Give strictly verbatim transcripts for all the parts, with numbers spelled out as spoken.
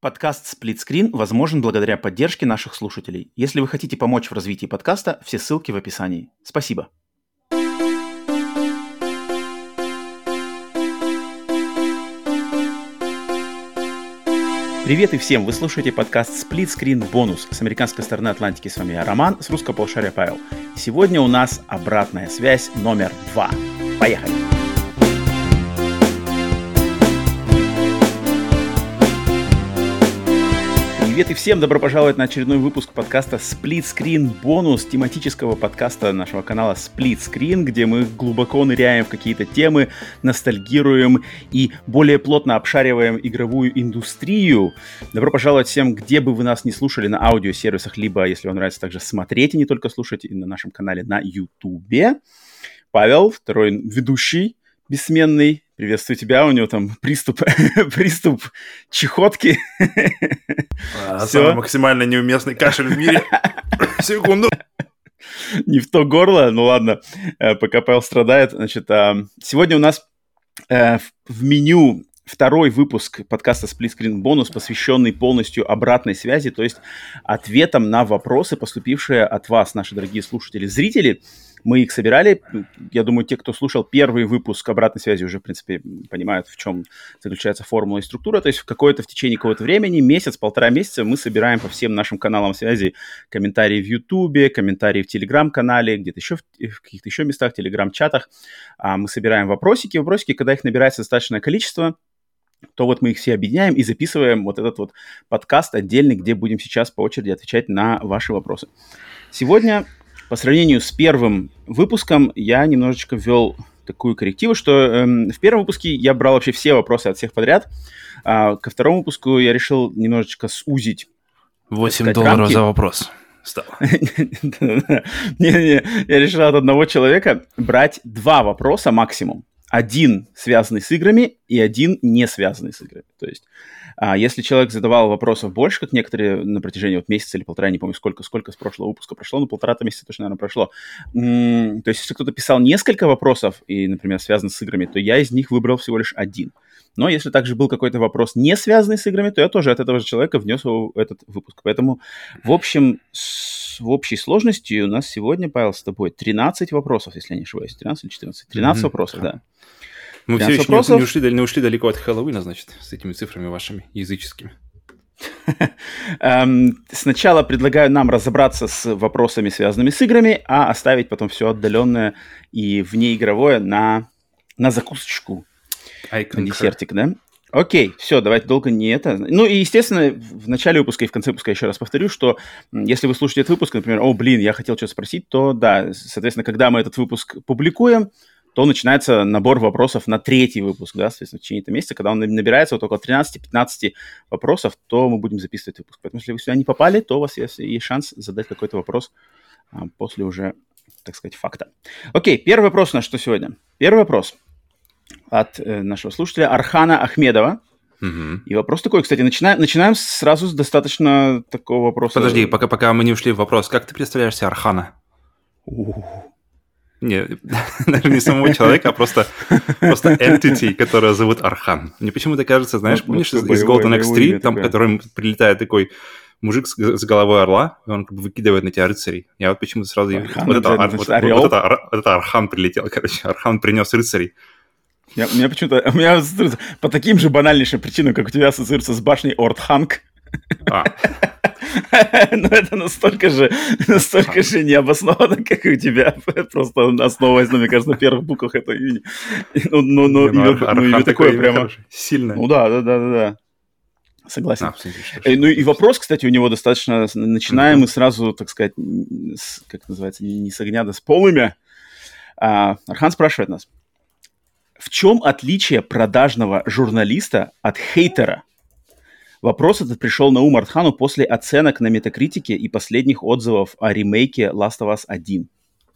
Подкаст «Сплитскрин» возможен благодаря поддержке наших слушателей. Если вы хотите помочь в развитии подкаста, все ссылки в описании. Спасибо. Привет и всем! Вы слушаете подкаст «Сплитскрин бонус». С американской стороны Атлантики с вами я, Роман, с русского полушария Павел. Сегодня у нас обратная связь номер два. Поехали! Привет и всем! Добро пожаловать на очередной выпуск подкаста «Сплитскрин бонус», тематического подкаста нашего канала «Сплитскрин», где мы глубоко ныряем в какие-то темы, ностальгируем и более плотно обшариваем игровую индустрию. Добро пожаловать всем, где бы вы нас не слушали, на аудиосервисах, либо, если вам нравится, также смотреть и не только слушать, и на нашем канале на Ютубе. Павел, второй ведущий, бессменный. Приветствую тебя, у него там приступ, приступ чехотки. А, самый максимально неуместный кашель в мире. Секунду. Не в то горло, ну ладно, пока Павел страдает. Значит, сегодня у нас в меню второй выпуск подкаста «Сплитскрин бонус», посвященный полностью обратной связи, то есть ответам на вопросы, поступившие от вас, наши дорогие слушатели, зрители. Мы их собирали. Я думаю, те, кто слушал первый выпуск обратной связи, уже, в принципе, понимают, в чем заключается формула и структура. То есть в какое-то, в течение какого-то времени, месяц, полтора месяца, мы собираем по всем нашим каналам связи комментарии в Ютубе, комментарии в Телеграм-канале, где-то еще в, в каких-то еще местах, в Телеграм-чатах. А мы собираем вопросики. Вопросики, когда их набирается достаточное количество, то вот мы их все объединяем и записываем вот этот вот подкаст отдельный, где будем сейчас по очереди отвечать на ваши вопросы. Сегодня, по сравнению с первым выпуском, я немножечко ввел такую коррективу, что эм, в первом выпуске я брал вообще все вопросы от всех подряд, а ко второму выпуску я решил немножечко сузить. восемь долларов за вопрос стало. Не-не, я решил от одного человека брать два вопроса максимум. Один связанный с играми и один не связанный с играми. То есть, а, если человек задавал вопросов больше, как некоторые на протяжении вот, месяца или полтора, не помню, сколько, сколько с прошлого выпуска прошло, но полтора-то месяца точно, наверное, прошло. М-м, то есть, если кто-то писал несколько вопросов, и, например, связан с играми, то я из них выбрал всего лишь один. Но если также был какой-то вопрос, не связанный с играми, то я тоже от этого же человека внес его в этот выпуск. Поэтому, в общем, с, в общей сложности у нас сегодня, Павел, с тобой тринадцать вопросов, если я не ошибаюсь. тринадцать или четырнадцать? тринадцать mm-hmm. вопросов, да. Мы все еще вопросов. не, ушли, не ушли далеко от Хэллоуина, значит, с этими цифрами вашими языческими. Сначала предлагаю нам разобраться с вопросами, связанными с играми, а оставить потом все отдаленное и внеигровое на, на закусочку, на десертик, да? Окей, все, давайте долго не это. Ну и, естественно, в начале выпуска и в конце выпуска еще раз повторю, что если вы слушаете этот выпуск, например, о, блин, я хотел что-то спросить, то да, соответственно, когда мы этот выпуск публикуем, то начинается набор вопросов на третий выпуск, да, соответственно, в течение этого месяца, когда он набирается вот около тринадцать-пятнадцать вопросов, то мы будем записывать выпуск. Поэтому, если вы сюда не попали, то у вас есть, есть шанс задать какой-то вопрос а, после уже, так сказать, факта. Окей, первый вопрос у нас что сегодня? Первый вопрос от э, нашего слушателя Архана Ахмедова. Угу. И вопрос такой, кстати, начинаем, начинаем сразу с достаточно такого вопроса. Подожди, пока, пока мы не ушли в вопрос. Как ты представляешь себе Архана? У-у-у. Не, даже не самого человека, а просто, просто entity, которая зовут Архан. Мне почему-то кажется, знаешь, ну, помнишь, из, из Golden Экс три, там, который прилетает такой мужик с, с головой орла, и он как бы выкидывает на тебя рыцарей. Я вот почему-то сразу... Архан, вот, это, это, вот, значит, вот, вот, это, вот это Архан прилетел, короче. Архан принес рыцарей. Я, у меня почему-то... У меня по таким же банальнейшим причинам, как у тебя ассоциируется с башней Ордханг. А. Но это настолько же, настолько же необоснованно, как и у тебя. Просто основываясь, мне кажется, на первых буквах это имени. Ну, ну, ну, ну, имя, ну, имя такое прямо... Сильно. Ну да, да, да, да, да. Согласен. А, э, ну и вопрос, кстати, у него достаточно... Начинаем мы сразу, так сказать, с, как называется, не с огня, да с полымя. А, Архан спрашивает нас. В чем отличие продажного журналиста от хейтера? Вопрос этот пришел на ум Архану после оценок на Метакритике и последних отзывов о ремейке Last of Us один.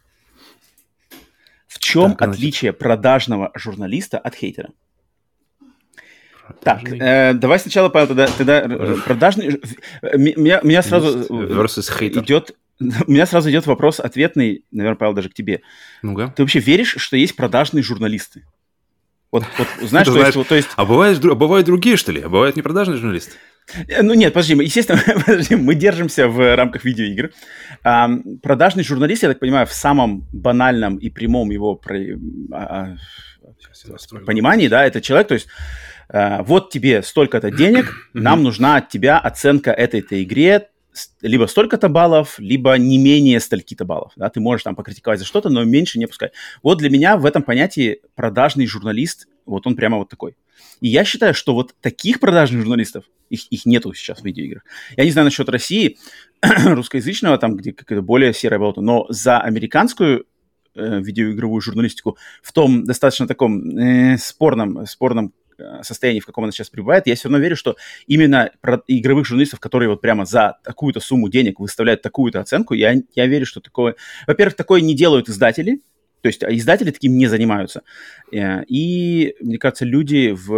В чем так, отличие продажного журналиста от хейтера? Продажный. Так, э, давай сначала, Павел, тогда, тогда продажный... Меня, меня сразу идет... У меня сразу идет вопрос ответный, наверное, Павел, даже к тебе. Ну-ка. Ты вообще веришь, что есть продажные журналисты? Вот, вот знаешь, то знаешь, есть, то есть... А бывают, а бывают другие, что ли? А бывают непродажные журналисты? Ну нет, подожди, мы, естественно, подожди, мы держимся в рамках видеоигр. А, продажный журналист, я так понимаю, в самом банальном и прямом его про, а, понимании, да, это человек, то есть а, вот тебе столько-то денег, нам нужна от тебя оценка этой-то игре, либо столько-то баллов, либо не менее стольки-то баллов. Да? Ты можешь там покритиковать за что-то, но меньше не пускай. Вот для меня в этом понятии продажный журналист, вот он прямо вот такой. И я считаю, что вот таких продажных журналистов, их, их нету сейчас в видеоиграх. Я не знаю насчет России, русскоязычного, там, где какая-то более серая болото, но за американскую э, видеоигровую журналистику в том достаточно таком э, спорном, спорном состоянии, в каком она сейчас пребывает, я все равно верю, что именно про игровых журналистов, которые вот прямо за такую-то сумму денег выставляют такую-то оценку, я, я верю, что такое... Во-первых, такое не делают издатели, то есть издатели таким не занимаются. И, мне кажется, люди, в,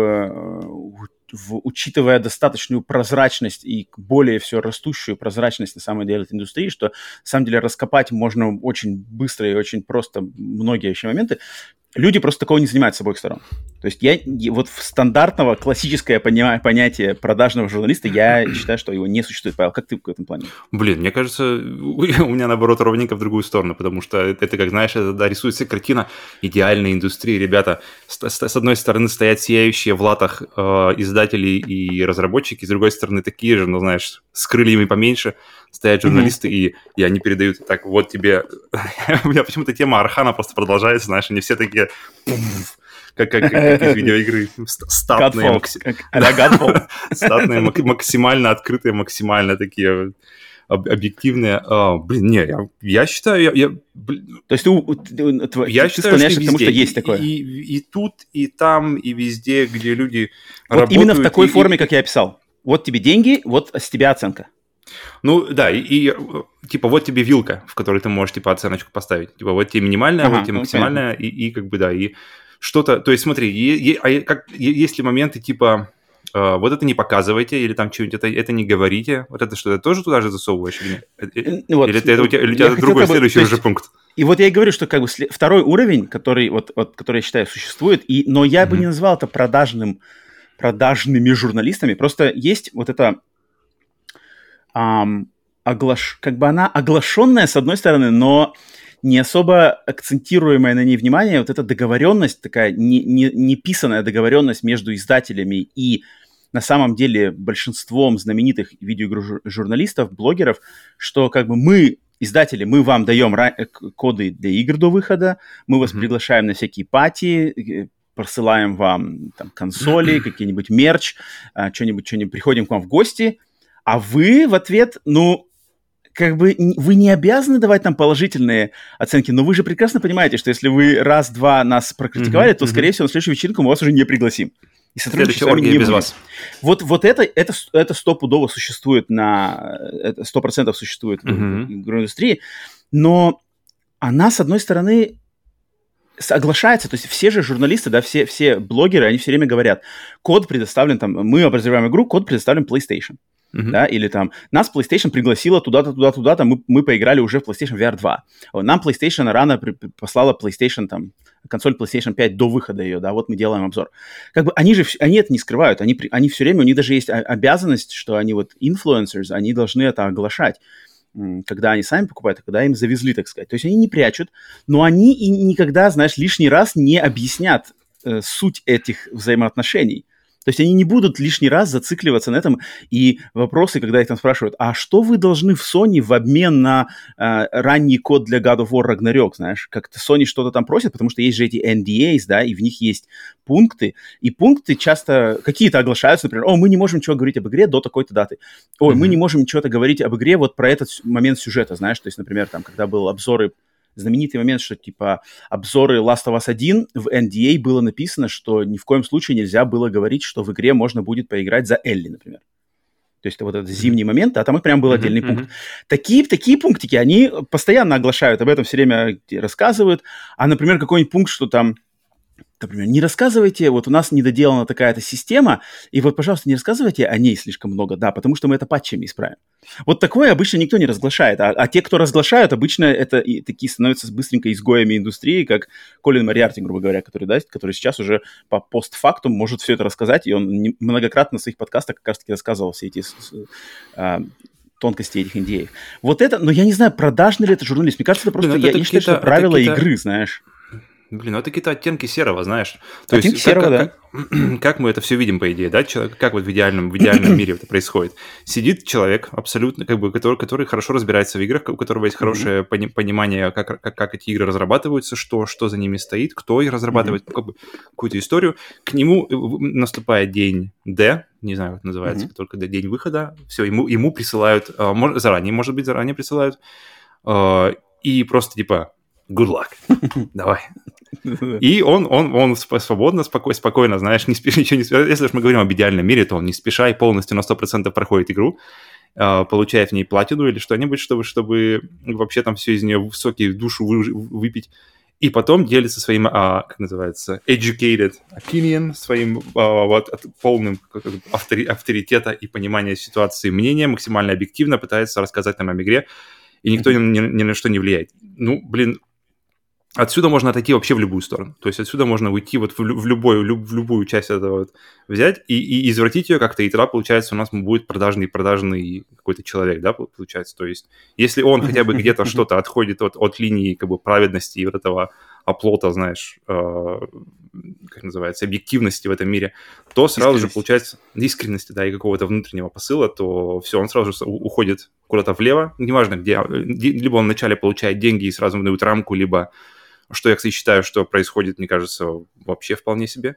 в, учитывая достаточную прозрачность и более все растущую прозрачность, на самом деле, этой индустрии, что, на самом деле, раскопать можно очень быстро и очень просто многие еще моменты, люди просто такого не занимаются с обоих сторон. То есть я вот в стандартного классическое понимаю, понятие продажного журналиста, я считаю, что его не существует. Павел, как ты в этом плане? Блин, мне кажется, у меня, наоборот, ровненько в другую сторону, потому что это, как знаешь, это, да, рисуется картина идеальной индустрии. Ребята, с, с одной стороны стоят сияющие в латах э, издатели и разработчики, с другой стороны такие же, ну, знаешь, с крыльями поменьше стоят журналисты, mm-hmm. и, и они передают, так, вот тебе... У меня почему-то тема Архана просто продолжается, знаешь, они все такие... Как, как, как из видеоигры. Статные, макси... да, статные максимально открытые, максимально такие об- объективные. А, блин, не, я, я считаю... Я, я, блин, То есть ты, ты, ты, я ты считаю, склоняешься что к тому, везде, что есть такое? И, и, и тут, и там, и везде, где люди вот работают. Именно в такой и, форме, и... как я описал. Вот тебе деньги, вот с тебя оценка. Ну, да, и, и типа вот тебе вилка, в которой ты можешь, типа, оценочку поставить. Типа вот тебе минимальная, ага, вот тебе максимальная, и, и как бы, да, и что-то... То есть смотри, е, е, а как, есть ли моменты, типа, э, вот это не показывайте, или там что-нибудь, это, это не говорите, вот это что, ты тоже туда же засовываешь? Или, вот, или это, это у тебя, или у тебя другой, хотел, следующий уже пункт? И вот я и говорю, что как бы второй уровень, который, вот, вот, который я считаю, существует, и, но я mm-hmm. бы не назвал это продажным, продажными журналистами, просто есть вот это... Um, оглаш... как бы она оглашенная, с одной стороны, но не особо акцентируемая на ней внимание, вот эта договоренность, такая не, не, не писанная договоренность между издателями и на самом деле большинством знаменитых видеоигр-журналистов, блогеров, что как бы мы, издатели, мы вам даем ра- коды для игр до выхода, мы вас mm-hmm. приглашаем на всякие пати, присылаем вам там консоли, mm-hmm. какие-нибудь мерч, что-нибудь, что-нибудь, приходим к вам в гости, а вы в ответ, ну, как бы вы не обязаны давать нам положительные оценки, но вы же прекрасно понимаете, что если вы раз-два нас прокритиковали, mm-hmm, то, скорее mm-hmm. всего, на следующую вечеринку мы вас уже не пригласим. И сотрудничать с вами не без вас. Вот, вот это, это, это стопудово существует на... Это сто процентов существует mm-hmm. в игровой индустрии, но она, с одной стороны, соглашается, то есть все же журналисты, да, все, все блогеры, они все время говорят, код предоставлен, там, мы обозреваем игру, код предоставлен PlayStation. Uh-huh. Да, или там, нас PlayStation пригласила туда-то, туда-то, туда-то, мы, мы поиграли уже в PlayStation ви ар два. Нам PlayStation рано при, послала PlayStation, там, консоль PlayStation пять до выхода ее, да, вот мы делаем обзор. Как бы они же, они это не скрывают, они, они все время, у них даже есть обязанность, что они вот influencers, они должны это оглашать, когда они сами покупают, а когда им завезли, так сказать. То есть они не прячут, но они и никогда, знаешь, лишний раз не объяснят э, суть этих взаимоотношений. То есть они не будут лишний раз зацикливаться на этом. И вопросы, когда их там спрашивают, а что вы должны в Sony в обмен на э, ранний код для God of War Ragnarok, знаешь? Как-то Sony что-то там просит, потому что есть же эти эн ди эйс, да, и в них есть пункты. И пункты часто какие-то оглашаются, например, о, мы не можем ничего говорить об игре до такой-то даты. Ой, mm-hmm. мы не можем ничего говорить об игре вот про этот момент сюжета, знаешь? То есть, например, там, когда был обзоры, знаменитый момент, что, типа, обзоры Last of Us один, в эн ди эй было написано, что ни в коем случае нельзя было говорить, что в игре можно будет поиграть за Элли, например. То есть это вот этот зимний момент, а там и прям был отдельный mm-hmm. пункт. Такие, такие пунктики, они постоянно оглашают, об этом все время рассказывают. А, например, какой-нибудь пункт, что там например, не рассказывайте, вот у нас недоделана такая-то система, и вот, пожалуйста, не рассказывайте о ней слишком много, да, потому что мы это патчами исправим. Вот такое обычно никто не разглашает, а, а те, кто разглашают, обычно это и такие становятся быстренько изгоями индустрии, как Колин Мориарти, грубо говоря, который, да, который сейчас уже по постфактум может все это рассказать, и он многократно в своих подкастах как раз-таки рассказывал все эти а, тонкости этих эн ди эй. Вот это, но я не знаю, продажный ли это журналист. Мне кажется, это просто, Блин, я, это я считаю, что это правила игры, знаешь. Блин, ну это какие-то оттенки серого, знаешь. То оттенки есть, серого, как, да. Как, как мы это все видим, по идее, да? Человек, как вот в идеальном, в идеальном мире это происходит. Сидит человек, абсолютно, как бы, который, который хорошо разбирается в играх, у которого есть хорошее mm-hmm. понимание, как, как, как эти игры разрабатываются, что, что за ними стоит, кто их разрабатывает, mm-hmm. как бы, какую-то историю. К нему наступает день D, не знаю, как называется, mm-hmm. только день выхода. Все, ему, ему присылают, заранее, может быть, заранее присылают, и просто типа good luck, давай. И он, он, он свободно, споко, спокойно, знаешь, не спеши, ничего не спеши. Если уж мы говорим об идеальном мире, то он не спеша и полностью на сто процентов проходит игру, получая в ней платину или что-нибудь, чтобы, чтобы вообще там все из нее соки в душу вы, выпить. И потом делится своим, а, как называется, educated opinion, своим а, вот, полным автори, авторитета и понимания ситуации мнения, максимально объективно пытается рассказать нам об игре, и никто ни, ни, ни на что не влияет. Ну, блин, отсюда можно отойти вообще в любую сторону. То есть отсюда можно уйти вот в, в, любой, в любую часть этого вот взять и, и извратить ее как-то, и тогда, получается, у нас будет продажный продажный какой-то человек, да, получается. То есть если он хотя бы где-то что-то отходит от, от линии как бы праведности и вот этого оплота, знаешь, э, как называется, объективности в этом мире, то сразу же получается искренности, да, и какого-то внутреннего посыла, то все, он сразу же уходит куда-то влево, неважно где, либо он вначале получает деньги и сразу выдают рамку, либо что я, кстати, считаю, что происходит, мне кажется, вообще вполне себе.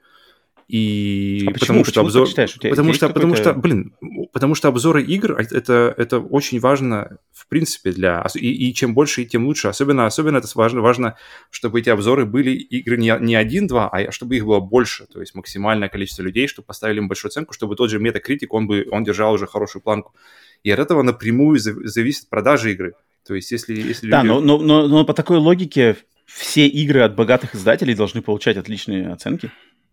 И а потому почему? что почему обзор, считаешь, потому что, потому что, блин, потому что обзоры игр это это очень важно в принципе для и, и чем больше, и тем лучше. Особенно особенно это важно важно, чтобы эти обзоры были игры не не один-два, а чтобы их было больше, то есть максимальное количество людей, чтобы поставили им большую оценку, чтобы тот же Metacritic он бы он держал уже хорошую планку. И от этого напрямую зависит продажа игры. То есть если если да, люди... но, но но но по такой логике все игры от богатых издателей должны получать отличные оценки.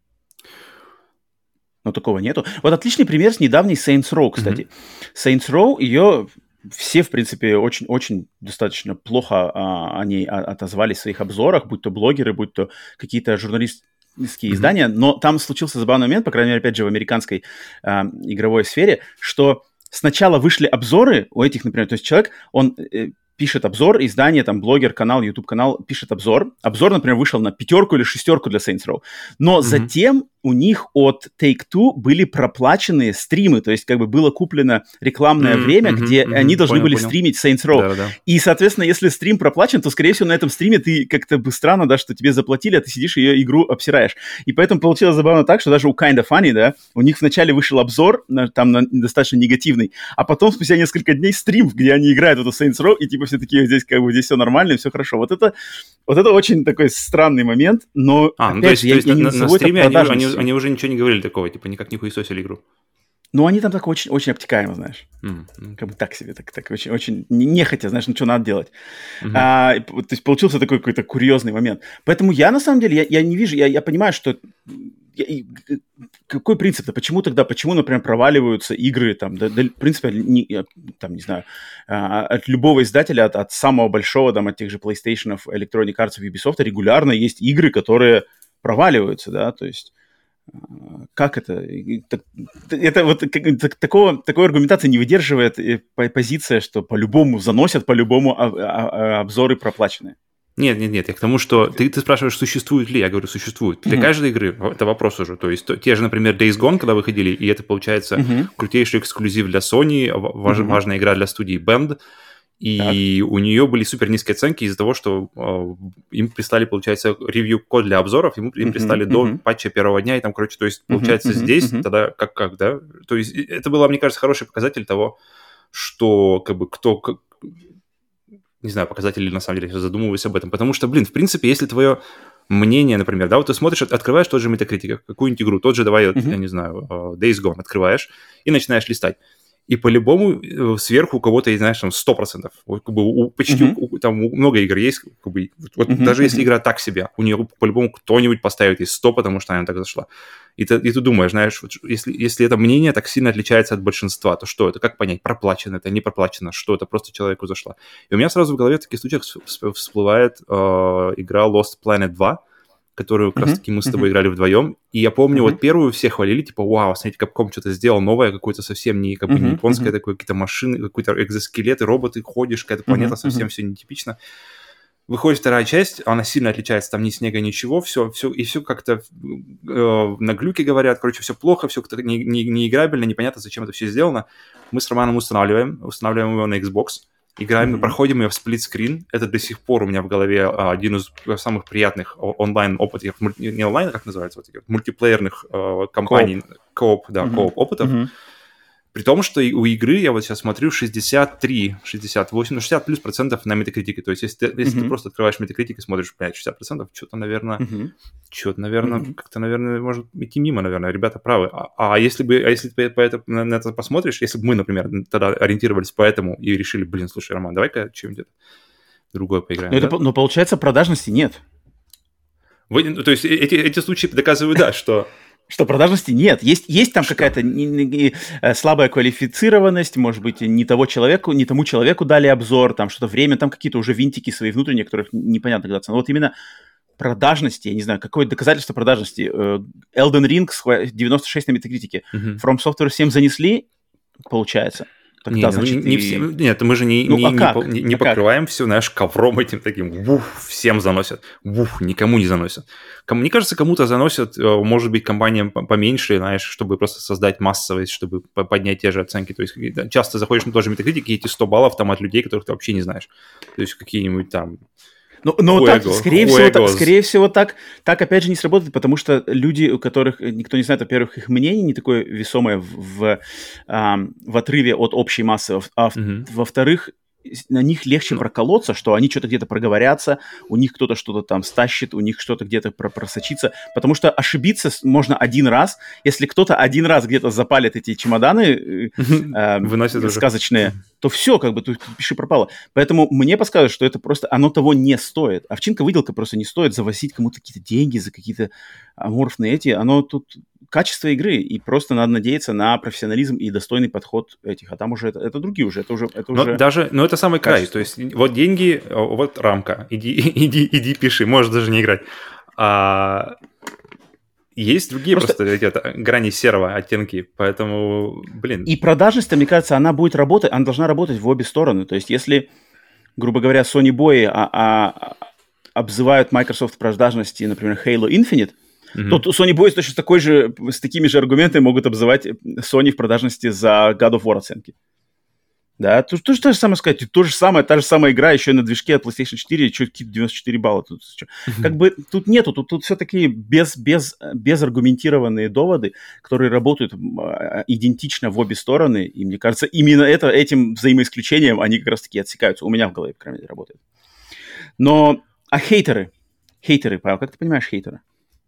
Но такого нету. Вот отличный пример с недавней Saints Row, кстати. Mm-hmm. Saints Row, ее все, в принципе, очень-очень достаточно плохо а, о ней отозвались в своих обзорах, будь то блогеры, будь то какие-то журналистские mm-hmm. издания. Но там случился забавный момент, по крайней мере, опять же, в американской а, игровой сфере, что сначала вышли обзоры у этих, например, то есть человек, он... Э, пишет обзор, издание, там, блогер, канал, YouTube-канал, пишет обзор. Обзор, например, вышел на пятерку или шестерку для Saints Row. Но mm-hmm. затем у них от Take-Two были проплаченные стримы, то есть как бы было куплено рекламное mm-hmm. время, mm-hmm. где mm-hmm. они должны понял, были понял. стримить Saints Row. Да, да. И, соответственно, если стрим проплачен, то, скорее всего, на этом стриме ты как-то бы странно, да, что тебе заплатили, а ты сидишь и ее игру обсираешь. И поэтому получилось забавно так, что даже у Kinda Funny, да, у них вначале вышел обзор, на, там, на, достаточно негативный, а потом спустя несколько дней стрим, где они играют в эту Saints Row, и типа все такие, здесь как бы здесь все нормально, все хорошо. Вот это, вот это очень такой странный момент, но а, опять ну, то есть, же, я, то есть я не на, на стриме они, они, они уже ничего не говорили такого, типа никак не хуесосили игру. Ну, они там так очень, очень обтекаемо, знаешь. Mm-hmm. Как бы так себе, так, так очень, очень нехотя, знаешь, ну что надо делать. Mm-hmm. А, то есть получился такой какой-то курьезный момент. Поэтому я, на самом деле, я, я не вижу, я, я понимаю, что... Я, какой принцип-то? Почему тогда, почему, например, проваливаются игры, там, да, да, в принципе, не, там, не знаю, от любого издателя, от, от самого большого, там, от тех же PlayStation, Electronic Arts, Ubisoft, регулярно есть игры, которые проваливаются, да, то есть как это? Это вот такого, такой аргументации не выдерживает позиция, что по-любому заносят, по-любому обзоры проплаченные. Нет, нет, нет, я к тому, что ты, ты спрашиваешь, существует ли, я говорю, существует. Для mm-hmm. каждой игры это вопрос уже, то есть те же, например, Days Gone, когда выходили, и это, получается, mm-hmm. крутейший эксклюзив для Sony, важ, mm-hmm. важная игра для студии Bend, и так. у нее были супер низкие оценки из-за того, что э, им прислали, получается, ревью-код для обзоров, им, им прислали mm-hmm. до патча первого дня, и там, короче, то есть, получается, mm-hmm. здесь mm-hmm. тогда как-как, да? То есть это было, мне кажется, хороший показатель того, что, как бы, кто... Как, не знаю, показатель или на самом деле я задумываюсь об этом, потому что, блин, в принципе, если твое мнение, например, да, вот ты смотришь, открываешь тот же Metacritic, какую-нибудь игру, тот же, давай, mm-hmm. я не знаю, Days Gone открываешь и начинаешь листать. И по-любому сверху у кого-то есть, знаешь, там сто процентов. Вот, как бы, у, почти uh-huh. у, там у, много игр есть. Как бы, вот, uh-huh. даже если игра так себе, у нее по-любому кто-нибудь поставит из сто, потому что она так зашла. И ты, и ты думаешь, знаешь, вот, если, если это мнение так сильно отличается от большинства, то что это? Как понять, проплачено это, не проплачено, что это просто человеку зашло? И у меня сразу в голове в таких случаях всплывает э, игра Lost Planet два, которую как uh-huh. раз-таки мы с тобой uh-huh. играли вдвоем. И я помню, uh-huh. вот первую все хвалили, типа, вау, смотрите, Capcom что-то сделал новое, какое-то совсем не, как бы, uh-huh. не японское, uh-huh. такое, какие-то машины, какие-то экзоскелеты, роботы, ходишь, какая-то планета, uh-huh. совсем uh-huh. все нетипично. Выходит вторая часть, она сильно отличается, там ни снега, ничего, все, все, и все как-то э, на глюке говорят, короче, все плохо, все как-то не, не, не играбельно, непонятно, зачем это все сделано. Мы с Романом устанавливаем, устанавливаем его на Xbox, играем, mm-hmm. проходим ее в сплитскрин. Это до сих пор у меня в голове один из самых приятных онлайн-опытов, не онлайн, как называется, вот таких мультиплеерных э, компаний, кооп, да, mm-hmm. кооп-опытов. Mm-hmm. При том, что у игры, я вот сейчас смотрю, шестьдесят три, шестьдесят восемь, ну шестьдесят плюс процентов на Metacritic. То есть если, ты, если mm-hmm. ты просто открываешь Metacritic и смотришь, блядь, шестьдесят процентов, что-то, наверное, mm-hmm. что-то, наверное, mm-hmm. как-то, наверное, может идти мимо, наверное, ребята правы. А, а если бы, а если ты по это, на, на это посмотришь, если бы мы, например, тогда ориентировались по этому и решили, блин, слушай, Роман, давай-ка что-нибудь другое поиграем. Но, да? это, но получается, продажности нет. Вы, то есть эти, эти случаи доказывают, да, что... Что продажности нет. Есть, есть там что? Какая-то не, не, не, слабая квалифицированность, может быть, не того человеку, не тому человеку дали обзор, там что-то время, там какие-то уже винтики свои внутренние, которых непонятно когда. Но вот именно продажности, я не знаю, какое доказательство продажности. Elden Ring девяносто шесть на Метакритике. Uh-huh. From Software семь занесли, получается. Тогда, не, значит, не и... все, нет, мы же не, ну, не, а не, не, не а покрываем как? Все, знаешь, ковром этим таким, вух, всем заносят, вух, никому не заносят. Кому, мне кажется, кому-то заносят, может быть, компаниям поменьше, знаешь, чтобы просто создать массовость, чтобы поднять те же оценки. То есть часто заходишь на тот же Metacritic, и эти сто баллов там от людей, которых ты вообще не знаешь. То есть какие-нибудь там... Ну, но так, скорее, всего, так, скорее всего, так, так опять же не сработает, потому что люди, у которых никто не знает, во-первых, их мнение не такое весомое в, в, в, в отрыве от общей массы, а mm-hmm. во-вторых, на них легче проколоться, что они что-то где-то проговорятся, у них кто-то что-то там стащит, у них что-то где-то просочится, потому что ошибиться можно один раз, если кто-то один раз где-то запалит эти чемоданы э, сказочные, то все, как бы, тут пиши пропало. Поэтому мне подсказывают, что это просто, оно того не стоит. Овчинка-выделка просто не стоит завозить кому-то какие-то деньги за какие-то аморфные эти, оно тут... Качество игры, и просто надо надеяться на профессионализм и достойный подход этих, а там уже это, это другие уже, это уже, это но уже даже, но это самый край, то есть вот деньги, вот рамка, иди, иди, иди пиши, можешь даже не играть. А, есть другие просто, просто какие-то грани серого оттенки, поэтому, блин. И продажность, мне кажется, она будет работать, она должна работать в обе стороны, то есть если, грубо говоря, Sony бои а, а, обзывают Microsoft в продажности, например, Halo Infinite, Mm-hmm. то Sony Boys точно с, такой же, с такими же аргументами могут обзывать Sony в продажности за God of War оценки. Да, то, то, то же самое сказать, то же самое, та же самая игра еще на движке от PlayStation четыре, что какие-то девяносто четыре балла. Тут, mm-hmm. Как бы тут нету, тут, тут все такие без, без, безаргументированные доводы, которые работают идентично в обе стороны, и мне кажется, именно это, этим взаимоисключением они как раз-таки отсекаются. У меня в голове, по крайней мере, работает. Но, а хейтеры? Хейтеры, Павел, как ты понимаешь хейтера?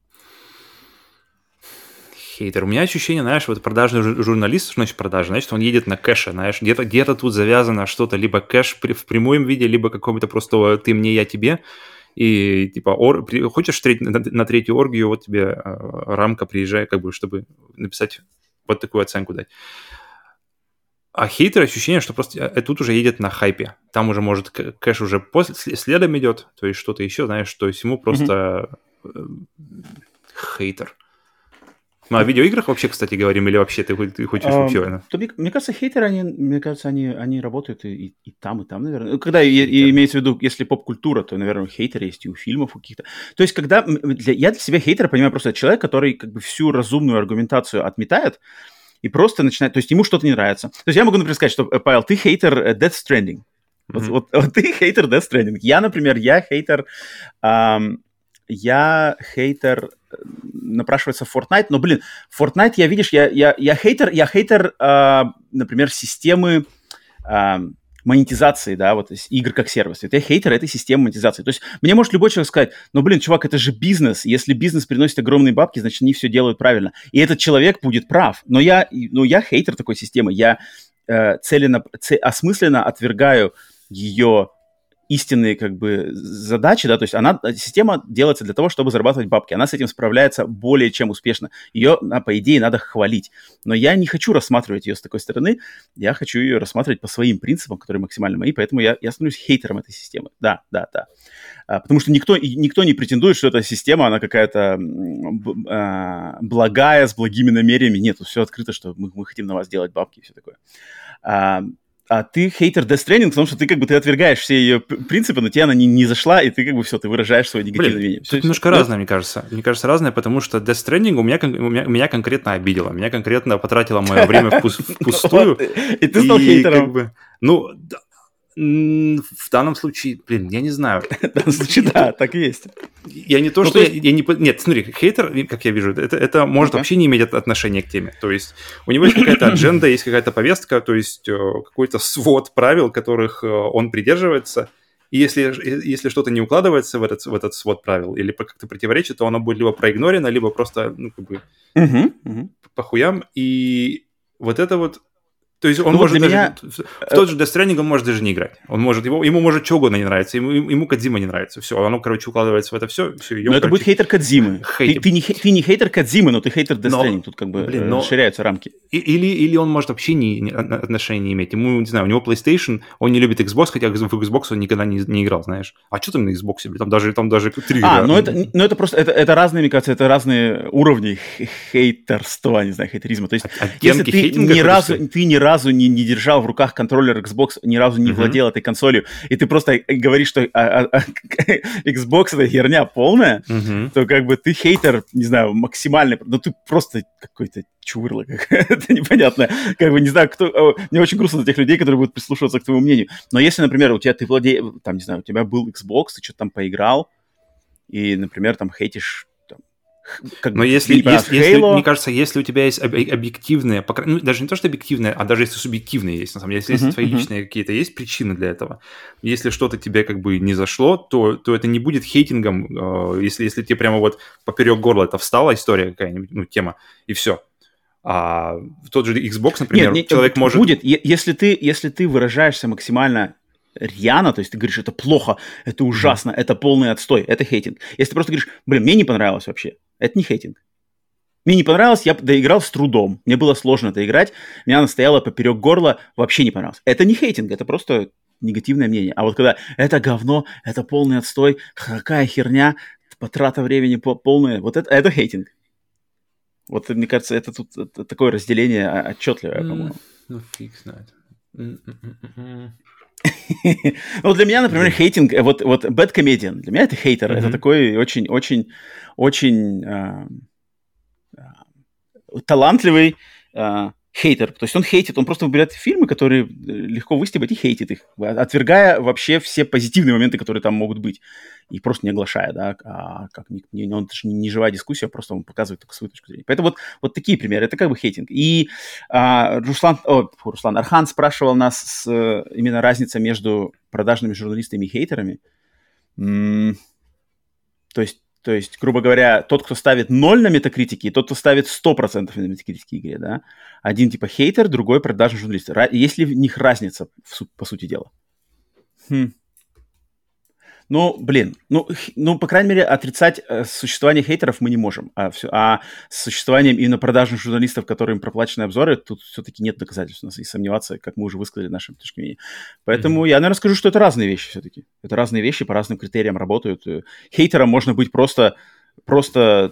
Хейтер. У меня ощущение, знаешь, вот продажный журналист, что значит продажный, значит, он едет на кэше, знаешь, где-то, где-то тут завязано что-то, либо кэш в прямом виде, либо каком-то просто ты мне, я тебе, и типа, ор, при, хочешь треть, на, на третью оргию, вот тебе э, рамка, приезжай, как бы, чтобы написать вот такую оценку дать. А хейтер ощущение, что просто э, тут уже едет на хайпе, там уже, может, кэш уже после, следом идет, то есть что-то еще, знаешь, то есть ему просто mm-hmm. э, хейтер. Мы о видеоиграх вообще, кстати, говорим, или вообще ты, ты хочешь а, вообще? То, мне кажется, хейтеры, они, мне кажется, они, они работают и, и, и там, и там, наверное. Когда и, и имеется в виду, если поп-культура, то, наверное, хейтеры есть и у фильмов каких-то. То есть, когда... Для, я для себя хейтера понимаю просто человек, который как бы всю разумную аргументацию отметает и просто начинает... То есть, ему что-то не нравится. То есть, я могу, например, сказать, что, Павел, ты хейтер Death Stranding. Mm-hmm. Вот, вот, вот ты хейтер Death Stranding. Я, например, я хейтер... Эм, я хейтер... напрашивается Fortnite, но, блин, Fortnite, я, видишь, я, я, я хейтер, я хейтер, э, например, системы э, монетизации, да, вот игр как сервис. Это я хейтер этой системы монетизации. То есть мне может любой человек сказать, ну, блин, чувак, это же бизнес. Если бизнес приносит огромные бабки, значит, они все делают правильно. И этот человек будет прав. Но я, ну, я хейтер такой системы. Я э, целенно, ц, осмысленно отвергаю ее истинные как бы задачи, да, то есть она, система делается для того, чтобы зарабатывать бабки, она с этим справляется более чем успешно, ее, по идее, надо хвалить, но я не хочу рассматривать ее с такой стороны, я хочу ее рассматривать по своим принципам, которые максимально мои, поэтому я, я становлюсь хейтером этой системы, да, да, да, а, потому что никто, никто не претендует, что эта система, она какая-то а, благая, с благими намерениями, нет, тут все открыто, что мы, мы хотим на вас делать бабки и все такое. А, А ты хейтер Death Stranding, потому что ты как бы ты отвергаешь все ее принципы, но тебе она не, не зашла, и ты как бы все, ты выражаешь свое негативное мнение. Тут немножко все, разное, да? мне кажется. Мне кажется, разное, потому что Death Stranding у меня, у меня, меня конкретно обидела. Меня конкретно потратила мое время впустую. И ты стал хейтером. Ну, в данном случае, блин, я не знаю. В данном случае, да, так и есть. Я не то, что... я не Нет, смотри, хейтер, как я вижу, это может вообще не иметь отношения к теме. То есть у него есть какая-то адженда, есть какая-то повестка, то есть какой-то свод правил, которых он придерживается. И если, если что-то не укладывается в этот, в этот свод правил или как-то противоречит, то оно будет либо проигнорено, либо просто, ну, как бы по хуям. И вот это вот... То есть он ну, может даже... Меня... В тот же Death Stranding он может даже не играть. Он может... Его, ему может что угодно не нравится. Ему, ему Кодзима не нравится. Все, оно, короче, укладывается в это все. все но это короче, будет хейтер Кодзимы. Ты, ты, не, ты не хейтер Кодзимы, но ты хейтер Death Stranding. Тут как бы блин, но... расширяются рамки. Или, или он может вообще не, не, отношения не иметь. Ему, не знаю, у него PlayStation, он не любит Xbox, хотя в Xbox он никогда не, не играл, знаешь. А что там на Xbox? Там даже, там даже три А, ну это, ну это просто... Это, это разные, мне кажется, это разные уровни хейтерства, не знаю, хейтеризма. То есть, а, если ты ни, разу, ты ни разу не, не держал в руках контроллер Xbox, ни разу не uh-huh. владел этой консолью, и ты просто говоришь, что а, а, а, Xbox это херня полная, uh-huh. то как бы ты хейтер, не знаю, максимальный, ну ты просто какой-то чувырло, это непонятно, как бы не знаю, кто, мне очень грустно за тех людей, которые будут прислушиваться к твоему мнению, но если, например, у тебя ты владеешь, там, не знаю, у тебя был Xbox, ты что-то там поиграл, и, например, там хейтишь. Как Но если, если, если, мне кажется, если у тебя есть объективные, ну, даже не то, что объективные, а даже если субъективные есть, на самом деле, если, uh-huh, если твои uh-huh. личные какие-то есть причины для этого, если что-то тебе как бы не зашло, то, то это не будет хейтингом, э, если, если тебе прямо вот поперек горла это встала история какая-нибудь, ну, тема, и все. А в тот же Xbox, например, нет, нет, человек может... Будет, если ты, если ты выражаешься максимально... рьяно, то есть ты говоришь, это плохо, это ужасно, mm-hmm. это полный отстой, это хейтинг. Если ты просто говоришь, блин, мне не понравилось вообще, это не хейтинг. Мне не понравилось, я доиграл с трудом, мне было сложно это играть, меня она стояла поперек горла, вообще не понравилось. Это не хейтинг, это просто негативное мнение. А вот когда это говно, это полный отстой, какая херня, потрата времени полная, вот это, это хейтинг. Вот, мне кажется, это тут это такое разделение отчетливое, mm-hmm. по-моему. Ну, фиг знает. Mm-mm-mm-mm. Ну, для меня, например, хейтинг, вот, вот bad comedian, для меня это хейтер, mm-hmm. это такой очень-очень-очень э, э, талантливый э, хейтер. То есть он хейтит, он просто выбирает фильмы, которые легко выстебать и хейтит их, отвергая вообще все позитивные моменты, которые там могут быть, и просто не оглашая, да, а как не, не, он, это же не живая дискуссия, просто он показывает только свою точку зрения. Поэтому вот, вот такие примеры, это как бы хейтинг. И а, Руслан, о, Руслан, Архан спрашивал нас с, именно разница между продажными журналистами и хейтерами. М-м, то есть То есть, грубо говоря, тот, кто ставит ноль на метакритике, и тот, кто ставит сто процентов на метакритике игре, да? Один типа хейтер, другой продажный журналист. Есть ли в них разница, по сути дела? Хм. Ну, блин, ну, ну, по крайней мере, отрицать э, существование хейтеров мы не можем. А, все, а с существованием именно продажных журналистов, которым проплачены обзоры, тут все-таки нет доказательств у нас, и сомневаться, как мы уже высказали нашим точки зрения. Поэтому mm-hmm. я, наверное, скажу, что это разные вещи все-таки. Это разные вещи, по разным критериям работают. Хейтером можно быть просто, просто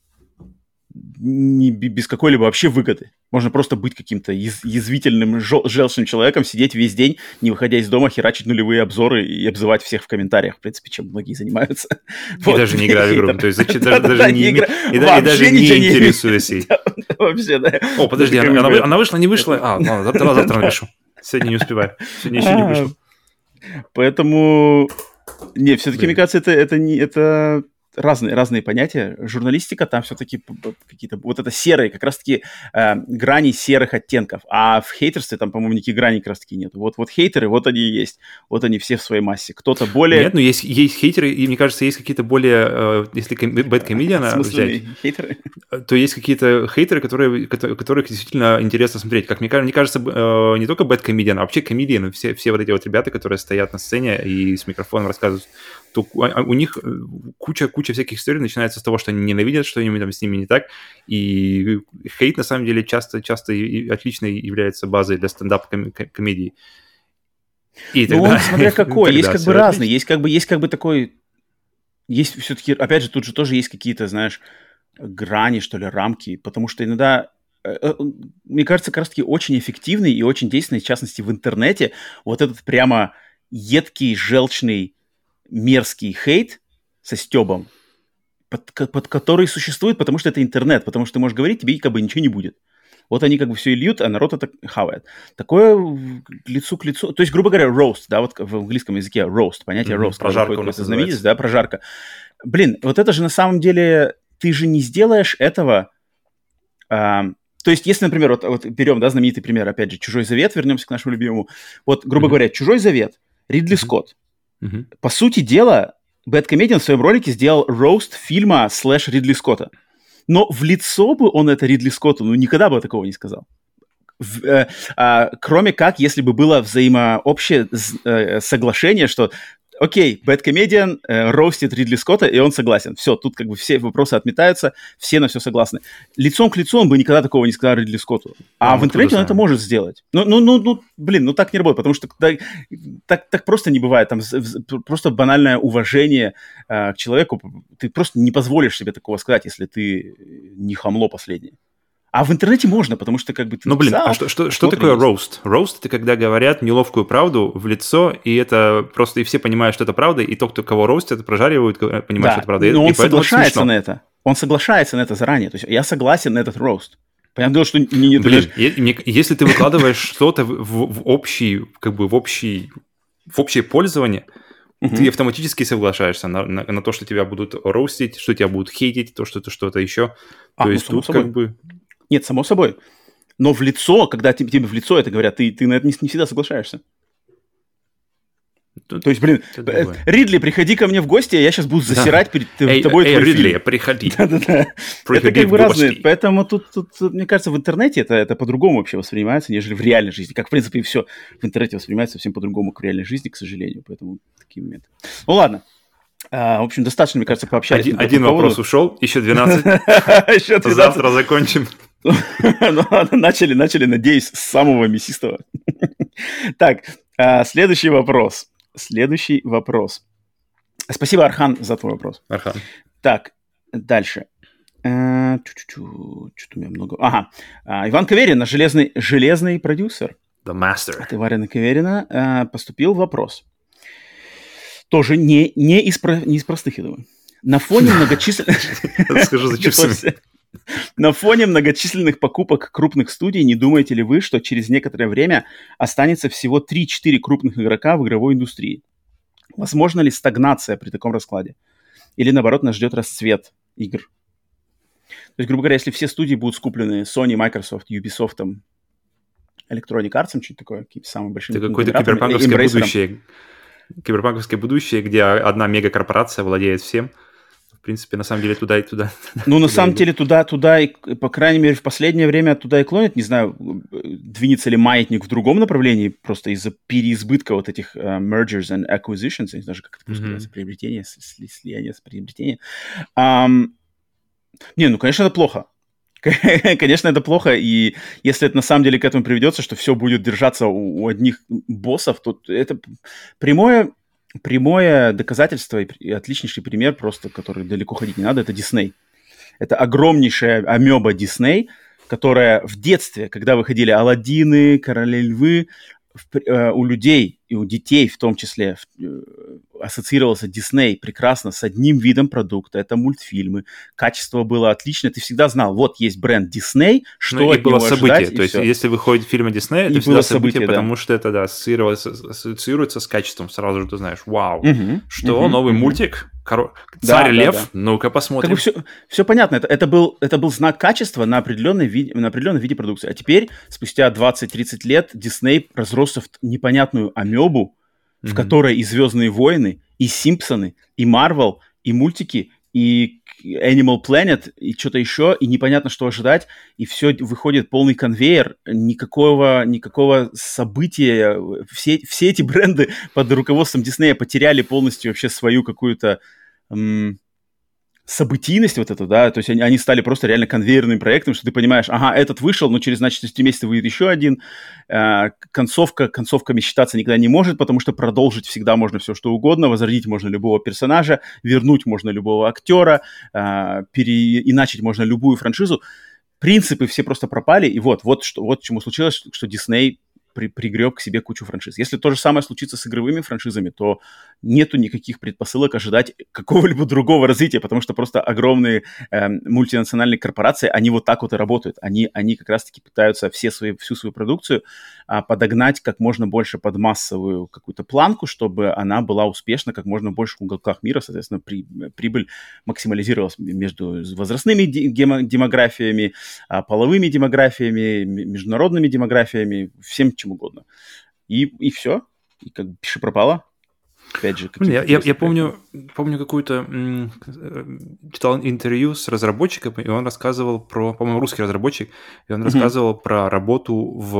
не, без какой-либо вообще выгоды. Можно просто быть каким-то яз- язвительным, желчным человеком, сидеть весь день, не выходя из дома, херачить нулевые обзоры и обзывать всех в комментариях, в принципе, чем многие занимаются. И вот. Даже не играя в игру. То есть даже не интересуясь ей. Вообще, да. О, подожди, она вышла, не вышла? А, ладно, завтра напишу. Сегодня не успеваю. Сегодня еще не вышло. Поэтому... Не, все-таки, мне кажется, это не... это разные, разные понятия. Журналистика, там все-таки какие-то... Вот это серые, как раз-таки э, грани серых оттенков. А в хейтерстве там, по-моему, никаких граней как раз-таки нет. Вот, вот хейтеры, вот они и есть. Вот они все в своей массе. Кто-то более... Нет, ну есть, есть хейтеры, и мне кажется, есть какие-то более... Э, если бэдкомедиана взять, хейтеры? То есть какие-то хейтеры, которые, которых действительно интересно смотреть. Как мне, мне кажется, э, не только бэдкомедиан, а вообще комедианы, все, все вот эти вот ребята, которые стоят на сцене и с микрофоном рассказывают, то у них куча-куча всяких историй начинается с того, что они ненавидят, что-нибудь там с ними не так, и хейт, на самом деле, часто, часто и отлично является базой для стендап-комедии. И ну, тогда, он, смотря какой, есть как бы разный, есть как бы, есть как бы такой, есть все-таки, опять же, тут же тоже есть какие-то, знаешь, грани, что ли, рамки, потому что иногда, мне кажется, как раз-таки очень эффективный и очень действенный, в частности, в интернете, вот этот прямо едкий, желчный, мерзкий хейт со стёбом, под, под который существует, потому что это интернет, потому что ты можешь говорить, тебе как бы ничего не будет. Вот они как бы все и льют, а народ это хавает. Такое лицу к лицу. То есть, грубо говоря, roast, да, вот в английском языке roast, понятие mm-hmm, roast. Прожарка у нас знаменитость, да, прожарка. Блин, вот это же на самом деле, ты же не сделаешь этого... А, то есть, если, например, вот, вот берем, да, знаменитый пример, опять же, «Чужой завет», вернемся к нашему любимому. Вот, грубо mm-hmm. говоря, «Чужой завет», Ридли mm-hmm. Скотт. Mm-hmm. По сути дела, бэдкомедиан в своем ролике сделал роуст фильма слэш Ридли Скотта. Но в лицо бы он это Ридли Скотту, ну, никогда бы такого не сказал. В, э, э, кроме как, если бы было взаимообщее э, соглашение, что окей, бэдкомедиан э, роустит Ридли Скотта, и он согласен. Все, тут как бы все вопросы отметаются, все на все согласны. Лицом к лицу он бы никогда такого не сказал Ридли Скотту. А, а в интернете он это может сделать. Ну, ну, ну, ну, блин, ну так не работает, потому что да, так, так просто не бывает. Там просто банальное уважение э, к человеку. Ты просто не позволишь себе такого сказать, если ты не хамло последнее. А в интернете можно, потому что как бы ты Ну, блин, написал, а что, что, что такое роуст? Роуст — это когда говорят неловкую правду в лицо, и это просто, и все понимают, что это правда, и тот, кто кого роустят, прожаривают, понимают, да, что это правда. Но и он соглашается на это. Он соглашается на это заранее. То есть я согласен на этот роуст. Понятное дело, что не... не блин, даже... если ты выкладываешь что-то в, в, в общий, как бы в общий, в общее пользование, Uh-huh. ты автоматически соглашаешься на, на, на то, что тебя будут роустить, что тебя будут хейтить, то, что-то что-то еще. А, то ну, есть тут собой. как бы... Нет, само собой. Но в лицо, когда тебе, тебе в лицо это говорят, ты, ты на это не, не всегда соглашаешься. Тут, То есть, блин, Ридли, приходи ко мне в гости, я сейчас буду засирать да. перед эй, тобой. Эй, Ридли, фильм. приходи. Да-да-да. Это как бы разные. Поэтому тут, тут, тут, мне кажется, в интернете это, это по-другому вообще воспринимается, нежели в реальной жизни. Как, в принципе, и все в интернете воспринимается совсем по-другому, как в реальной жизни, к сожалению. Поэтому такие моменты. Ну, ладно. А, в общем, достаточно, мне кажется, пообщались. Один, один вопрос ушел, еще двенадцать. Еще двенадцать. Завтра закончим. Ну ладно, начали, начали, надеюсь, с самого мясистого. Так, следующий вопрос. Следующий вопрос. Спасибо, Архан, за твой вопрос. Архан. Так, дальше. Что-то у меня много... Ага. Иван Каверин, наш железный, железный продюсер. The master. От Ивана Каверина поступил вопрос. Тоже не, не, из, не из простых, я думаю. На фоне многочисленных... Скажу за чипсами. На фоне многочисленных покупок крупных студий, не думаете ли вы, что через некоторое время останется всего три-четыре крупных игрока в игровой индустрии? Возможно ли стагнация при таком раскладе? Или, наоборот, нас ждет расцвет игр? То есть, грубо говоря, если все студии будут скуплены Sony, Microsoft, Ubisoft, Electronic Arts, что-то такое, какие-то самые большие... Это какое-то киберпанковское будущее. Киберпанковское будущее, где одна мегакорпорация владеет всем. В принципе, на самом деле, туда и туда. Ну, на самом деле, туда, туда, и, по крайней мере, в последнее время туда и клонит. Не знаю, двинется ли маятник в другом направлении, просто из-за переизбытка вот этих uh, mergers and acquisitions, я не знаю, как это просто называется, mm-hmm. приобретение, слияние, приобретение. Um, не, ну, конечно, это плохо. Конечно, это плохо, и если это на самом деле к этому приведется, что все будет держаться у, у одних боссов, то это прямое... Прямое доказательство и отличнейший пример, просто который далеко ходить не надо, это Disney. Это огромнейшая амеба Disney, которая в детстве, когда выходили Аладдины, Короли Львы, в, э, у людей и у детей в том числе в, э, ассоциировался Disney прекрасно с одним видом продукта. Это мультфильмы. Качество было отлично. Ты всегда знал, вот есть бренд Disney, что ну, от и было него событие. ожидать, То есть, все. Если выходит фильм Disney, это и всегда событие, событие, потому да. что это да, ассоциируется, ассоциируется с качеством. Сразу же ты знаешь, вау, uh-huh, что uh-huh, новый uh-huh. мультик, Коро... Да, Царь да, Лев, да. ну-ка посмотрим. Как бы все, все понятно, это, это, был, это был знак качества на, определенной ви... на определенном виде продукции. А теперь, спустя двадцать-тридцать лет, Дисней разросся в непонятную амебу, в Мгм. которой и «Звездные войны», и «Симпсоны», и «Марвел», и мультики, и Animal Planet, и что-то еще, и непонятно, что ожидать, и все выходит полный конвейер, никакого, никакого события, все, все эти бренды под руководством Диснея потеряли полностью вообще свою какую-то м, событийность вот эту, да, то есть они, они стали просто реально конвейерным проектом, что ты понимаешь, ага, этот вышел, но через, значит, через три месяца выйдет еще один, э, концовка, концовками считаться никогда не может, потому что продолжить всегда можно все, что угодно, возродить можно любого персонажа, вернуть можно любого актера, э, переиначить можно любую франшизу, принципы все просто пропали, и вот, вот, что, вот чему случилось, что Дисней при, пригреб к себе кучу франшиз. Если то же самое случится с игровыми франшизами, то нету никаких предпосылок ожидать какого-либо другого развития, потому что просто огромные э, мультинациональные корпорации, они вот так вот и работают. Они, они как раз-таки пытаются все свои, всю свою продукцию э, подогнать как можно больше под массовую какую-то планку, чтобы она была успешна как можно больше в уголках мира, соответственно, при, прибыль максимализировалась между возрастными демографиями, половыми демографиями, международными демографиями, всем чем угодно. И, и все. И как пиши пропало. Опять же, я, я, я помню, помню какую-то... М- читал интервью с разработчиком, и он рассказывал про... По-моему, русский разработчик, и он uh-huh. рассказывал про работу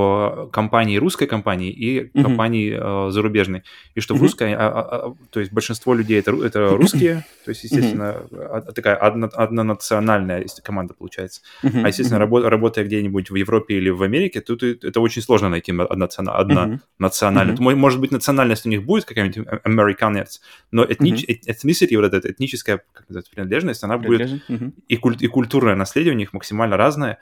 в компании, русской компании и uh-huh. компании э, зарубежной. И что uh-huh. в русской... А, а, а, то есть большинство людей это, это русские, то есть, естественно, uh-huh. такая одно, однонациональная команда получается. Uh-huh. А, естественно, uh-huh. рабо- работая где-нибудь в Европе или в Америке, тут это очень сложно найти однонациональную. Uh-huh. Может быть, национальность у них будет какая-нибудь Americans, но этнич, uh-huh. ethnicity, вот эта этническая как называется, принадлежность, она будет, uh-huh. и, куль, и культурное наследие у них максимально разное,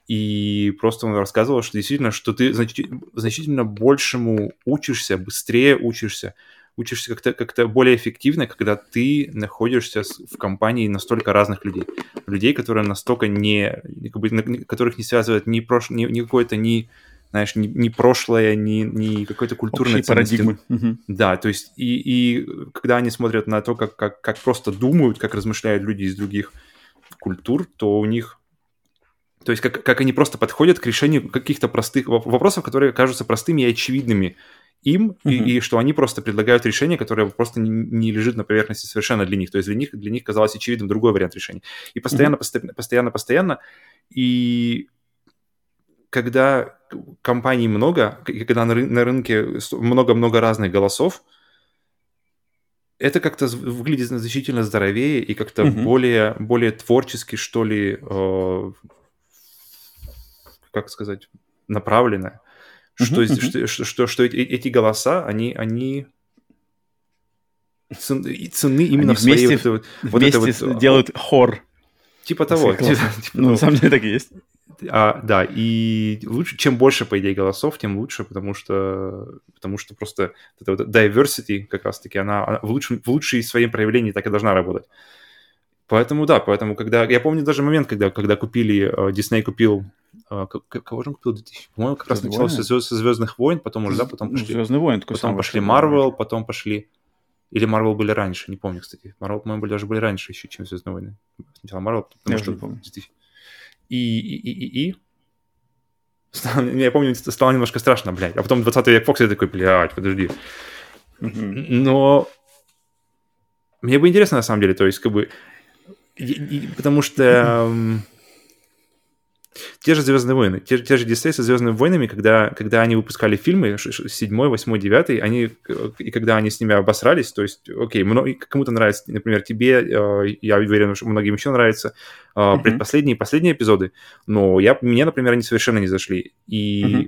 и просто он рассказывал, что действительно, что ты значительно, значительно большему учишься, быстрее учишься, учишься как-то, как-то более эффективно, когда ты находишься в компании настолько разных людей, людей, которые настолько не, как бы, которых не связывает ни, прош, ни, ни какое-то, ни знаешь, ни, ни прошлое, ни, ни какой-то культурной ценности. Парадигмы. Uh-huh. Да, то есть и, и когда они смотрят на то, как, как, как просто думают, как размышляют люди из других культур, то у них... То есть как, как они просто подходят к решению каких-то простых вопросов, которые кажутся простыми и очевидными им, uh-huh. и, и что они просто предлагают решение, которое просто не, не лежит на поверхности совершенно для них. То есть для них, для них казалось очевидным другой вариант решения. И постоянно, uh-huh. постоянно, постоянно, постоянно, и... когда компаний много, когда на, ры- на рынке много-много разных голосов, это как-то выглядит значительно здоровее и как-то uh-huh. более, более творчески, что ли, э, как сказать, направлено. Uh-huh. Что, uh-huh. что, что, что, что эти, эти голоса, они... они... ценны, ценны именно они в своей... Вместе, вот, вместе вот это вот, делают хор. Типа того. Типа, типа ну, того. На самом деле так и есть. А, да, и лучше, чем больше, по идее, голосов, тем лучше, потому что, потому что просто эта вот diversity, как раз-таки, она, она в, лучшем, в лучшей своем проявлении так и должна работать. Поэтому, да, поэтому, когда... Я помню даже момент, когда, когда купили, Дисней uh, купил... Uh, кого же он купил? По-моему, как раз началось со, со «Звездных войн», потом уже, да, потом пошли... «Звездные войны», потом пошли Marvel, потом пошли... Или Marvel были раньше, не помню, кстати. Marvel, по-моему, были, даже были раньше еще, чем «Звездные войны». Сначала Marvel, потому я что... не помню. И, и, и, и, и... Стало, я помню, стало немножко страшно, блядь. А потом двадцатый век Фокс, я такой, блядь, подожди. Mm-hmm. Но мне бы интересно, на самом деле, то есть, как бы... И, и, потому что... Mm-hmm. Те же «Звездные войны», те, те же Дисней со «Звездными войнами», когда, когда они выпускали фильмы, седьмой, восьмой, девятый, они, и когда они с ними обосрались, то есть, окей, много, кому-то нравится, например, тебе, э, я уверен, что многим еще нравятся э, uh-huh. предпоследние и последние эпизоды, но я, мне, например, они совершенно не зашли. И, uh-huh.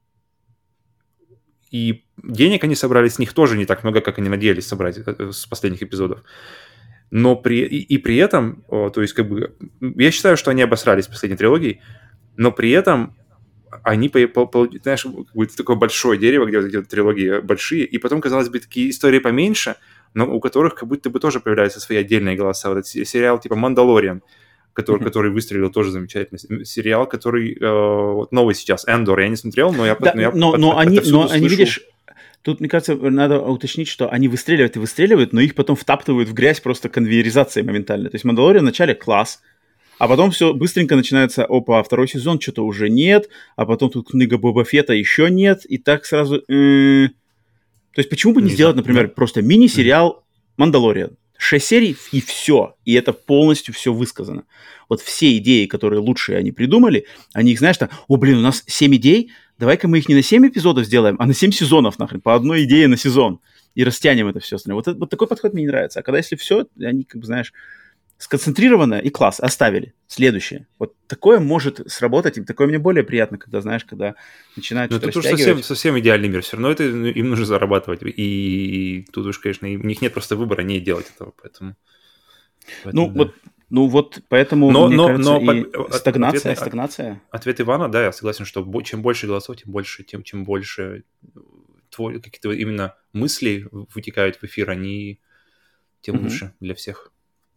и денег они собрали с них тоже не так много, как они надеялись собрать с последних эпизодов. Но при, и, и при этом, о, то есть, как бы, я считаю, что они обосрались в последней трилогии, но при этом они, по, по, по, знаешь, будет такое большое дерево, где вот эти вот трилогии большие, и потом, казалось бы, такие истории поменьше, но у которых как будто бы тоже появляются свои отдельные голоса. Вот этот сериал типа «Мандалориан», который, mm-hmm. который выстрелил, тоже замечательный. Сериал, который э, вот новый сейчас, «Эндор», я не смотрел, но я... Да, но, я, но, от, но, от, они, но они, видишь... Тут, мне кажется, надо уточнить, что они выстреливают и выстреливают, но их потом втаптывают в грязь просто конвейеризацией моментально. То есть «Мандалориан» вначале класс, а потом все быстренько начинается, опа, второй сезон что-то уже нет, а потом тут книга Боба Фетта еще нет, и так сразу... Э-э- То есть почему бы не, не сделать, знаю, например, да. просто мини-сериал «Мандалориан». Шесть серий и все, и это полностью все высказано. Вот все идеи, которые лучшие они придумали, они их, знаешь, так, о, блин, у нас семь идей, давай-ка мы их не на семь эпизодов сделаем, а на семь сезонов нахрен, по одной идее на сезон, и растянем это все остальное. Вот, это, вот такой подход мне не нравится. А когда если все, они, как бы, знаешь, сконцентрированно и класс, оставили. Следующее. Вот такое может сработать, и такое мне более приятно, когда, знаешь, когда начинают что-то растягивать. Но тут уж совсем, совсем идеальный мир. Все равно это им нужно зарабатывать. И, и тут уж, конечно, у них нет просто выбора не делать этого, поэтому... поэтому ну, да. вот, ну вот, поэтому, но, мне но, кажется, но, и по... стагнация, ответ, стагнация. Ответ Ивана, да, я согласен, что чем больше голосов, тем больше, тем, чем больше твой, какие-то именно мысли вытекают в эфир, они тем mm-hmm. лучше для всех.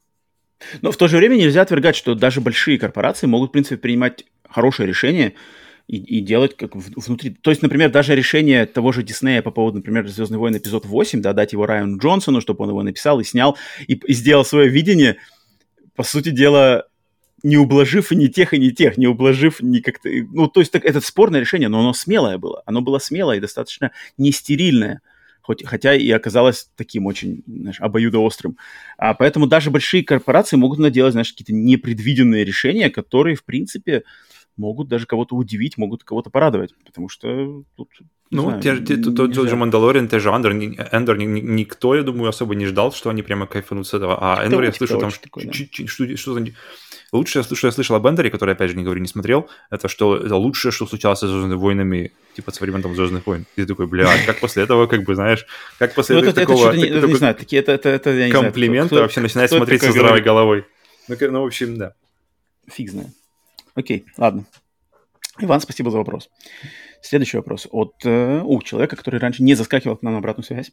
Но в то же время нельзя отвергать, что даже большие корпорации могут, в принципе, принимать хорошие решения и, и делать как внутри. То есть, например, даже решение того же Диснея по поводу, например, «Звездные войны» эпизод восемь, да, дать его Райану Джонсону, чтобы он его написал и снял, и, и сделал свое видение, по сути дела, не ублажив и не тех, и не тех, не ублажив ни как-то... Ну, то есть, так, это спорное решение, но оно смелое было. Оно было смелое и достаточно нестерильное. Хоть, хотя и оказалось таким очень, знаешь, обоюдоострым. А поэтому даже большие корпорации могут наделать, знаешь, какие-то непредвиденные решения, которые, в принципе, могут даже кого-то удивить, могут кого-то порадовать. Потому что тут... Ну, знаю, те, те, тот, тот же «Мандалориан», те же Андор, Эндор, никто, я думаю, особо не ждал, что они прямо кайфанут с этого. А Эндор, я слышу там, что, такой, да. что, что за... Лучшее, что я слышал об Эндоре, который, опять же, не говорю, не смотрел, это что это лучшее, что случалось с «Звездными войнами», типа с времен там «Звездных войн». И ты такой, бля, как после этого, как бы, знаешь, как после ну, этого это, такого... Это, не, это, не знаю, такие, это, это, это, я не комплимента знаю, кто, вообще начинает кто смотреть со здравой говорит? головой. Ну, ну, в общем, да. Фиг знает. Окей, ладно. Иван, спасибо за вопрос. Следующий вопрос от э, у человека, который раньше не заскакивал к нам на обратную связь.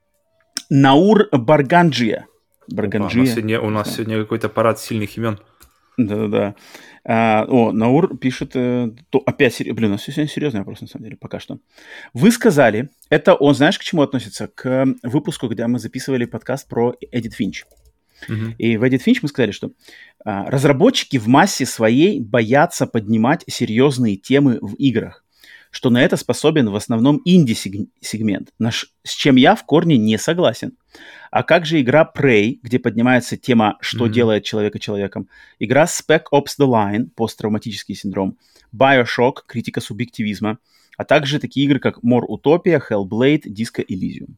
Наур Барганджия. Барганджия. Опа, у нас, сегодня, у нас сегодня какой-то парад сильных имен. Да-да-да. А, о, Наур пишет, э, то, опять, сери... блин, у нас сегодня серьезный вопрос, на самом деле, пока что. Вы сказали, это он, знаешь, к чему относится? К выпуску, где мы записывали подкаст про Эдит Финч. Uh-huh. И в Эдит Финч мы сказали, что а, разработчики в массе своей боятся поднимать серьезные темы в играх, что на это способен в основном инди-сегмент, наш, с чем я в корне не согласен. А как же игра Prey, где поднимается тема «Что mm-hmm. делает человека человеком», игра Spec Ops The Line, посттравматический синдром, Bioshock, критика субъективизма, а также такие игры, как More Utopia, Hellblade, Disco Elysium.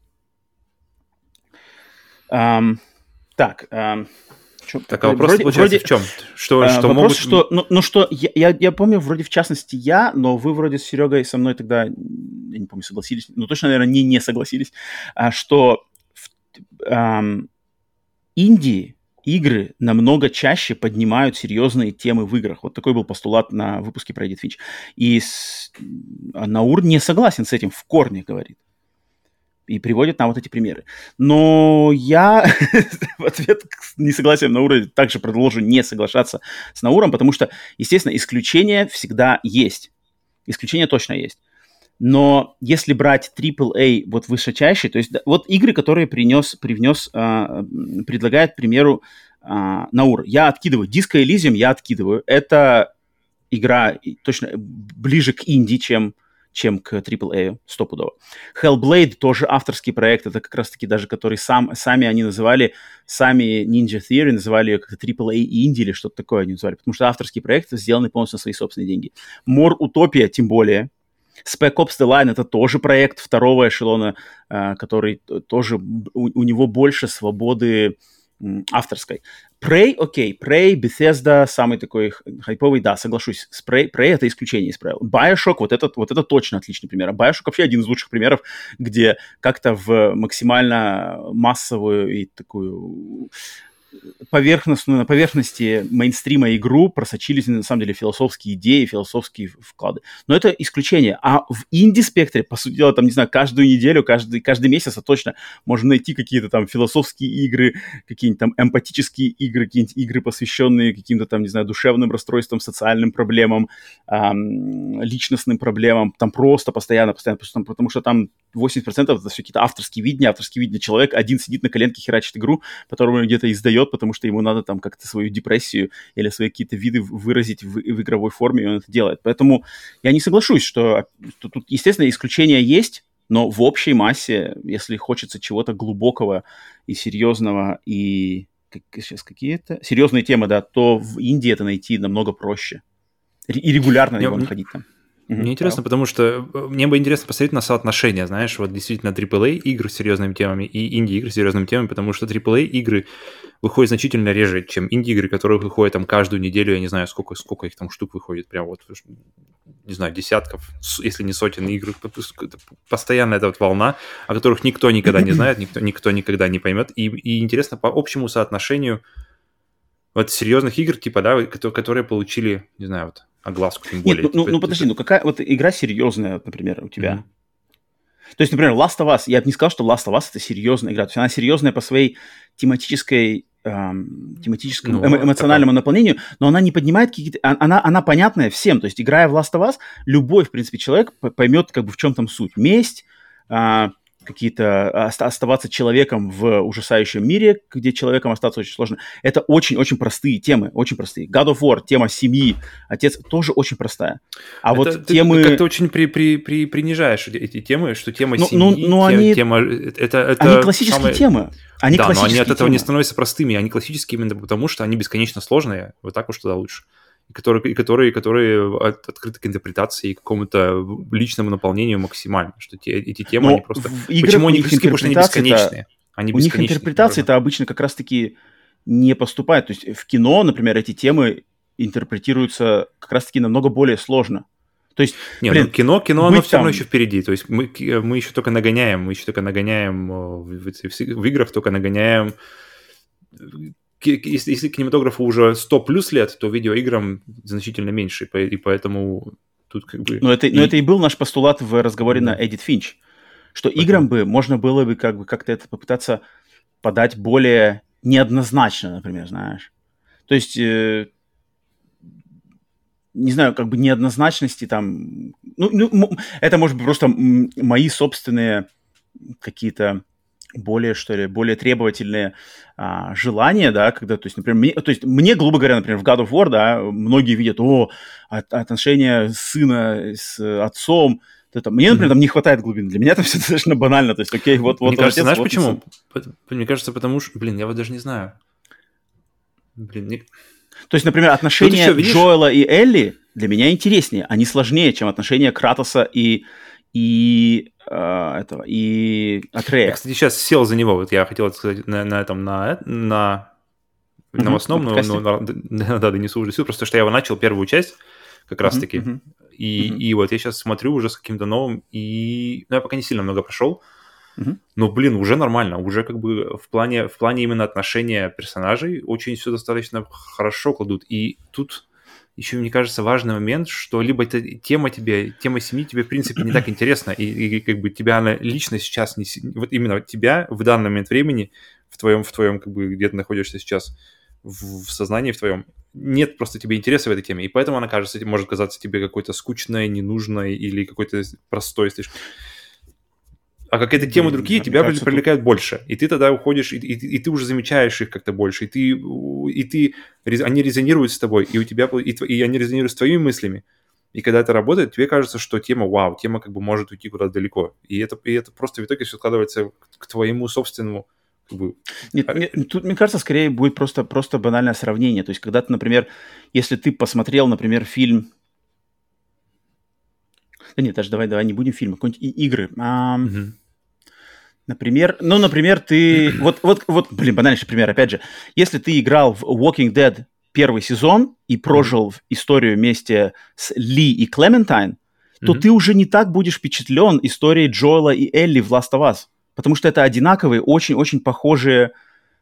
Um, так, um, Чё, так, а вопрос вроде, получается вроде, в чем? Что, а, что вопрос, могут... что, ну, ну что, я, я, я помню, вроде в частности я, но вы вроде с Серегой со мной тогда, я не помню, согласились, ну точно, наверное, не, не согласились, а, что в, эм, инди игры намного чаще поднимают серьезные темы в играх. Вот такой был постулат на выпуске про Эдит Финч. И с, Наур не согласен с этим в корне, говорит. И приводит нам вот эти примеры. Но я в ответ с несогласием Наура также продолжу не соглашаться с Науром, потому что, естественно, исключения всегда есть. Исключения точно есть. Но если брать трипл эй вот высочайший, то есть вот игры, которые принес, привнес, а, предлагает, к примеру, а, Наур. Я откидываю. Disco Elysium я откидываю. Это игра точно ближе к инди, чем... чем к трипл эй, стопудово. Hellblade тоже авторский проект, это как раз-таки даже, который сам, сами они называли, сами Ninja Theory называли ее как-то трипл эй инди или что-то такое они называли, потому что авторский проект сделанный полностью на свои собственные деньги. More Utopia тем более. Spec Ops The Line это тоже проект второго эшелона, который тоже, у, у него больше свободы авторской. Prey, окей, okay. Prey, Bethesda, самый такой хайповый, да, соглашусь. С Prey, Prey это исключение из правил. Bioshock, вот это, вот это точно отличный пример. Bioshock вообще один из лучших примеров, где как-то в максимально массовую и такую поверхностную, на поверхности мейнстрима игру просочились, на самом деле, философские идеи, философские вклады. Но это исключение. А в инди-спектре, по сути дела, там, не знаю, каждую неделю, каждый, каждый месяц, а точно, можно найти какие-то там философские игры, какие-нибудь там эмпатические игры, какие-нибудь игры, посвященные каким-то там, не знаю, душевным расстройствам, социальным проблемам, эм, личностным проблемам, там просто постоянно, постоянно, потому что там восемьдесят процентов это все какие-то авторские видения, авторские видения. Человек один сидит на коленке, херачит игру, которую он где-то издает, потому что ему надо там как-то свою депрессию или свои какие-то виды выразить в, в игровой форме, и он это делает. Поэтому я не соглашусь, что, что тут, естественно, исключения есть, но в общей массе, если хочется чего-то глубокого и серьезного, и как, сейчас какие-то серьезные темы, да, то в Индии это найти намного проще. И регулярно его находить там. Мне mm-hmm. интересно, потому что мне бы интересно посмотреть на соотношение, знаешь, вот действительно три эй игр с серьезными темами и инди-игры с серьезными темами, потому что три эй игры выходят значительно реже, чем инди-игры, которые выходят там каждую неделю, я не знаю, сколько, сколько их там штук выходит, прям вот, не знаю, десятков, если не сотен игр, постоянно эта вот волна, о которых никто никогда не знает, никто, никто никогда не поймет, и, и интересно по общему соотношению вот серьезных игр, типа, да, которые получили, не знаю, вот, огласку, тем более. Нет, ну, типа, ну подожди, это... ну какая вот игра серьезная, например, у тебя? Mm-hmm. То есть, например, Last of Us, я бы не сказал, что Last of Us — это серьезная игра. То есть она серьезная по своей тематической, эм, тематическому, ну, эмо- эмоциональному такая... наполнению, но она не поднимает какие-то... Она, она понятная всем. То есть, играя в Last of Us, любой, в принципе, человек поймет, как бы, в чем там суть. Месть, э, какие-то оставаться человеком в ужасающем мире, где человеком остаться очень сложно. Это очень-очень простые темы, очень простые. God of War, тема семьи, отец, тоже очень простая. А это вот ты темы... как-то очень при, при, при, принижаешь эти темы, что тема ну, семьи, ну, ну, тема... Они... тема это, это они классические самые... темы. Они да, классические но они от этого темы. не становятся простыми, они классические именно потому, что они бесконечно сложные, вот так уж тогда лучше. И которые, которые, которые от, открыты к интерпретации и к какому-то личному наполнению максимально, что те, эти темы, но они просто... Игры, почему они классические? Потому что они бесконечные. Они у них интерпретации это обычно как раз-таки не поступает. То есть в кино, например, эти темы интерпретируются как раз-таки намного более сложно. То есть, не, блин, ну, кино, кино оно все там... равно еще впереди. То есть мы, мы еще только нагоняем, мы еще только нагоняем в, в, в играх, только нагоняем... Если, если кинематографу уже сто плюс лет, то видеоиграм значительно меньше, и поэтому тут как бы... Но это, и... но это и был наш постулат в разговоре да. на Эдит Финч, что Поэтому... играм бы можно было бы как бы как-то это попытаться подать более неоднозначно, например, знаешь. То есть, э, не знаю, как бы неоднозначности там... Ну, ну, это может быть просто мои собственные какие-то... более, что ли, более требовательные а, желания, да, когда, то есть, например, мне, то есть, мне, грубо говоря, например, в God of War, да, многие видят, о, от, отношения сына с отцом, это, мне, например, mm-hmm. там не хватает глубины, для меня это все достаточно банально, то есть, окей, вот, вот мне кажется, отец, знаешь вот почему? Сын. Мне кажется, потому что, блин, я вот даже не знаю. Блин, не... То есть, например, отношения еще, Джоэла и Элли для меня интереснее, они сложнее, чем отношения Кратоса и и э, этого, и Атрея. Я, кстати, сейчас сел за него. Вот я хотел сказать на, на этом, на, на uh-huh, новостном, но, но, но да, да, донесу уже сил, просто что я его начал первую часть как раз-таки. Uh-huh, uh-huh. И, uh-huh. и вот я сейчас смотрю уже с каким-то новым, и ну, я пока не сильно много прошел, uh-huh. но, блин, уже нормально, уже как бы в плане, в плане именно отношения персонажей очень все достаточно хорошо кладут. И тут... Еще, мне кажется, важный момент, что либо эта тема тебе, тема семьи тебе, в принципе, не так интересна, и, и как бы тебя она лично сейчас, не, вот именно тебя в данный момент времени, в твоем, в твоем как бы, где ты находишься сейчас, в, в сознании в твоем, нет просто тебе интереса в этой теме, и поэтому она, кажется, может казаться тебе какой-то скучной, ненужной или какой-то простой слишком. А какие-то темы другие Мне тебя кажется, привлекают тут... больше. И ты тогда уходишь, и, и, и ты уже замечаешь их как-то больше. И ты, и ты, они резонируют с тобой, и у тебя, и, и они резонируют с твоими мыслями. И когда это работает, тебе кажется, что тема, вау, тема как бы может уйти куда-то далеко. И это, и это просто в итоге все складывается к твоему собственному... Как бы... Нет, нет, тут, мне кажется, скорее будет просто, просто банальное сравнение. То есть, когда ты, например, если ты посмотрел, например, фильм... Да нет, даже давай, давай не будем фильмы, какие-нибудь игры. А, mm-hmm. Например, ну, например, ты... вот, вот, вот, блин, банальнейший пример, опять же. Если ты играл в Walking Dead первый сезон и прожил mm-hmm. историю вместе с Ли и Клементайн, mm-hmm. то ты уже не так будешь впечатлен историей Джоэла и Элли в Last of Us. Потому что это одинаковые, очень-очень похожие,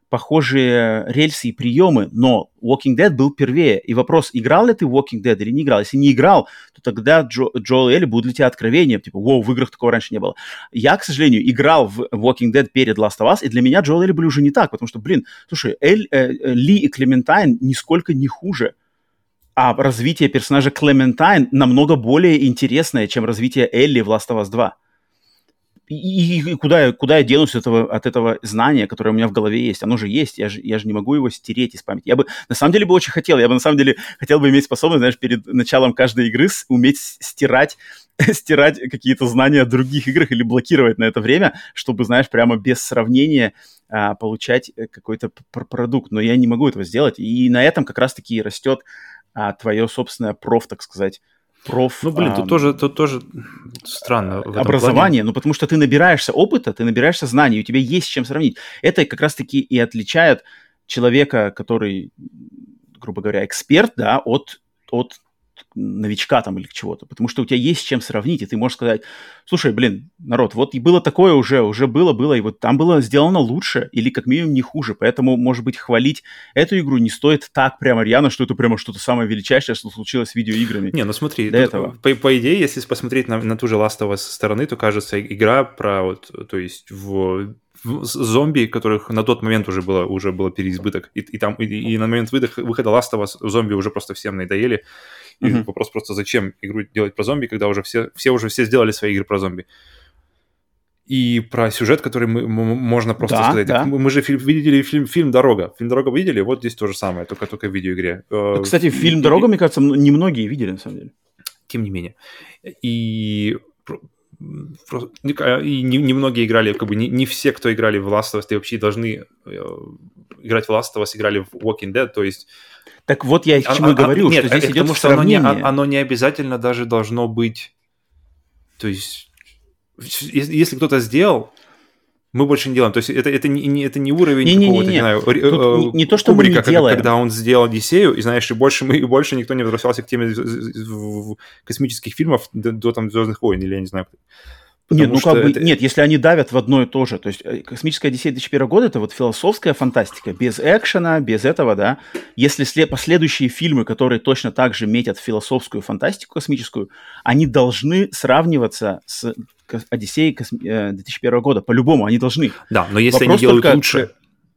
похожие рельсы и приемы, но Walking Dead был первее. И вопрос, играл ли ты в Walking Dead или не играл? Если не играл, то тогда Джо, Джоэл и Элли будут для тебя откровением. Типа, воу, в играх такого раньше не было. Я, к сожалению, играл в Walking Dead перед Last of Us, и для меня Джоэл и Элли были уже не так, потому что, блин, слушай, Эль, э, Ли и Клементайн нисколько не хуже. А развитие персонажа Клементайн намного более интересное, чем развитие Элли в Last of Us два. И, и, и куда, я, куда я денусь от этого, от этого знания, которое у меня в голове есть? Оно же есть, я же, я же не могу его стереть из памяти. Я бы, на самом деле, бы очень хотел. Я бы, на самом деле, хотел бы иметь способность, знаешь, перед началом каждой игры уметь стирать, стирать какие-то знания о других играх или блокировать на это время, чтобы, знаешь, прямо без сравнения а, получать какой-то п- продукт. Но я не могу этого сделать. И на этом как раз-таки и растет а, твое собственное проф, так сказать, проф... Ну, блин, а, тут, тоже, тут тоже странно. В этом образование, плане. ну, потому что ты набираешься опыта, ты набираешься знаний, у тебя есть с чем сравнить. Это как раз-таки и отличает человека, который, грубо говоря, эксперт, да, от, от новичка там или чего-то, потому что у тебя есть с чем сравнить, и ты можешь сказать, слушай, блин, народ, вот и было такое уже, уже было, было, и вот там было сделано лучше или как минимум не хуже, поэтому, может быть, хвалить эту игру не стоит так прямо рьяно, что это прямо что-то самое величайшее, что случилось с видеоиграми. Не, ну смотри, до этого. По, по идее, если посмотреть на, на ту же Last of Us со стороны, то кажется, игра про вот, то есть в... зомби, которых на тот момент уже было, уже было переизбыток. И, и, там, и, и на момент выдох, выхода Last of Us зомби уже просто всем надоели. И mm-hmm. вопрос просто, зачем игру делать про зомби, когда уже все, все уже все сделали свои игры про зомби. И про сюжет, который мы, мы, можно просто да, сказать. Да. Мы, мы же фильм, видели фильм, фильм «Дорога». Фильм «Дорога» видели? Вот здесь то же самое, только, только в видеоигре. Кстати, фильм «Дорога», мне кажется, немногие видели, на самом деле. Тем не менее. И... И немногие не играли, как бы не, не все, кто играли в Last of Us, и вообще должны э, играть в Last of Us, играли в Walking Dead, то есть... Так вот я к чему а, говорю, а, что нет, здесь это идет потому, сравнение. Что оно, не, оно не обязательно даже должно быть... То есть, если, если кто-то сделал, мы больше не делаем. То есть это, это, не, это не уровень не, какого-то, не, не, не. не знаю, не, не то, что Кубрика, мы не делаем. Когда он сделал Одиссею, и знаешь, и больше, мы, и больше никто не возвращался к теме космических фильмов до, до там «Звездных войн», или я не знаю... Потому нет, ну как бы, это... нет, если они давят в одно и то же, то есть «Космическая Одиссея» две тысячи первого года – это вот философская фантастика, без экшена, без этого, да. Если след... последующие фильмы, которые точно так же метят философскую фантастику космическую, они должны сравниваться с «Одиссеей» две тысячи первого года, по-любому, они должны. Да, но если Вопрос они делают только... лучше...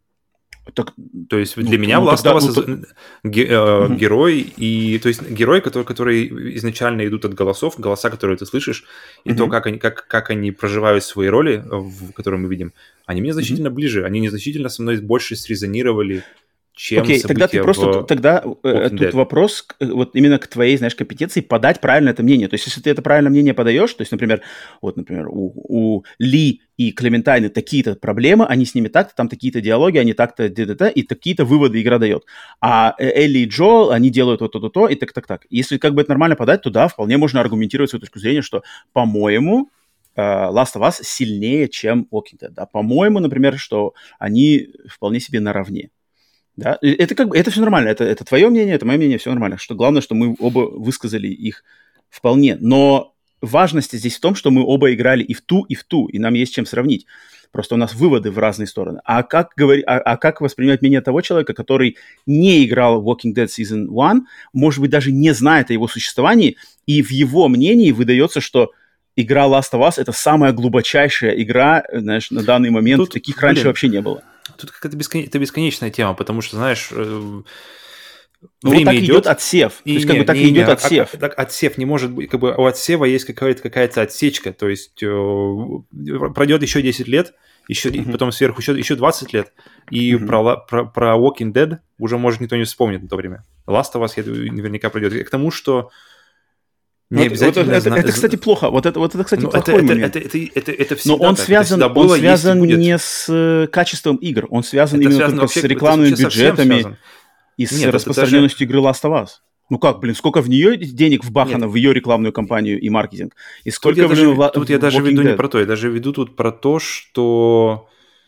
Так, то есть ну, для меня ну, Last тогда, of Us ну, ге, э, угу. герой, и, то есть герои, которые, которые изначально идут от голосов, голоса, которые ты слышишь, и угу. то, как они, как, как они проживают свои роли, в, которые мы видим, они мне значительно угу. ближе, они незначительно со мной больше срезонировали, чем Окей, события тогда ты просто, в тогда э, тут Dead. Вопрос вот именно к твоей, знаешь, компетенции подать правильно это мнение. То есть, если ты это правильное мнение подаешь, то есть, например, вот, например, у, у Ли и Клементайны такие-то проблемы, они с ними так-то, там такие-то диалоги, они так-то, д-д-д, и такие-то выводы игра дает. А Элли и Джо, они делают вот-то-то, и так-так-так. Если как бы это нормально подать, то да, вполне можно аргументировать свою точку зрения, что, по-моему, Last of Us сильнее, чем Walking Dead. Да? По-моему, например, что они вполне себе наравне. Да? Это как бы это все нормально. Это, это твое мнение, это мое мнение, все нормально. Что главное, что мы оба высказали их вполне. Но важность здесь в том, что мы оба играли и в ту, и в ту, и нам есть чем сравнить. Просто у нас выводы в разные стороны. А как, говори, а, а как воспринимать мнение того человека, который не играл в Walking Dead Season один, может быть, даже не знает о его существовании, и в его мнении выдается, что игра Last of Us — это самая глубочайшая игра, знаешь, на данный момент. Тут, таких блин, раньше вообще не было. Тут какая-то бескон... это бесконечная тема, потому что, знаешь, э... ну, время вот так идет, идет отсев. И то есть, не, как бы так не, идет не, отсев. А, так отсев не может быть, как бы у отсева есть какая-то, какая-то отсечка, то есть э... пройдет еще десять лет, еще, uh-huh. потом сверху еще, еще двадцать лет, и uh-huh. про, про, про Walking Dead уже, может, никто не вспомнит на то время. Last of Us наверняка пройдет. И к тому, что не вот, обязательно вот это, зна... это, кстати, плохо. Вот это, вот это кстати, ну, плохой это, момент. Это, это, это, это, это всегда Но он так. связан, было, он связан не с качеством игр, он связан это именно связано только вообще, с рекламными бюджетами и с Нет, распространенностью даже... игры Last of Us. Ну как, блин, сколько в нее денег вбахано, Нет. в ее рекламную кампанию и маркетинг? И сколько, тут блин, я даже, в... Тут я даже веду не про то, я даже веду тут про то, что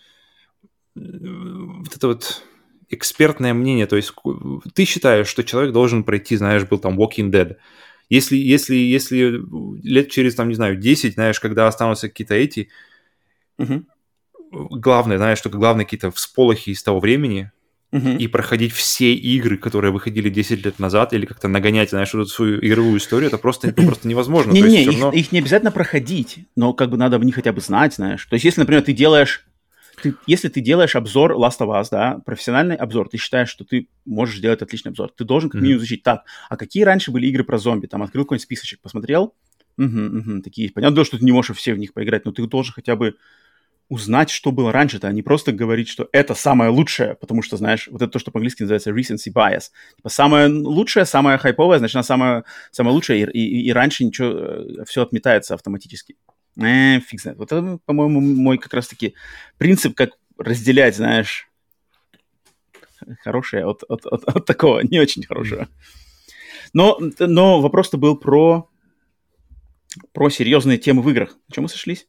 вот это вот экспертное мнение, то есть ты считаешь, что человек должен пройти, знаешь, был там Walking Dead. Если, если, если лет через, там, не знаю, десять, знаешь, когда останутся какие-то эти, угу. главное, знаешь, только главное какие-то всполохи из того времени, Uh-huh. и проходить все игры, которые выходили десять лет назад, или как-то нагонять, знаешь, эту свою игровую историю, это просто, ну, просто невозможно. Не-не, их, равно... их не обязательно проходить, но как бы надо в них хотя бы знать, знаешь. То есть, если, например, ты делаешь, ты, если ты делаешь обзор Last of Us, да, профессиональный обзор, ты считаешь, что ты можешь сделать отличный обзор, ты должен как минимум изучить, так, а какие раньше были игры про зомби? Там открыл какой-нибудь списочек, посмотрел, угу, угу, такие есть. Понятно, что ты не можешь все в них поиграть, но ты должен хотя бы узнать, что было раньше-то, а не просто говорить, что это самое лучшее, потому что, знаешь, вот это то, что по-английски называется recency bias. Типа самое лучшее, самое хайповое, значит, она самая, самая лучшая, и, и, и раньше ничего, все отметается автоматически. Э, фиг знает. Вот это, по-моему, мой как раз-таки принцип, как разделять, знаешь, хорошее от, от, от, от такого, не очень хорошего. Но, но вопрос-то был про, про серьезные темы в играх. На чем мы сошлись?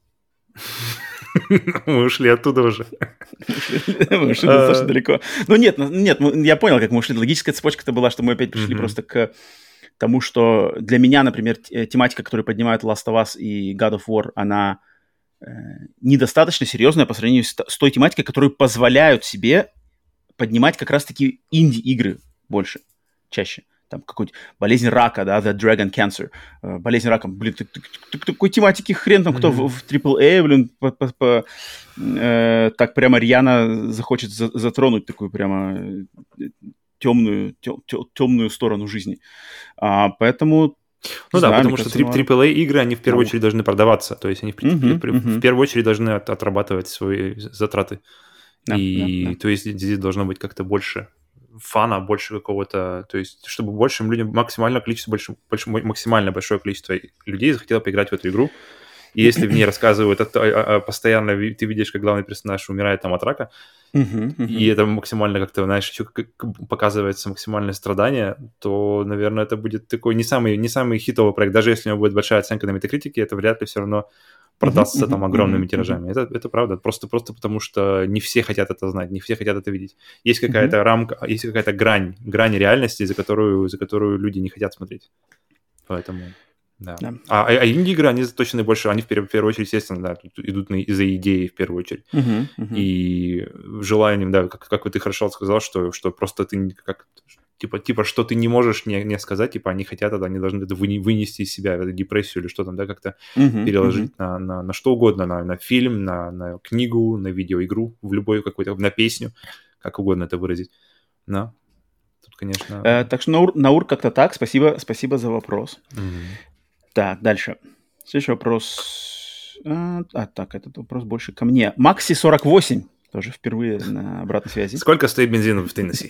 Мы ушли оттуда уже. Мы ушли достаточно далеко. Ну нет, нет, я понял, как мы ушли. Логическая цепочка-то была, что мы опять пришли просто к тому, что для меня, например, тематика, которую поднимают Last of Us и God of War, она недостаточно серьезная по сравнению с той тематикой, которую позволяют себе поднимать как раз-таки инди-игры больше, чаще. Там какой-нибудь болезнь рака, да, The Dragon Cancer, uh, болезнь рака, блин, ты, ты, ты, такой тематики хрен там, mm-hmm. кто в, в трипл эй, блин, по, по, по, э, так прямо рьяно захочет за, затронуть такую прямо темную, тем, темную сторону жизни. А, поэтому... Ну да, знаю, потому что трипл эй игры, они в первую очередь должны продаваться, то есть они в, mm-hmm, в, mm-hmm. в первую очередь должны от, отрабатывать свои затраты. Yeah, и yeah, yeah. то есть здесь должно быть как-то больше... фана, больше какого-то, то есть, чтобы большим людям, максимальное количество, больше, больше, максимально большое количество людей захотело поиграть в эту игру. И если в ней рассказывают, а, а, а постоянно ты видишь, как главный персонаж умирает там от рака, uh-huh, uh-huh. и это максимально как-то, знаешь, еще как показывается максимальное страдание, то, наверное, это будет такой не самый, не самый хитовый проект. Даже если у него будет большая оценка на Metacritic, это вряд ли все равно продастся uh-huh, там огромными uh-huh, тиражами. Uh-huh. Это, это правда. Просто, просто потому, что не все хотят это знать, не все хотят это видеть. Есть какая-то uh-huh. рамка, есть какая-то грань, грань реальности, за которую, за которую люди не хотят смотреть. Поэтому... Да. Да. А, а инди-игры, они точно больше, они в первую, в первую очередь, естественно, да, идут на, из-за идеи в первую очередь. Uh-huh, uh-huh. И желанием, да, как, как вот ты хорошо сказал, что, что просто ты как... Типа, типа, что ты не можешь не, не сказать, типа, они хотят это, они должны это вынести из себя, эту депрессию или что там, да, как-то uh-huh, переложить uh-huh. На, на, на что угодно, на, на фильм, на, на книгу, на видеоигру, в любой какой-то, на песню, как угодно это выразить. Да. Тут, конечно... Э, так что, Наур, Наур, как-то так. Спасибо, спасибо за вопрос. Uh-huh. Так, дальше. Следующий вопрос. А, а, так, этот вопрос больше ко мне. Макси сорок восемь. Тоже впервые на обратной связи. Сколько стоит бензин в Теннесси?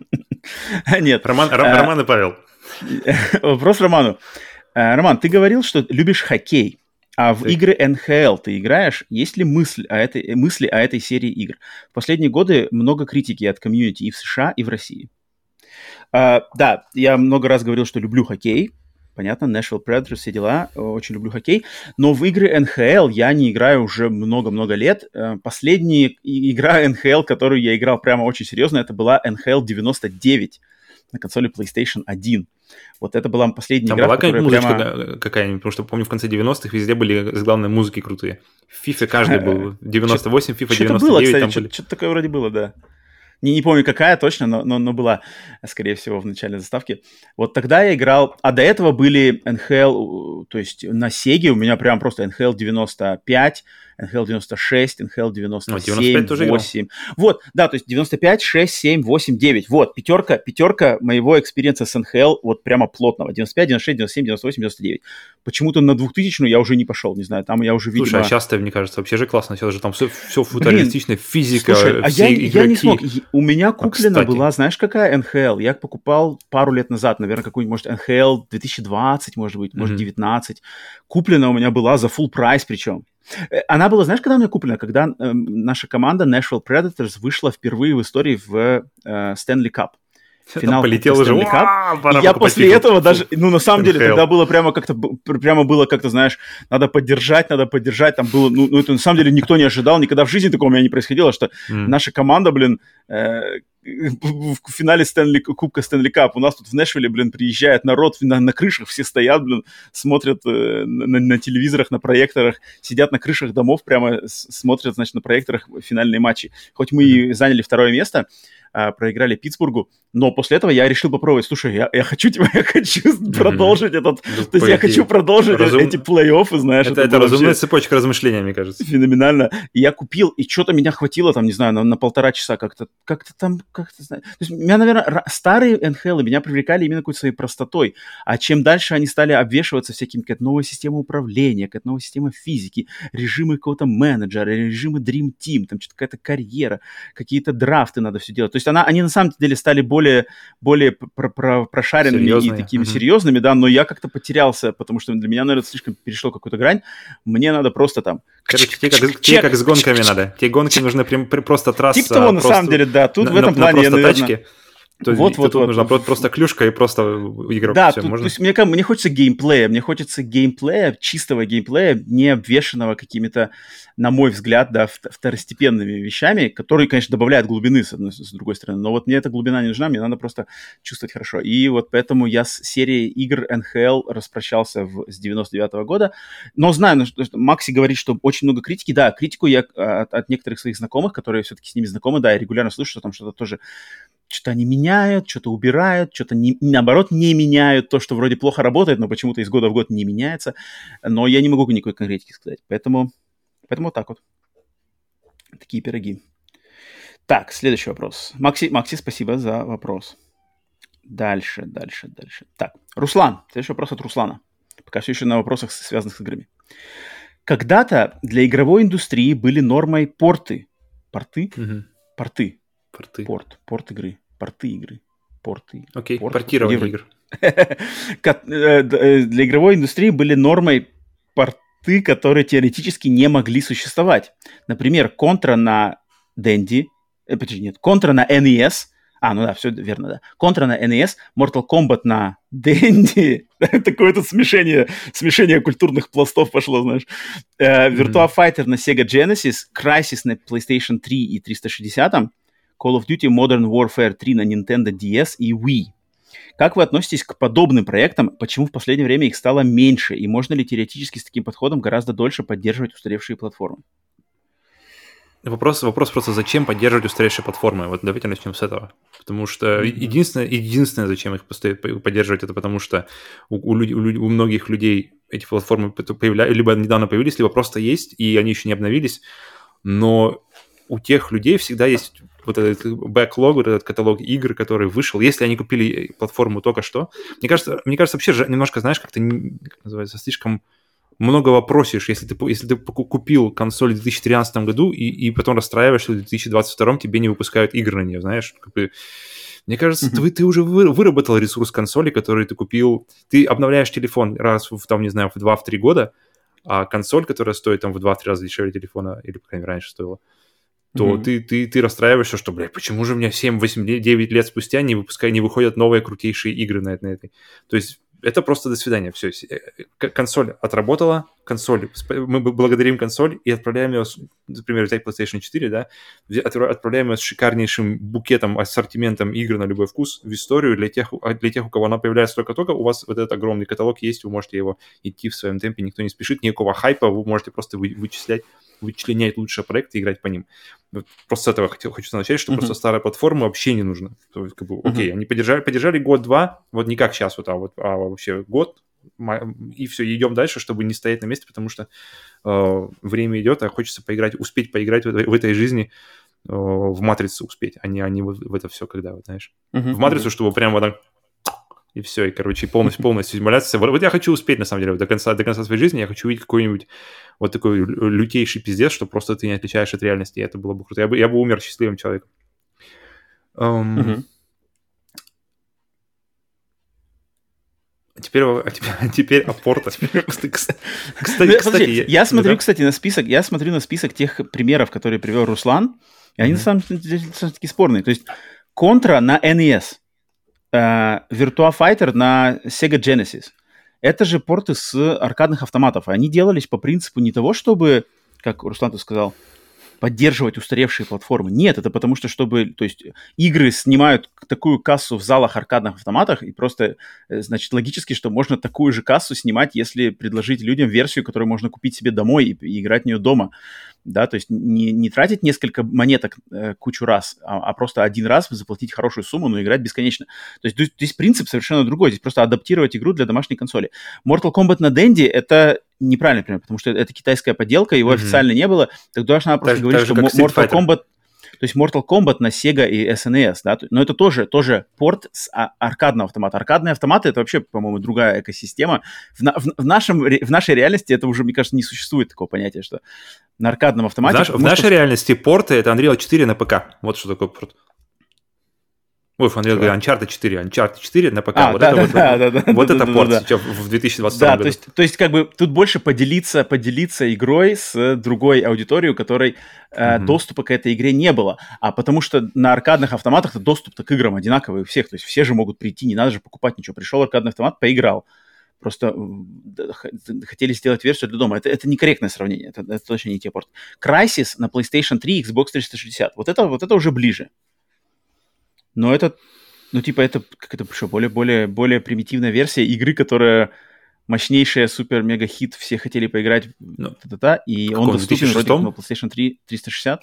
Нет. Роман, а, Роман и Павел. Вопрос Роману. Роман, ты говорил, что любишь хоккей, а в игры эн эйч эл ты играешь? Есть ли мысль о этой, мысли о этой серии игр? В последние годы много критики от комьюнити и в США, и в России. А, да, я много раз говорил, что люблю хоккей. Понятно, Nashville Predators, все дела, очень люблю хоккей, но в игры эн эйч эл я не играю уже много-много лет. Последняя игра эн эйч эл, которую я играл прямо очень серьезно, это была эн эйч эл девяносто девять на консоли PlayStation один. Вот это была последняя Там игра, была в которой музычка прямо... какая-нибудь, потому что, помню, в конце девяностых везде были главные музыки крутые. В FIFA каждый был, девяносто восемь, FIFA девяносто девять. Что-то было, кстати, там что-то, были... что-то такое вроде было, да. Не, не помню, какая точно, но, но, но была, скорее всего, в начале заставки. Вот тогда я играл... А до этого были эн эйч эл, то есть на Сеге у меня прям просто эн эйч эл девяносто пять, эн эйч эл девяносто шесть, эн эйч эл девяносто семь, восемь. Вот, да, то есть девяносто пять, шесть, семь, восемь, девять. Вот, пятерка, пятерка моего экспириенса с эн эйч эл вот прямо плотного. девяносто пять, девяносто шесть, девяносто семь, девяносто восемь, девяносто девять. Почему-то на двухтысячную я уже не пошел, не знаю, там я уже, видимо... Слушай, а сейчас-то, мне кажется, вообще же классно. Сейчас же там все, все футуристично, физика, слушай, все а я, игроки. я не смог. У меня куплена а, была, знаешь, какая эн эйч эл? Я покупал пару лет назад, наверное, какую-нибудь, может, эн эйч эл две тысячи двадцать, может быть, mm-hmm. может, девятнадцать. Куплена у меня была за full прайс причем. Она была, знаешь, когда у меня куплена? Когда э, наша команда Nashville Predators вышла впервые в истории в э, Stanley Cup. Финал полетел уже. И я после этого даже, ну, на самом деле, тогда было прямо как-то, прямо было как-то, знаешь, надо поддержать, надо поддержать, там было, ну, это на самом деле никто не ожидал, никогда в жизни такого у меня не происходило, что mm. наша команда, блин, э, в финале Стэнли, Кубка Стэнли Кап. У нас тут в Нэшвилле, блин, приезжает народ, на, на крышах все стоят, блин, смотрят э, на, на телевизорах, на проекторах, сидят на крышах домов, прямо смотрят, значит, на проекторах финальные матчи. Хоть мы и заняли второе место, э, проиграли Питтсбургу, но после этого я решил попробовать. Слушай, я, я хочу тебя, я хочу mm-hmm. продолжить этот... Ну, то есть я хочу продолжить Разум... эти плей-оффы, знаешь. Это, это, это разумная цепочка размышления, мне кажется. Феноменально. И я купил, и что-то меня хватило, там, не знаю, на, на полтора часа как-то, как-то там, как-то, знаю. То есть меня, наверное, старые эн эйч эл меня привлекали именно какой-то своей простотой. А чем дальше они стали обвешиваться всякими, какая-то новая система управления, какая-то новая система физики, режимы какого-то менеджера, режимы Dream Team, там что-то какая-то карьера, какие-то драфты надо все делать. То есть она, они на самом деле стали более, более про- про- прошаренными Серьезные. и такими mm-hmm. серьезными, да, но я как-то потерялся, потому что для меня, наверное, слишком перешло какую-то грань. Мне надо просто там... Короче, тебе как, тебе как с гонками надо. Тебе гонки нужны прям, просто трасса. Типа того, на самом деле, да. Тут на, в этом на, плане на просто я, наверное... тачки. То есть вот, вот, тут вот, нужна вот. просто клюшка и просто игрок. Да, все, тут, можно? То есть мне, мне хочется геймплея, мне хочется геймплея, чистого геймплея, не обвешенного какими-то, на мой взгляд, да, второстепенными вещами, которые, конечно, добавляют глубины, с одной, с другой стороны, но вот мне эта глубина не нужна, мне надо просто чувствовать хорошо. И вот поэтому я с серией игр эн эйч эл распрощался в, с девяносто девятого года, но знаю, что, что Макси говорит, что очень много критики, да, критику я от, от некоторых своих знакомых, которые все-таки с ними знакомы, да, я регулярно слышу, что там что-то тоже... Что-то они меняют, что-то убирают, что-то не, наоборот не меняют. То, что вроде плохо работает, но почему-то из года в год не меняется. Но я не могу никакой конкретики сказать. Поэтому, поэтому вот так вот. Такие пироги. Так, следующий вопрос. Макси, Макси, спасибо за вопрос. Дальше, дальше, дальше. Так, Руслан. Следующий вопрос от Руслана. Пока все еще на вопросах, связанных с играми. Когда-то для игровой индустрии были нормой порты. Порты? Угу. Порты. Порты. Порт, порт игры, порты игры, порты. Окей, порт, портирование игр. Для игровой индустрии были нормой порты, которые теоретически не могли существовать. Например, Contra на Dendy, э, подожди, нет, Contra на эн и эс, а, ну да, все верно, да. Contra на эн и эс, Mortal Kombat на Dendy. Такое-то смешение, смешение культурных пластов пошло, знаешь. Uh, Virtua Fighter на Sega Genesis, Crysis на PlayStation три и триста шестьдесят, Call of Duty Modern Warfare три на Nintendo ди эс и Wii. Как вы относитесь к подобным проектам? Почему в последнее время их стало меньше? И можно ли теоретически с таким подходом гораздо дольше поддерживать устаревшие платформы? Вопрос, вопрос просто, зачем поддерживать устаревшие платформы? Вот давайте начнем с этого. Потому что mm-hmm. единственное, единственное, зачем их поддерживать, это потому что у, у, у, у многих людей эти платформы появля... либо недавно появились, либо просто есть, и они еще не обновились. Но у тех людей всегда есть вот этот бэклог, вот этот каталог игр, который вышел, если они купили платформу только что. Мне кажется, мне кажется вообще немножко, знаешь, как-то, как называется, слишком многого просишь, если ты, если ты купил консоль в две тысячи тринадцатом году и, и потом расстраиваешься, что в две тысячи двадцать втором тебе не выпускают игры на нее, знаешь, как бы... Мне кажется, mm-hmm. ты, ты уже вы, выработал ресурс консоли, который ты купил. Ты обновляешь телефон раз в, там, не знаю, в два-три года, а консоль, которая стоит там в два-три раза дешевле телефона, или, по крайней мере, раньше стоила, то mm-hmm. ты, ты, ты расстраиваешься, что, блядь, почему же у меня семь, восемь, девять лет спустя не, выпускай, не выходят новые крутейшие игры на, на этой. То есть это просто до свидания, все. Консоль отработала, консоль, мы благодарим консоль и отправляем ее, например, взять PlayStation четыре, да, отправляем ее с шикарнейшим букетом, ассортиментом игр на любой вкус в историю для тех, для тех, у кого она появляется только-только, у вас вот этот огромный каталог есть, вы можете его идти в своем темпе, никто не спешит, никакого хайпа, вы можете просто вы, вычислять, вычленять лучшие проекты и играть по ним. Вот просто с этого хочу, хочу начать, что uh-huh. просто старая платформа вообще не нужна. То есть, как бы, окей, uh-huh. они поддержали, поддержали год-два, вот не как сейчас, вот, а, вот, а вообще год, и все, идем дальше, чтобы не стоять на месте, потому что э, время идет, а хочется поиграть, успеть поиграть в, в этой жизни, э, в матрицу успеть, а не, а не в, в это все, когда, вот, знаешь, uh-huh. в матрицу, uh-huh. чтобы прям вот так, и все, и, короче, полностью, полностью симуляция. Вот, вот я хочу успеть, на самом деле, до конца, до конца своей жизни, я хочу увидеть какой-нибудь вот такой лютейший пиздец, что просто ты не отличаешь от реальности, и это было бы круто. Я бы, я бы умер счастливым человеком. Um... Uh-huh. А теперь, а теперь, а теперь о портах. Кстати, кстати, я смотрю, кстати, на список, я смотрю на список тех примеров, которые привел Руслан, и они на самом деле такие спорные. То есть Contra на эн и эс, Virtua Fighter на Sega Genesis. Это же порты с аркадных автоматов. Они делались по принципу не того, чтобы, как Руслан тут сказал, поддерживать устаревшие платформы. Нет, это потому что, чтобы... То есть игры снимают такую кассу в залах аркадных автоматах, и просто, значит, логически, что можно такую же кассу снимать, если предложить людям версию, которую можно купить себе домой и, и играть в нее дома. Да, то есть не, не тратить несколько монеток э, кучу раз, а, а просто один раз заплатить хорошую сумму, но играть бесконечно. То есть здесь принцип совершенно другой. Здесь просто адаптировать игру для домашней консоли. Mortal Kombat на Денди — это неправильный пример, потому что это китайская подделка, его mm-hmm. официально не было. Тогда надо просто так, говорить, что Mortal Kombat... То есть Mortal Kombat на Sega и эс эн и эс, да, но это тоже, тоже порт с а- аркадного автомата. Аркадные автоматы — это вообще, по-моему, другая экосистема. В, на- в, в, нашем, в нашей реальности это уже, мне кажется, не существует такого понятия, что на аркадном автомате... В, наш, в нашей что... реальности порты — это Unreal четыре на ПК. Вот что такое порт. Ой, Unreal говорит, Uncharted четыре, Uncharted четыре на ПК. А, вот да, это, да, вот, да, да, да, вот да, это да, порт да, сейчас в две тысячи двадцать втором да, году. То есть, то есть, как бы, тут больше поделиться, поделиться игрой с другой аудиторией, у которой э, mm-hmm. доступа к этой игре не было. А потому что на аркадных автоматах доступ-то к играм одинаковый у всех. То есть все же могут прийти, не надо же покупать ничего. Пришел аркадный автомат, поиграл. Просто хотели сделать версию для дома. Это, это некорректное сравнение. Это, это точно не те порты. Crysis на PlayStation три, Xbox триста шестьдесят. Вот это, вот это уже ближе. Но это... Ну, типа, это, как это, что, более, более, более примитивная версия игры, которая мощнейшая, супер-мега-хит, все хотели поиграть, no. та-та-та, и он доступен вроде на PlayStation три триста шестьдесят.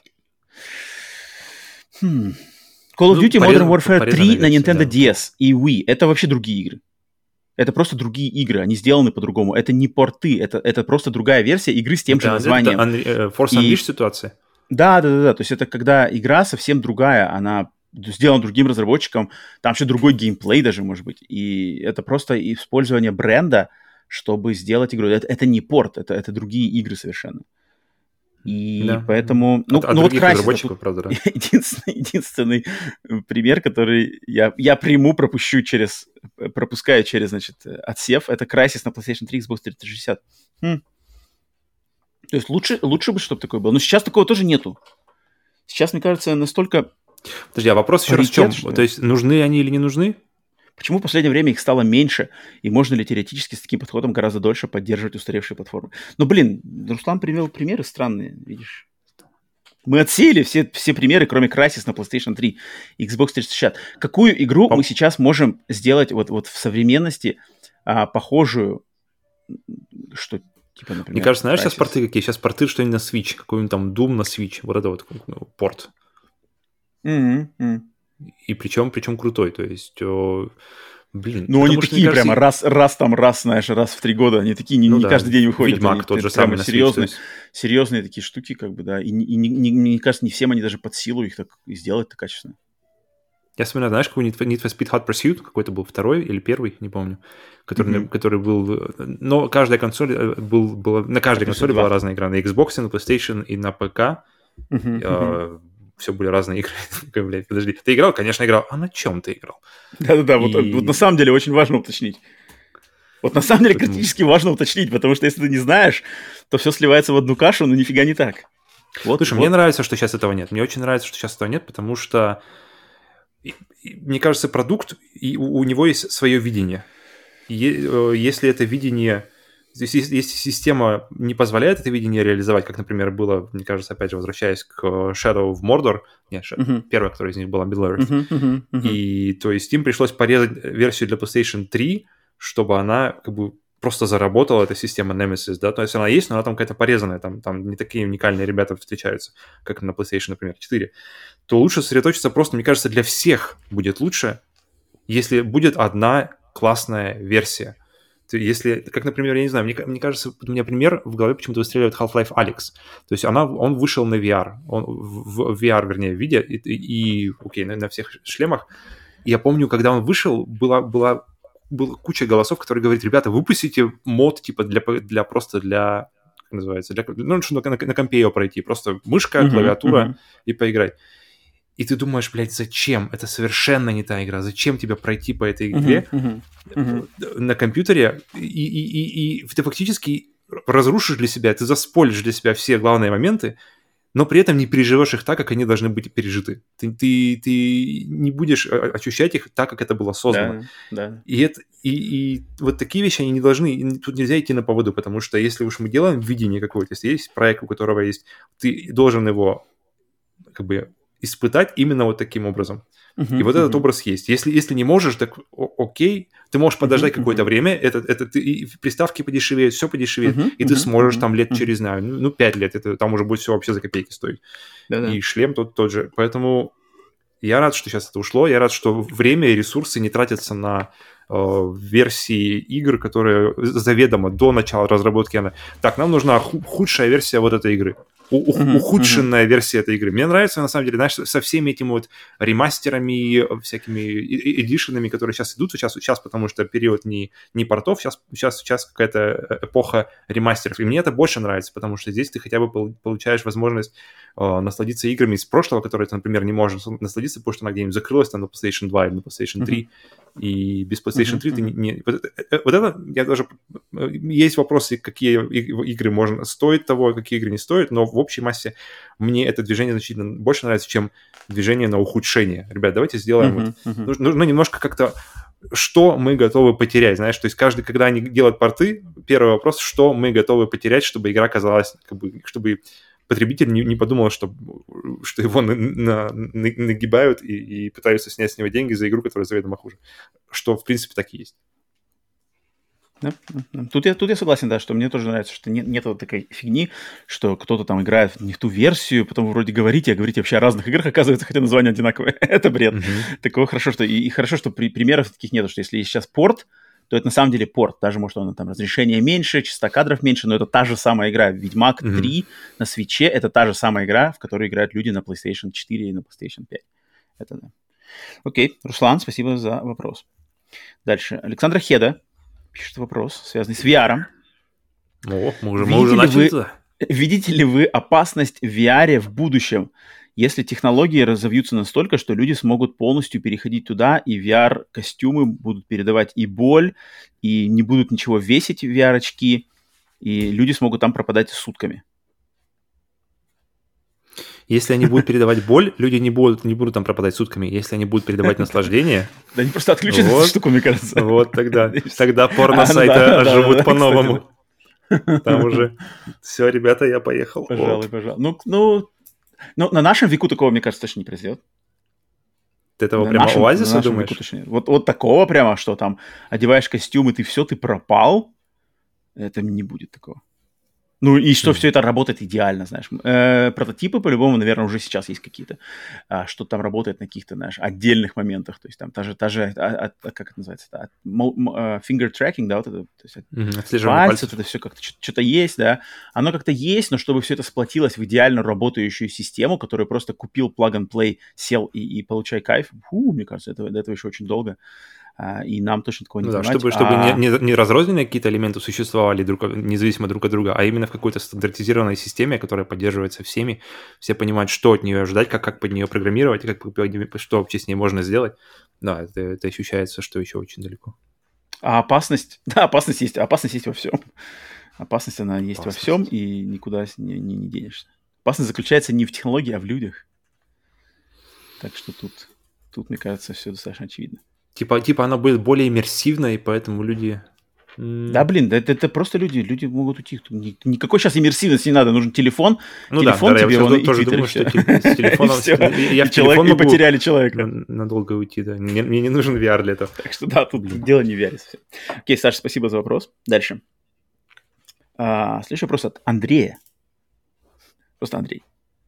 Хм. Call of Duty ну, Modern Warfare три на Nintendo да. ди эс и Wii. Это вообще другие игры. Это просто другие игры, они сделаны по-другому. Это не порты, это, это просто другая версия игры с тем это, же названием. Это Unre- Force Unleashed и... ситуация? Да, да, да, да. То есть это когда игра совсем другая, она сделан другим разработчиком, там вообще другой геймплей даже, может быть. И это просто использование бренда, чтобы сделать игру. Это, это не порт, это, это другие игры совершенно. И да. поэтому... Ну, от, от ну вот Crysis, правда, да. единственный, единственный пример, который я, я приму, пропущу через... Пропускаю через, значит, отсев. Это Crysis на PlayStation три, Xbox триста шестьдесят. Хм. То есть лучше, лучше бы, чтобы такое было. Но сейчас такого тоже нету. Сейчас, мне кажется, настолько... Подожди, а вопрос еще раз в чем? То есть нужны они или не нужны? Почему в последнее время их стало меньше, и можно ли теоретически с таким подходом гораздо дольше поддерживать устаревшие платформы? Ну, блин, Руслан привел примеры странные, видишь. Мы отсеяли все, все примеры, кроме Crysis на PlayStation три, Xbox триста шестьдесят. Какую игру По... мы сейчас можем сделать вот, вот в современности а, похожую, что... Типа, например, мне кажется, знаешь, Crysis. Сейчас порты какие? Сейчас порты что-нибудь на Switch, какой-нибудь там Doom на Switch, вот это вот ну, порт. Mm-hmm. Mm-hmm. И причем, причем крутой, то есть, о, блин. Ну, они такие кажется, прямо раз, раз там, раз, знаешь, раз в три года, они такие не, ну, не да. каждый день выходят. Ведьмак они, тот же самый на серьезные, Switch, серьезные такие штуки, как бы, да, и, и, и, и мне кажется, не всем они даже под силу их так сделать-то качественно. Я вспоминаю, знаешь, какой Need for Speed Hot Pursuit, какой-то был второй или первый, не помню, который, mm-hmm. который был... Но каждая консоль был... Была, на каждой консоли была разная игра. На Xbox, на PlayStation и на ПК. Mm-hmm. Uh, все были разные игры. Блядь, подожди. Ты играл? Конечно, играл. А на чем ты играл? Да-да-да, и... вот, вот на самом деле очень важно уточнить. Вот на самом деле критически важно уточнить, потому что если ты не знаешь, то все сливается в одну кашу, но нифига не так. Вот, Слушай, вот. Мне нравится, что сейчас этого нет. Мне очень нравится, что сейчас этого нет, потому что мне кажется, продукт, и у, у него есть свое видение. И, если это видение... Если, если система не позволяет это видение реализовать, как, например, было, мне кажется, опять же, возвращаясь к Shadow of Mordor, нет, uh-huh. первая, которая из них была, Middle-earth, uh-huh, uh-huh, uh-huh. и то есть им пришлось порезать версию для PlayStation три, чтобы она как бы просто заработала, эта система Nemesis, да, то есть она есть, но она там какая-то порезанная, там, там не такие уникальные ребята встречаются, как на PlayStation, например, четыре, то лучше сосредоточиться просто, мне кажется, для всех будет лучше, если будет одна классная версия. Если, как, например, я не знаю, мне, мне кажется, у меня пример в голове почему-то выстреливает Half-Life Alyx. То есть она, он вышел на ви ар, он в, в ви ар, вернее, виде, и, и окей, на, на всех шлемах. И я помню, когда он вышел, была, была, была куча голосов, которые говорят, ребята, выпустите мод, типа, для, для просто для, как называется, для, ну, что на, на, на компе его пройти, просто мышка, uh-huh, клавиатура uh-huh. и поиграть. И ты думаешь, блядь, зачем? Это совершенно не та игра. Зачем тебе пройти по этой игре uh-huh, uh-huh, uh-huh. на компьютере? И, и, и, и ты фактически разрушишь для себя, ты заспойлишь для себя все главные моменты, но при этом не переживешь их так, как они должны быть пережиты. Ты, ты, ты не будешь ощущать их так, как это было создано. Да, да. И, это, и, и вот такие вещи, они не должны... Тут нельзя идти на поводу, потому что если уж мы делаем видение какое-то, если есть проект, у которого есть... Ты должен его как бы испытать именно вот таким образом. Uh-huh, и вот uh-huh. этот образ есть. Если, если не можешь, так о- окей, ты можешь подождать uh-huh, какое-то uh-huh. время, это, это ты, и приставки подешевеют, все подешевеет, uh-huh, и ты uh-huh, сможешь uh-huh, там лет uh-huh. через, знаю, ну, ну, пять лет, это, там уже будет все вообще за копейки стоить. Да-да. И шлем тот, тот же. Поэтому я рад, что сейчас это ушло, я рад, что время и ресурсы не тратятся на э, версии игр, которые заведомо до начала разработки. Она... Так, нам нужна худшая версия вот этой игры. У- uh-huh, ухудшенная uh-huh. версия этой игры. Мне нравится, на самом деле, знаешь, со всеми этими вот ремастерами, всякими эдишенами, которые сейчас идут, сейчас, сейчас потому что период не, не портов, сейчас, сейчас, сейчас какая-то эпоха ремастеров. И мне это больше нравится, потому что здесь ты хотя бы получаешь возможность э, насладиться играми из прошлого, которые ты, например, не можешь насладиться, потому что она где-нибудь закрылась там на PlayStation два или на PlayStation три. Uh-huh. И без PlayStation uh-huh, три uh-huh. ты не... не вот, вот это, я даже... Есть вопросы, какие игры можно... Стоит того, какие игры не стоят, но в общей массе мне это движение значительно больше нравится, чем движение на ухудшение. Ребят, давайте сделаем... Uh-huh, вот, uh-huh. Нужно, нужно немножко как-то... Что мы готовы потерять, знаешь? То есть каждый, когда они делают порты, первый вопрос, что мы готовы потерять, чтобы игра казалась... Как бы, чтобы потребитель не, не подумал, что, что его на, на, на, нагибают и, и пытаются снять с него деньги за игру, которая заведомо хуже. Что, в принципе, так и есть. Да. Тут, я, тут я согласен, да, что мне тоже нравится, что нет, нет вот такой фигни, что кто-то там играет не в ту версию, потом вроде говорите, а говорите вообще о разных играх, оказывается, хотя названия одинаковые. Это бред. Mm-hmm. Такого хорошо, что... И, и хорошо, что при, примеров таких нет, что если есть сейчас порт, то это на самом деле порт. Даже, может, он там разрешение меньше, частота кадров меньше, но это та же самая игра. Ведьмак mm-hmm. три на Свитче — это та же самая игра, в которой играют люди на PlayStation четыре и на PlayStation пять. Это да. Окей, Руслан, спасибо за вопрос. Дальше. Александра Хеда пишет вопрос, связанный с ви ар. О, мы уже, мы уже начали туда. Видите ли вы опасность в ви ар в будущем, если технологии разовьются настолько, что люди смогут полностью переходить туда, и ви ар-костюмы будут передавать и боль, и не будут ничего весить в ви ар-очки, и люди смогут там пропадать сутками? Если они будут передавать боль, люди не будут, не будут там пропадать сутками. Если они будут передавать наслаждение... Да они просто отключат эту штуку, мне кажется. Вот тогда. Тогда порно-сайты оживут по-новому. Там уже... Все, ребята, я поехал. Пожалуй, пожалуй. Ну, ну... Но на нашем веку такого, мне кажется, точно не произойдет. Ты этого на прямо нашем, оазиса думаешь? Вот, вот такого прямо, что там одеваешь костюм, и ты все, ты пропал. Это не будет такого. Ну и что mm-hmm. все это работает идеально, знаешь. Э, прототипы, по-любому, наверное, уже сейчас есть какие-то. А, что там работает на каких-то, знаешь, отдельных моментах. То есть там та же, та же а, а, как это называется? А, а, finger tracking, да, вот это. То есть, mm-hmm. пальцы, вот это все как-то что-то есть, да. Оно как-то есть, но чтобы все это сплотилось в идеально работающую систему, которую просто купил plug-and-play, сел и, и получай кайф. Фу, мне кажется, это, до этого еще очень долго. Uh, и нам точно такого не ну, да, понимать. Чтобы, чтобы а... не, не, не разрозненные какие-то элементы существовали друг, независимо друг от друга, а именно в какой-то стандартизированной системе, которая поддерживается всеми, все понимают, что от нее ожидать, как, как под нее программировать, как, что вообще с ней можно сделать. Да, это, это ощущается, что еще очень далеко. А опасность? Да, опасность есть. Опасность есть во всем. Опасность, она есть опасность. Во всем, и никуда не, не, не денешься. Опасность заключается не в технологии, а в людях. Так что тут, тут мне кажется, все достаточно очевидно. Типа, типа она будет более иммерсивна, и поэтому люди... Да, блин, да, это, это просто люди. Люди могут уйти. Никакой сейчас иммерсивности не надо. Нужен телефон. Ну телефон да, тебе, я он тоже и думаю, что с телефоном... Я в телефон мы потеряли человека. Надолго уйти, да. Мне, мне не нужен ви ар для этого. Так что да, тут дело не в ви ар. Окей, Саша, спасибо за вопрос. Дальше. А, следующий вопрос от Андрея. Просто Андрей.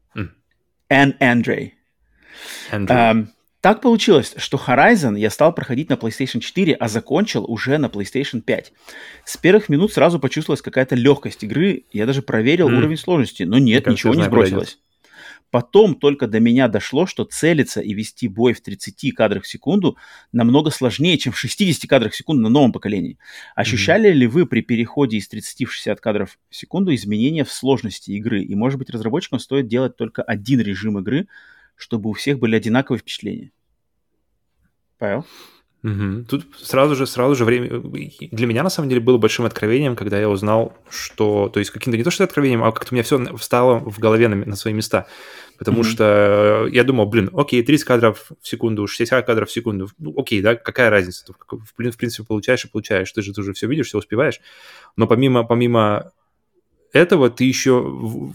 Ан Андрей. Андрей. Так получилось, что Horizon я стал проходить на PlayStation четыре, а закончил уже на PlayStation пять. С первых минут сразу почувствовалась какая-то легкость игры. Я даже проверил mm. уровень сложности, но нет, Кажется, ничего не сбросилось. Потом только до меня дошло, что целиться и вести бой в тридцати кадрах в секунду намного сложнее, чем в шестидесяти кадрах в секунду на новом поколении. Ощущали mm-hmm. ли вы при переходе из тридцати в шестьдесят кадров в секунду изменения в сложности игры? И, может быть, разработчикам стоит делать только один режим игры, чтобы у всех были одинаковые впечатления? Павел? Угу. Тут сразу же, сразу же время... Для меня, на самом деле, было большим откровением, когда я узнал, что... То есть каким-то не то что откровением, а как-то у меня все встало в голове на, на свои места. Потому mm-hmm. что я думал, блин, окей, тридцать кадров в секунду, шестьдесят кадров в секунду. Ну, окей, да, какая разница? Ты, в принципе, получаешь и получаешь. Ты же, ты же все видишь, все успеваешь. Но помимо, помимо этого ты еще...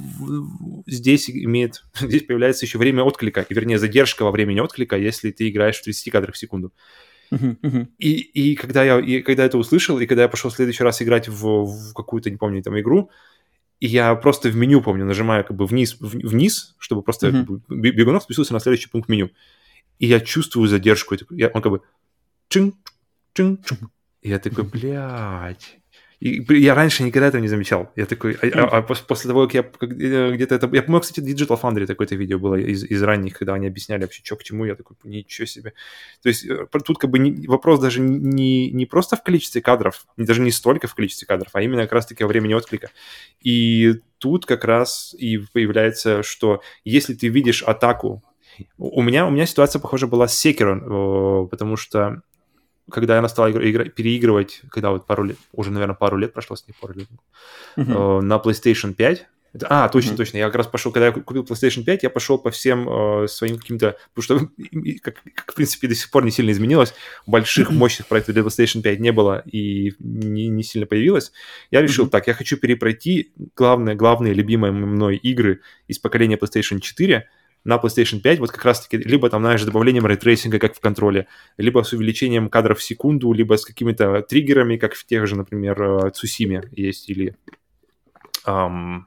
Здесь имеет... Здесь появляется еще время отклика, и, вернее, задержка во времени отклика, если ты играешь в тридцать кадров в секунду. Uh-huh, uh-huh. И, и, когда я, и когда это услышал, и когда я пошел в следующий раз играть в, в какую-то, не помню, там игру, и я просто в меню, помню, нажимаю как бы вниз, вниз чтобы просто uh-huh. как бы, бегунок спустился на следующий пункт меню. И я чувствую задержку. Я, он как бы чин, чин, чин. И я такой, блядь. И я раньше никогда этого не замечал. Я такой, а, а, а после того, как я где-то это... Я помню, кстати, Digital Foundry такое-то видео было из, из ранних, когда они объясняли вообще, что к чему. Я такой, ничего себе. То есть тут как бы не, вопрос даже не, не просто в количестве кадров, даже не столько в количестве кадров, а именно как раз-таки во времени отклика. И тут как раз и появляется, что если ты видишь атаку... У меня, у меня ситуация, похоже, была с Sekiro, потому что когда я стал игра- игра- переигрывать, когда вот пару лет, уже, наверное, пару лет прошло с тех пор, uh-huh. э, на PlayStation пять. А, точно, uh-huh. точно. Я как раз пошел, когда я купил PlayStation пять, я пошел по всем э, своим каким-то... Потому что, как, как, в принципе, до сих пор не сильно изменилось. Больших, uh-huh. мощных проектов для PlayStation пять не было и не, не сильно появилось. Я решил, uh-huh. так, я хочу перепройти главные, главные любимые мной игры из поколения PlayStation четыре на PlayStation пять, вот как раз-таки либо там, знаешь, с добавлением рейтрейсинга, как в контроле, либо с увеличением кадров в секунду, либо с какими-то триггерами, как в тех же, например, Цусиме есть, или... Um...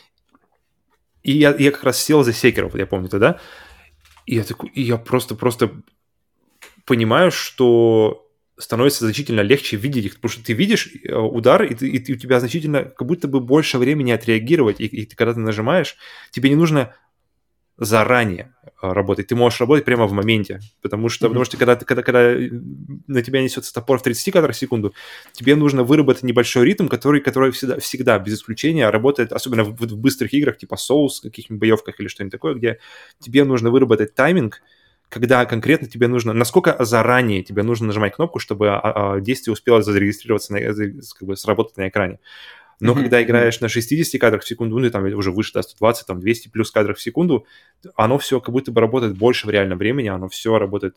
И я, я как раз сел за Sekiro, вот я помню тогда, и я такой, и я просто-просто понимаю, что становится значительно легче видеть их, потому что ты видишь удар, и, ты, и у тебя значительно, как будто бы больше времени отреагировать, и, и когда ты нажимаешь, тебе не нужно заранее работать. Ты можешь работать прямо в моменте, потому что, mm-hmm. потому что когда, когда, когда на тебя несется топор в тридцать кадров в секунду, тебе нужно выработать небольшой ритм, который, который всегда, всегда, без исключения, работает, особенно в, в быстрых играх, типа Souls, каких-нибудь боевках или что-нибудь такое, где тебе нужно выработать тайминг, когда конкретно тебе нужно, насколько заранее тебе нужно нажимать кнопку, чтобы а, а, действие успело зарегистрироваться, на, как бы сработать на экране. Но mm-hmm. когда играешь на шестьдесят кадрах в секунду, ну, и там уже выше, да, сто двадцать, там, двести плюс кадров в секунду, оно все как будто бы работает больше в реальном времени, оно все работает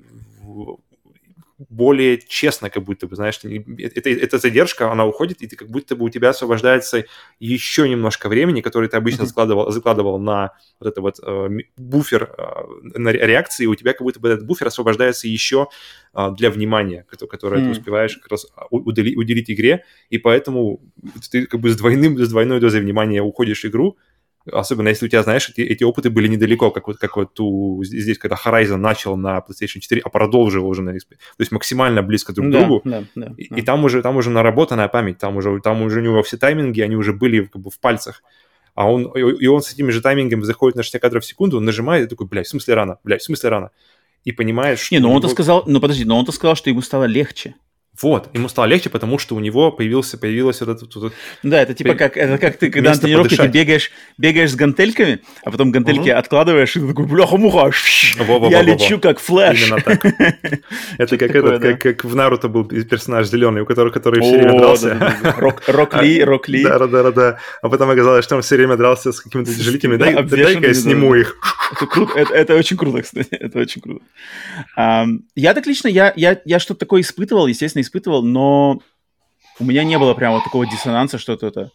более честно, как будто бы, знаешь, это, эта задержка, она уходит, и ты как будто бы у тебя освобождается еще немножко времени, которое ты обычно mm-hmm. складывал, закладывал на вот это вот э, буфер э, на реакции, и у тебя как будто бы этот буфер освобождается еще э, для внимания, которое mm-hmm. ты успеваешь как раз удали, уделить игре, и поэтому ты как бы с, двойным, с двойной дозой внимания уходишь в игру. Особенно если у тебя, знаешь, эти, эти опыты были недалеко, как вот, как вот у, здесь, когда Horizon начал на PlayStation четыре, а продолжил уже на икс пи. То есть максимально близко друг к да, другу. Да, да, и, да. и там уже, там уже наработанная память, там уже, там уже у него все тайминги, они уже были как бы в пальцах. А он, и он с этими же таймингами заходит на шестьдесят кадров в секунду, он нажимает и такой, блядь, в смысле рано, блядь, в смысле рано. И понимаешь, что... Не, ну он-то него... сказал, ну подожди, но он-то сказал, что ему стало легче. Вот, ему стало легче, потому что у него появился, появилось вот это... Вот, да, это типа как, это как ты, когда на тренировке ты бегаешь, бегаешь с гантельками, а потом гантельки uh-huh. откладываешь, и ты такой, бляха-муха, я лечу как Флэш. Именно так. Это как этот, как, как в Наруто был персонаж зеленый, у которого который все время дрался. Рок Ли, Рок Ли. Да-да-да. А потом оказалось, что он все время дрался с какими-то жителями. Дай-ка я сниму их. Это круто, это, это очень круто, кстати, это очень круто. Um, я так лично, я, я, я что-то такое испытывал, естественно, испытывал, но у меня не было прям вот такого диссонанса, что-то это,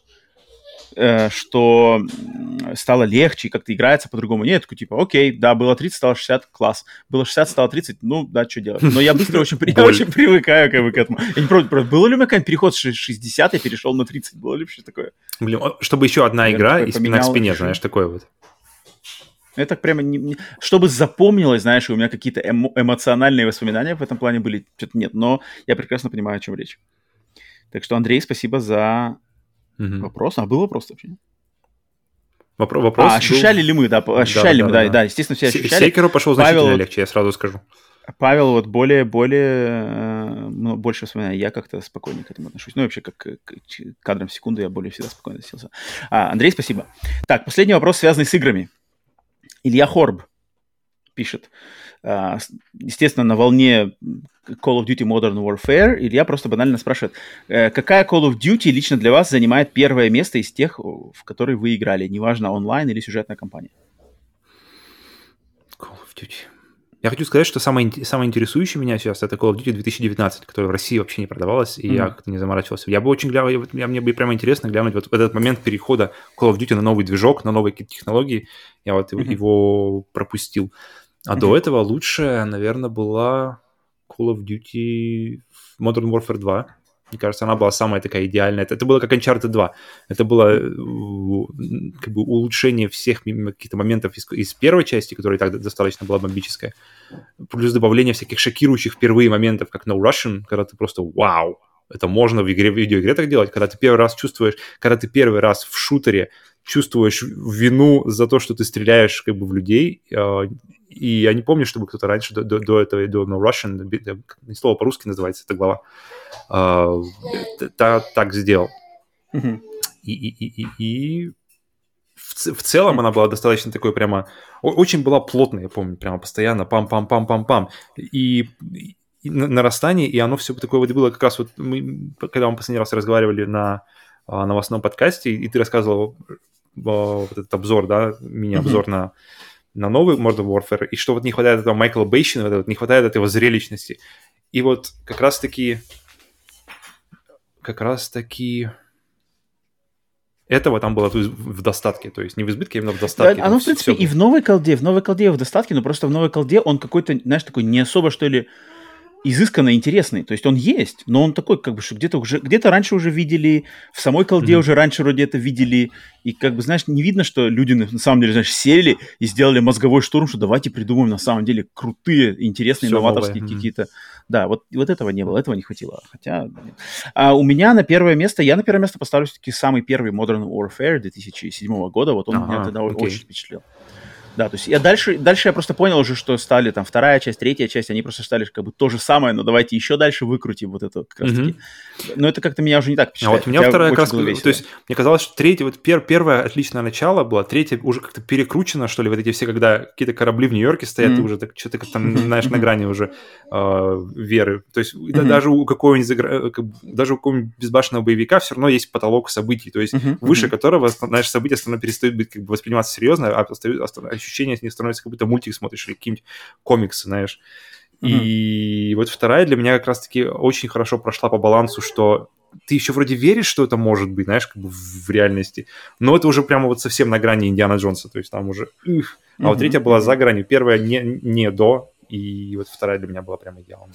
э, что стало легче, как-то играется по-другому. Нет, такой типа, окей, да, было тридцать, стало шестьдесят, класс. Было шестьдесят, стало тридцать, ну, да, что делать. Но я быстро очень, я очень привыкаю как бы к этому. Я не помню, было ли у меня какой-нибудь переход с шестидесяти, я перешел на тридцать, было ли вообще такое? Блин, чтобы еще одна игра и спина к спине, знаешь, такое вот. Это прямо не, не... Чтобы запомнилось, знаешь, у меня какие-то эмо- эмоциональные воспоминания в этом плане были, что-то нет, но я прекрасно понимаю, о чем речь. Так что, Андрей, спасибо за mm-hmm. вопрос. А был вопрос вообще? Вопро- вопрос а, ощущали был... ли мы, да, ощущали да, ли мы, да, да, да, естественно, все ощущали. Секиро пошел значительно Павел... легче, я сразу скажу. Павел вот более, более, ну, больше вспоминаю, я как-то спокойнее к этому отношусь. Ну, вообще, как к кадрам в секунду я более всегда спокойно относился. А, Андрей, спасибо. Так, последний вопрос, связанный с играми. Илья Хорб пишет, естественно, на волне Call of Duty Modern Warfare. Илья просто банально спрашивает, какая Call of Duty лично для вас занимает первое место из тех, в которые вы играли? Неважно, онлайн или сюжетная кампания. Call of Duty. Я хочу сказать, что самое, самое интересующее меня сейчас это Call of Duty две тысячи девятнадцать, которая в России вообще не продавалась, и mm-hmm. я как-то не заморачивался. Я бы очень глянул, я, мне бы прямо интересно глянуть вот этот момент перехода Call of Duty на новый движок, на новые какие-то технологии. Я вот mm-hmm. его пропустил. А mm-hmm. до этого лучшая, наверное, была Call of Duty Modern Warfare два. Мне кажется, она была самая такая идеальная. Это, это было как Uncharted два. Это было как бы улучшение всех каких-то моментов из, из первой части, которая и так достаточно была бомбическая. Плюс добавление всяких шокирующих впервые моментов, как No Russian, когда ты просто вау, это можно в игре, в видеоигре так делать, когда ты первый раз чувствуешь, когда ты первый раз в шутере чувствуешь вину за то, что ты стреляешь как бы в людей. И я не помню, чтобы кто-то раньше до, до, до этого, до No Russian, не слово по-русски называется эта глава, Uh, та, так сделал. Mm-hmm. И, и, и, и в, в целом mm-hmm. она была достаточно такой прямо... Очень была плотная, я помню, прямо постоянно пам-пам-пам-пам-пам. И, и нарастание, и оно все такое вот было как раз вот... Мы, когда мы последний раз разговаривали на а, новостном подкасте, и ты рассказывал а, вот этот обзор, да, мини-обзор mm-hmm. на, на новый Modern Warfare, и что вот не хватает этого Майкла Бейшина, вот, не хватает этого зрелищности. И вот как раз-таки... как раз-таки этого там было в достатке, то есть не в избытке, а именно в достатке. Да, оно, в принципе, и в новой колде, в новой колде в достатке, но просто в новой колде он какой-то, знаешь, такой не особо, что ли, изысканно интересный. То есть он есть, но он такой, как бы, что где-то уже, где-то раньше уже видели, в самой колде mm-hmm. уже раньше вроде это видели, и, как бы, знаешь, не видно, что люди на самом деле, знаешь, сели и сделали мозговой штурм, что давайте придумаем на самом деле крутые, интересные, Все новаторские новое. какие-то... Mm-hmm. Да, вот, вот этого не было, этого не хватило. Хотя... А у меня на первое место, я на первое место поставлю все-таки самый первый Modern Warfare две тысячи седьмого года, вот он ага, меня тогда окей. очень впечатлил. Да, то есть я дальше, дальше я просто понял уже, что стали там вторая часть, третья часть, они просто стали как бы то же самое, но давайте еще дальше выкрутим вот это как раз-таки. Mm-hmm. Но это как-то меня уже не так впечатляет. А вот у меня вторая как раз, то есть мне казалось, что третья, вот пер, первое отличное начало было, третья уже как-то перекручено, что ли, вот эти все, когда какие-то корабли в Нью-Йорке стоят, mm-hmm. ты уже так что-то как там, знаешь, на грани уже э, веры. То есть mm-hmm. даже у какого-нибудь, даже у какого-нибудь безбашенного боевика все равно есть потолок событий, то есть mm-hmm. выше которого, знаешь, события перестают быть как бы восприниматься серьезно, а ощущение не становится, как будто мультик смотришь или какие-нибудь комиксы, знаешь. Mm-hmm. И вот вторая для меня как раз-таки очень хорошо прошла по балансу, что ты еще вроде веришь, что это может быть, знаешь, как бы в реальности, но это уже прямо вот совсем на грани Индиана Джонса, то есть там уже... Ух. А mm-hmm. вот третья была за гранью, первая не, не до, и вот вторая для меня была прямо идеалом.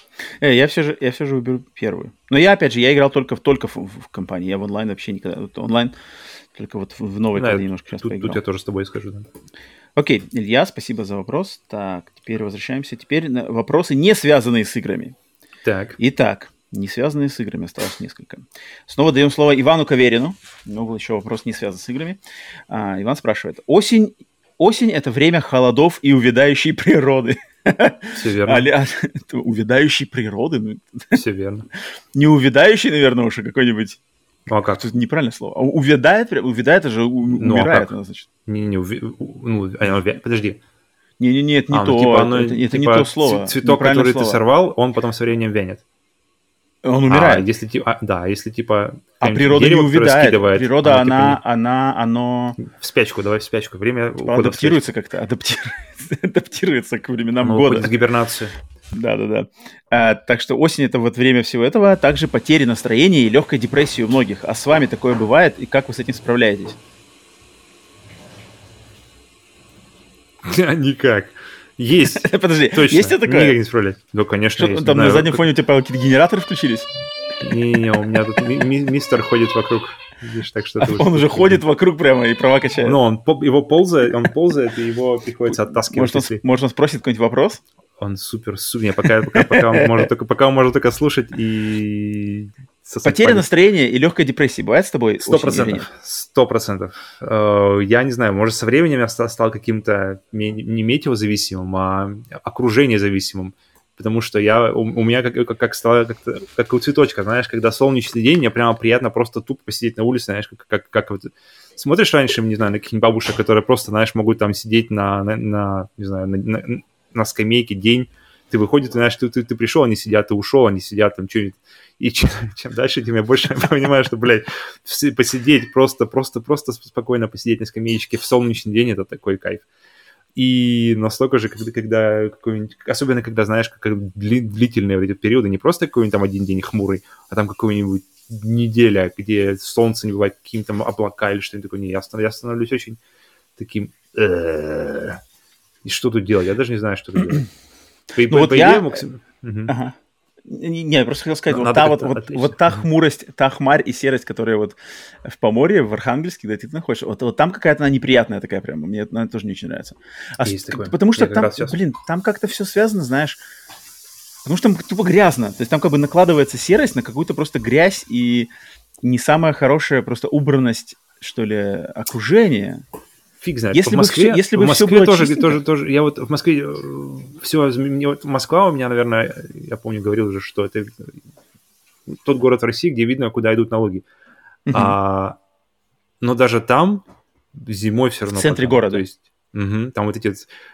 Э, я все же, я все же выберу первую. Но я, опять же, я играл только, только в, в компании, я в онлайн вообще никогда... Вот онлайн только вот в новой да, немножко сейчас тут, поиграл. Тут я тоже с тобой скажу, да. Окей, Илья, спасибо за вопрос. Так, теперь возвращаемся. Теперь на вопросы, не связанные с играми. Так. Итак, не связанные с играми, осталось несколько. Снова даем слово Ивану Каверину. Но был еще вопрос, не связан с играми. А, Иван спрашивает. Осень, осень – это время холодов и увядающей природы. Все верно. А, а, увядающей природы? Все верно. Не увядающей, наверное, уже какой-нибудь... Ну, а как? Это неправильное слово. А увядает, увядает, это же у, ну, умирает, а она, значит. Не, не, уви... ну, подожди. Не-не-не, это не а, то, ну, типа, оно, это, это типа, не то слово. Цветок, который слово. Ты сорвал, он потом со временем вянет. Он умирает. А, если, типа, а, да, если типа... А природа дерево, не увядает. Природа, она, она, типа, она, оно... В спячку, давай в спячку. Время типа, адаптируется как-то, адаптируется, адаптируется к временам оно года. Уходит в гибернацию. Да-да-да. А, так что осень – это вот время всего этого, а также потери настроения и легкой депрессии у многих. А с вами такое бывает, и как вы с этим справляетесь? Никак. Есть. Подожди, точно. Есть это такое? Никак не справлять. Да, конечно, что, есть. Там на заднем фоне у тебя какие-то генераторы включились? Не-не-не, у меня тут ми- мистер ходит вокруг. Видишь, так что а он уже ходит вокруг прямо и права качает. Ну, он его ползает, он ползает, и его приходится оттаскивать. Может, он, если... может, он спросит какой-нибудь вопрос? Он супер, супер. Пока, пока, пока, он может только, пока он может только слушать и... Потеря настроения и легкая депрессия бывает с тобой? Сто процентов. Сто процентов. Я не знаю, может, со временем я стал, стал каким-то не метеозависимым, а окружение зависимым. потому что я, у, у меня как, как, как стало, как, как у цветочка, знаешь, когда солнечный день, мне прямо приятно просто тупо посидеть на улице, знаешь, как, как, как вот... Смотришь раньше, не знаю, на каких-нибудь бабушек, которые просто, знаешь, могут там сидеть на, на, на не знаю, на, на, на скамейке день, ты выходишь, знаешь, ты, ты, ты пришел, они сидят, ты ушел, они сидят там что-нибудь. И чем, чем дальше, тем я больше понимаю, что, блядь, посидеть, просто, просто, просто спокойно посидеть на скамеечке в солнечный день — это такой кайф. И настолько же, когда, когда какой-нибудь, особенно когда, знаешь, как длительные вот эти периоды, не просто какой-нибудь там один день хмурый, а там какой-нибудь неделя, где солнце не бывает, какие-то там облака или что-нибудь такое. Не, я, станов, я становлюсь очень таким... И что тут делать? Я даже не знаю, что тут делать. По, ну по, вот по я... идее, Максим... Угу. Ага. Не, я просто хотел сказать, вот та, вот, вот, вот та хмурость, та хмарь и серость, которая вот в Поморье, в Архангельске, где ты находишься, вот, вот там какая-то она неприятная такая прямо, мне она тоже не очень нравится. А с, потому что там, блин, там как-то все связано, знаешь, потому что там тупо грязно, то есть там как бы накладывается серость на какую-то просто грязь и не самая хорошая просто убранность, что ли, окружения. Фиг знает. Если в Москве, бы, если в бы Москве все было тоже, чистенько... тоже, тоже, я вот в Москве все, мне, вот Москва у меня, наверное, я помню, говорил уже, что это тот город в России, где видно, куда идут налоги. Uh-huh. А, но даже там зимой все равно... В центре потом, города. То есть, угу, там вот эти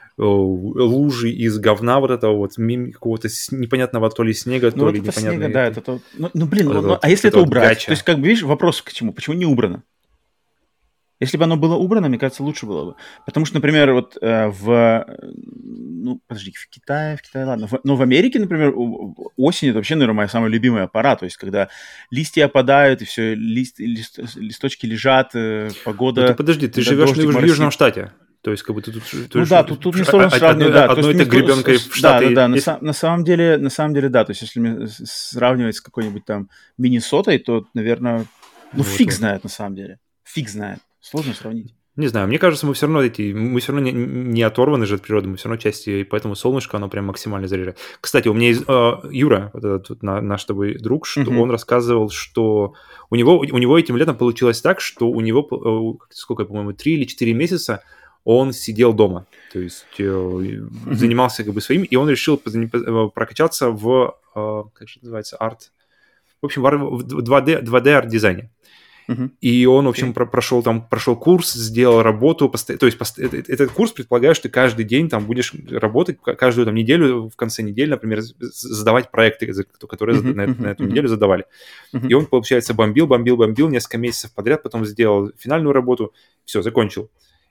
лужи из говна вот этого вот, какого-то непонятного то ли снега, ну, то ли вот это непонятного... снега, да, это то... Ну, ну блин, вот ну, это, ну, вот, а если это это вот убрать? гача. То есть, как бы, видишь, вопрос к чему? Почему не убрано? Если бы оно было убрано, мне кажется, лучше было бы. Потому что, например, вот э, в... Ну, подожди, в Китае, в Китае, ладно. В, но в Америке, например, осень — это вообще, наверное, моя самая любимая пора. То есть, когда листья опадают, и все, лист, лист, листочки лежат, э, погода... Ну, ты подожди, ты живешь в Южном штате. То есть, как бы ты тут... Ты ну ж, да, тут, тут не сложно сравнивать, да. Одной этой гребенкой в Штаты... Да, да, да, на, на, самом деле, на самом деле, да. То есть, если сравнивать с какой-нибудь там Миннесотой, то, наверное, ну, вот, фиг вот. знает, на самом деле. Фиг знает. Сложно сравнить. Не знаю, мне кажется, мы все равно эти, мы все равно не, не оторваны же от природы, мы все равно части, и поэтому солнышко, оно прям максимально заряжает. Кстати, у меня есть э, Юра, вот этот наш с тобой друг, что uh-huh. он рассказывал, что у него, у него этим летом получилось так, что у него, сколько, по-моему, три или четыре месяца он сидел дома, то есть э, uh-huh. занимался как бы своим, и он решил прокачаться в, э, как же называется, арт, в общем, в два дэ, два дэ арт-дизайне. Uh-huh. И он, в общем, okay. про- прошел там прошел курс, сделал работу. Пост- то есть пост- этот, этот курс предполагает, что ты каждый день там будешь работать, каждую там неделю, в конце недели, например, задавать проекты, которые uh-huh. на, на эту uh-huh. неделю задавали. Uh-huh. И он, получается, бомбил, бомбил, бомбил несколько месяцев подряд, потом сделал финальную работу, все, закончил.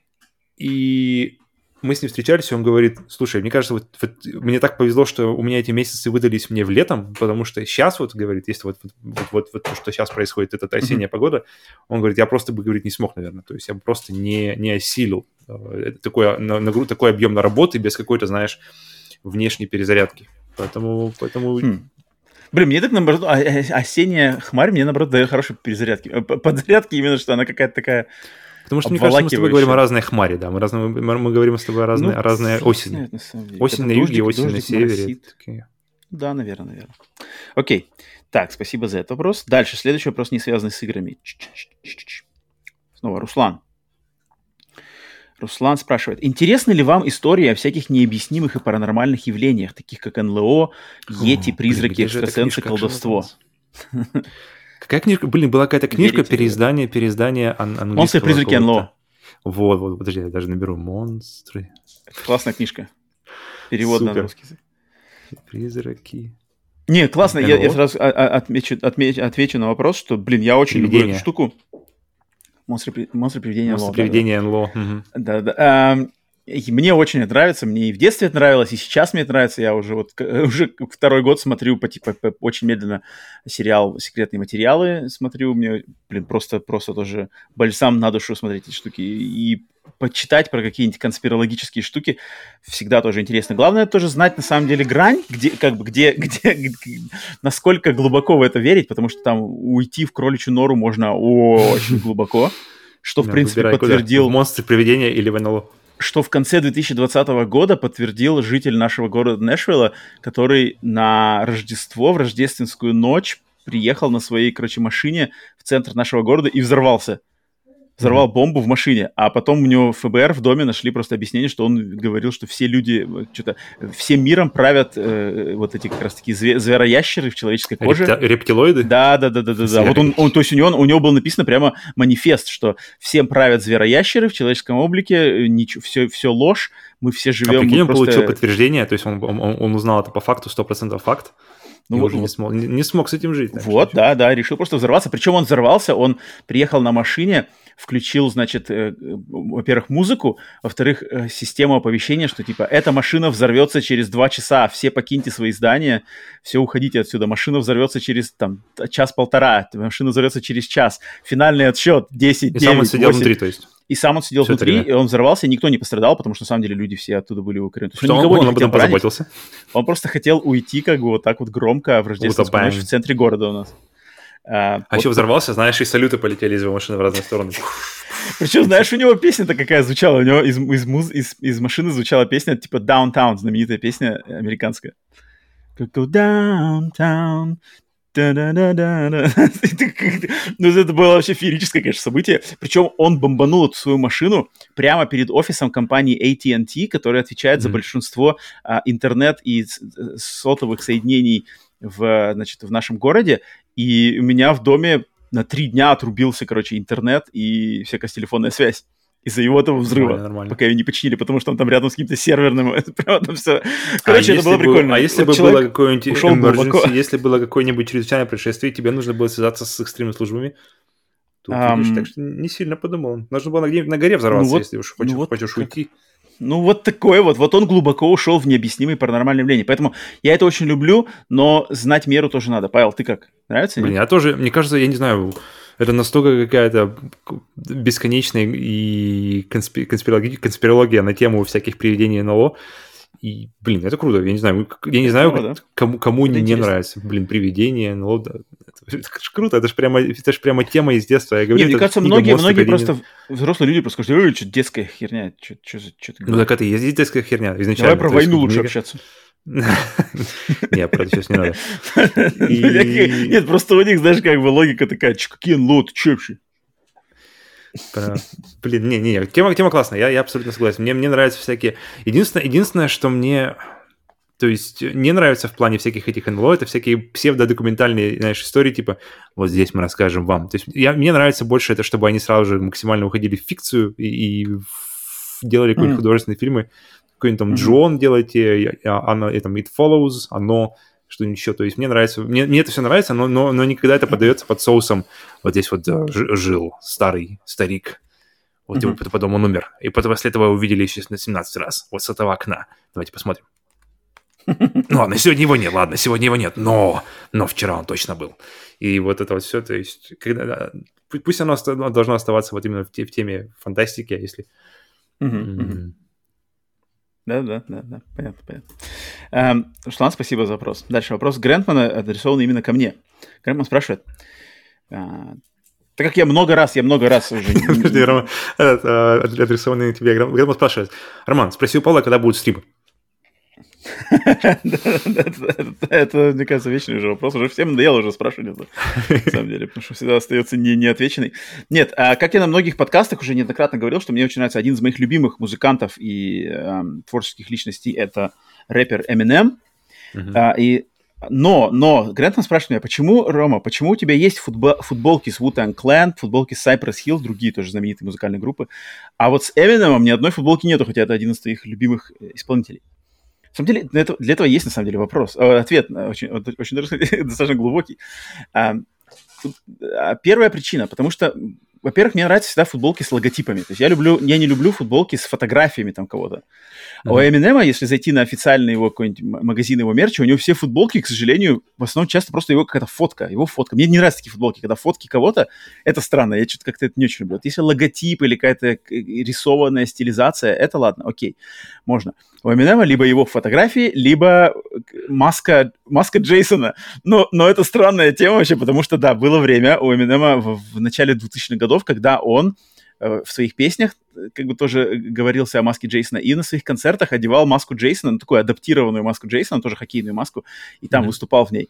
И мы с ним встречались, и он говорит: слушай, мне кажется, вот, вот мне так повезло, что у меня эти месяцы выдались мне в летом, потому что сейчас, вот, говорит, если вот, вот, вот, вот, вот то, что сейчас происходит, это осенняя mm-hmm. погода, он говорит, я просто бы, говорит, не смог, наверное, то есть я бы просто не, не осилил такой, на, на, такой объем на работы без какой-то, знаешь, внешней перезарядки. Поэтому... поэтому... Mm. Блин, мне так, наоборот, осенняя хмарь мне, наоборот, дает хорошие перезарядки. Подзарядки именно, что она какая-то такая... Потому что, мне кажется, мы с тобой говорим о разной хмари, да, мы, разные, мы, мы говорим с тобой о разной, ну, разной осени. Знает, на осень на юге, дождик, осень на севере. Да, наверное, наверное. Окей, так, спасибо за этот вопрос. Дальше, следующий вопрос, не связанный с играми. Снова Руслан. Руслан спрашивает, интересны ли вам истории о всяких необъяснимых и паранормальных явлениях, таких как эн эл о, йети, призраки, блин, экстрасенсы, колдовство? Какая книжка? Блин, была какая-то книжка, верите, переиздание, переиздание ан- английского. Монстры, призраки, эн эл о. Вот, вот, подожди, я даже наберу. Монстры. Классная книжка. Перевод Супер. На русский язык. Призраки. Не, классно. Я, я сразу отмечу, отмечу, отвечу на вопрос, что, блин, я очень люблю эту штуку. Монстры, монстры привидения эн эл о. Монстры привидения эн эл о. Да, да. да. Мне очень это нравится, мне и в детстве это нравилось, и сейчас мне это нравится. Я уже вот уже второй год смотрю по, типа, по, очень медленно сериал «Секретные материалы». Смотрю, мне, блин, просто, просто тоже бальзам на душу смотреть эти штуки. И почитать про какие-нибудь конспирологические штуки всегда тоже интересно. Главное тоже знать на самом деле грань, где, как бы, где, где, где, насколько глубоко в это верить, потому что там уйти в кроличью нору можно очень глубоко, что, в принципе, подтвердил... В «Монстры привидения» или в эн эл о? Что в конце две тысячи двадцатого года подтвердил житель нашего города Нэшвилла, который на Рождество, в рождественскую ночь приехал на своей, короче, машине в центр нашего города и взорвался. взорвал mm-hmm. бомбу в машине, а потом у него ФБР в доме нашли просто объяснение, что он говорил, что все люди, что-то, всем миром правят э, вот эти как раз-таки зве- звероящеры в человеческой коже. Репти- рептилоиды? Да, да, да, да, да, да. Вот он, он, то есть у него, у него было написано прямо манифест, что всем правят звероящеры в человеческом облике, ничего, все, все ложь, мы все живем... А прикинь, он просто... получил подтверждение, то есть он, он, он узнал это по факту, сто процентов факт, ну, и вот, уже не, смог, не, не смог с этим жить. Вот, что, да, да, решил просто взорваться. Причем он взорвался, он приехал на машине, включил, значит, э, во-первых, музыку, во-вторых, э, систему оповещения, что типа эта машина взорвется через два часа, все покиньте свои здания, все уходите отсюда. Машина взорвется через там час-полтора, машина взорвется через час. Финальный отсчет десять, девять, И сам он сидел внутри, то есть. И сам он сидел все внутри, и он взорвался, и никто не пострадал, потому что, на самом деле, люди все оттуда были укорены. Что он, он об этом позаботился? Он просто хотел уйти, как бы, вот так вот громко в рождественскую ночь в центре города у нас. А, а вот еще взорвался, знаешь, и салюты полетели из его машины в разные стороны. Причем, знаешь, у него песня-то какая звучала, у него из, из, муз... из, из машины звучала песня типа Downtown, знаменитая песня американская. Go downtown. Да-да-да-да-да. Ну, это было вообще феерическое, конечно, событие. Причем он бомбанул эту свою машину прямо перед офисом компании эй ти энд ти, которая отвечает mm-hmm. за большинство а, интернет и сотовых соединений в, значит, в нашем городе. И у меня в доме на три дня отрубился, короче, интернет и всякая телефонная связь. Из-за его этого взрыва, нормально, нормально. Пока ее не починили, потому что он там рядом с каким-то серверным, прямо там все. Короче, а это было бы, прикольно. А если вот бы было какое-нибудь emergency, если было какое-нибудь чрезвычайное происшествие, тебе нужно было связаться с экстренными службами, тут, um, видишь, так что не сильно подумал. Нужно было где-нибудь на горе взорваться, ну вот, если уж хочешь, ну вот хочешь уйти. Ну, вот такое вот. Вот он глубоко ушел в необъяснимые паранормальные явления. Поэтому я это очень люблю, но знать меру тоже надо. Павел, ты как? Нравится? Блин, я тоже, мне кажется, я не знаю... Это настолько какая-то бесконечная и конспи- конспирология, конспирология на тему всяких приведений эн эл о. И, блин, это круто. Я не знаю, я не знаю, да? кому, кому не интересно. Нравится. Блин, приведение, эн эл о. Да. Это, это же круто, это же прямо, это ж прямо тема из детства. Я говорю, не, мне кажется, многие, многие просто взрослые люди просто скажут, ой, что детская херня. Что, что, что ты ну, так это и есть детская херня изначально. Давай про войну лучше общаться. Нет, про это сейчас не надо. Нет, просто у них, знаешь, как бы логика такая, какие эн эл о, ты че вообще? Блин, не-не, тема, тема классная, я, я абсолютно согласен. Мне, мне нравятся всякие... Единственное, единственное, что мне... То есть не нравится в плане всяких этих эн эл о, это всякие псевдодокументальные, знаешь, истории, типа, вот здесь мы расскажем вам. То есть я, мне нравится больше это, чтобы они сразу же максимально уходили в фикцию и, и делали какие-нибудь mm-hmm. художественные фильмы. Какой-нибудь там mm-hmm. Джон делайте, оно, и там It Follows, оно, что-нибудь еще. То есть мне нравится, мне, мне это все нравится, но, но, но никогда это подается под соусом. Вот здесь вот да, жил старый старик, вот mm-hmm. и потом он умер. И потом после этого увидели еще семнадцать раз. Вот с этого окна. Давайте посмотрим. Ну ладно, сегодня его нет, ладно, сегодня его нет, но, но вчера он точно был. И вот это вот все, то есть, когда, пусть оно должно оставаться вот именно в, те, в теме фантастики, а если... Mm-hmm. Mm-hmm. Да, да, да, да, понятно, понятно. Эм, Руслан, спасибо за вопрос. Дальше вопрос Грентмана адресован именно ко мне. Грентман спрашивает, а, так как я много раз, я много раз уже... Подожди, Роман, адресованный тебе. Грентман спрашивает, Роман, спроси у Павла, когда будут стримы. Это, мне кажется, вечный уже вопрос. Уже всем надоело уже спрашивать это, на самом деле, потому что всегда остается неотвеченный. Нет, как я на многих подкастах уже неоднократно говорил, что мне очень нравится один из моих любимых музыкантов и творческих личностей, это рэпер Eminem. И Но, но, Грентон спрашивает меня, почему, Рома, почему у тебя есть футбол, футболки с Wu-Tang Clan, футболки с Cypress Hill, другие тоже знаменитые музыкальные группы, а вот с Эминемом ни одной футболки нету, хотя это один из твоих любимых исполнителей? На самом деле, для этого, для этого есть, на самом деле, вопрос. Ответ очень, очень достаточно глубокий. Первая причина, потому что, во-первых, мне нравятся всегда футболки с логотипами. То есть я, люблю, я не люблю футболки с фотографиями там кого-то. Mm-hmm. А у Эминема, если зайти на официальный его какой-нибудь магазин его мерча, у него все футболки, к сожалению, в основном часто просто его какая-то фотка, его фотка. Мне не нравятся такие футболки, когда фотки кого-то, это странно, я что-то как-то это не очень люблю. Вот если логотип или какая-то рисованная стилизация, это ладно, окей, можно. У Эминема либо его фотографии, либо маска, маска Джейсона. Но, но это странная тема вообще, потому что, да, было время у Эминема в, в начале двухтысячных годов, когда он э, в своих песнях как бы тоже говорился о маске Джейсона, и на своих концертах одевал маску Джейсона, ну, такую адаптированную маску Джейсона, тоже хоккейную маску, и там mm-hmm. выступал в ней.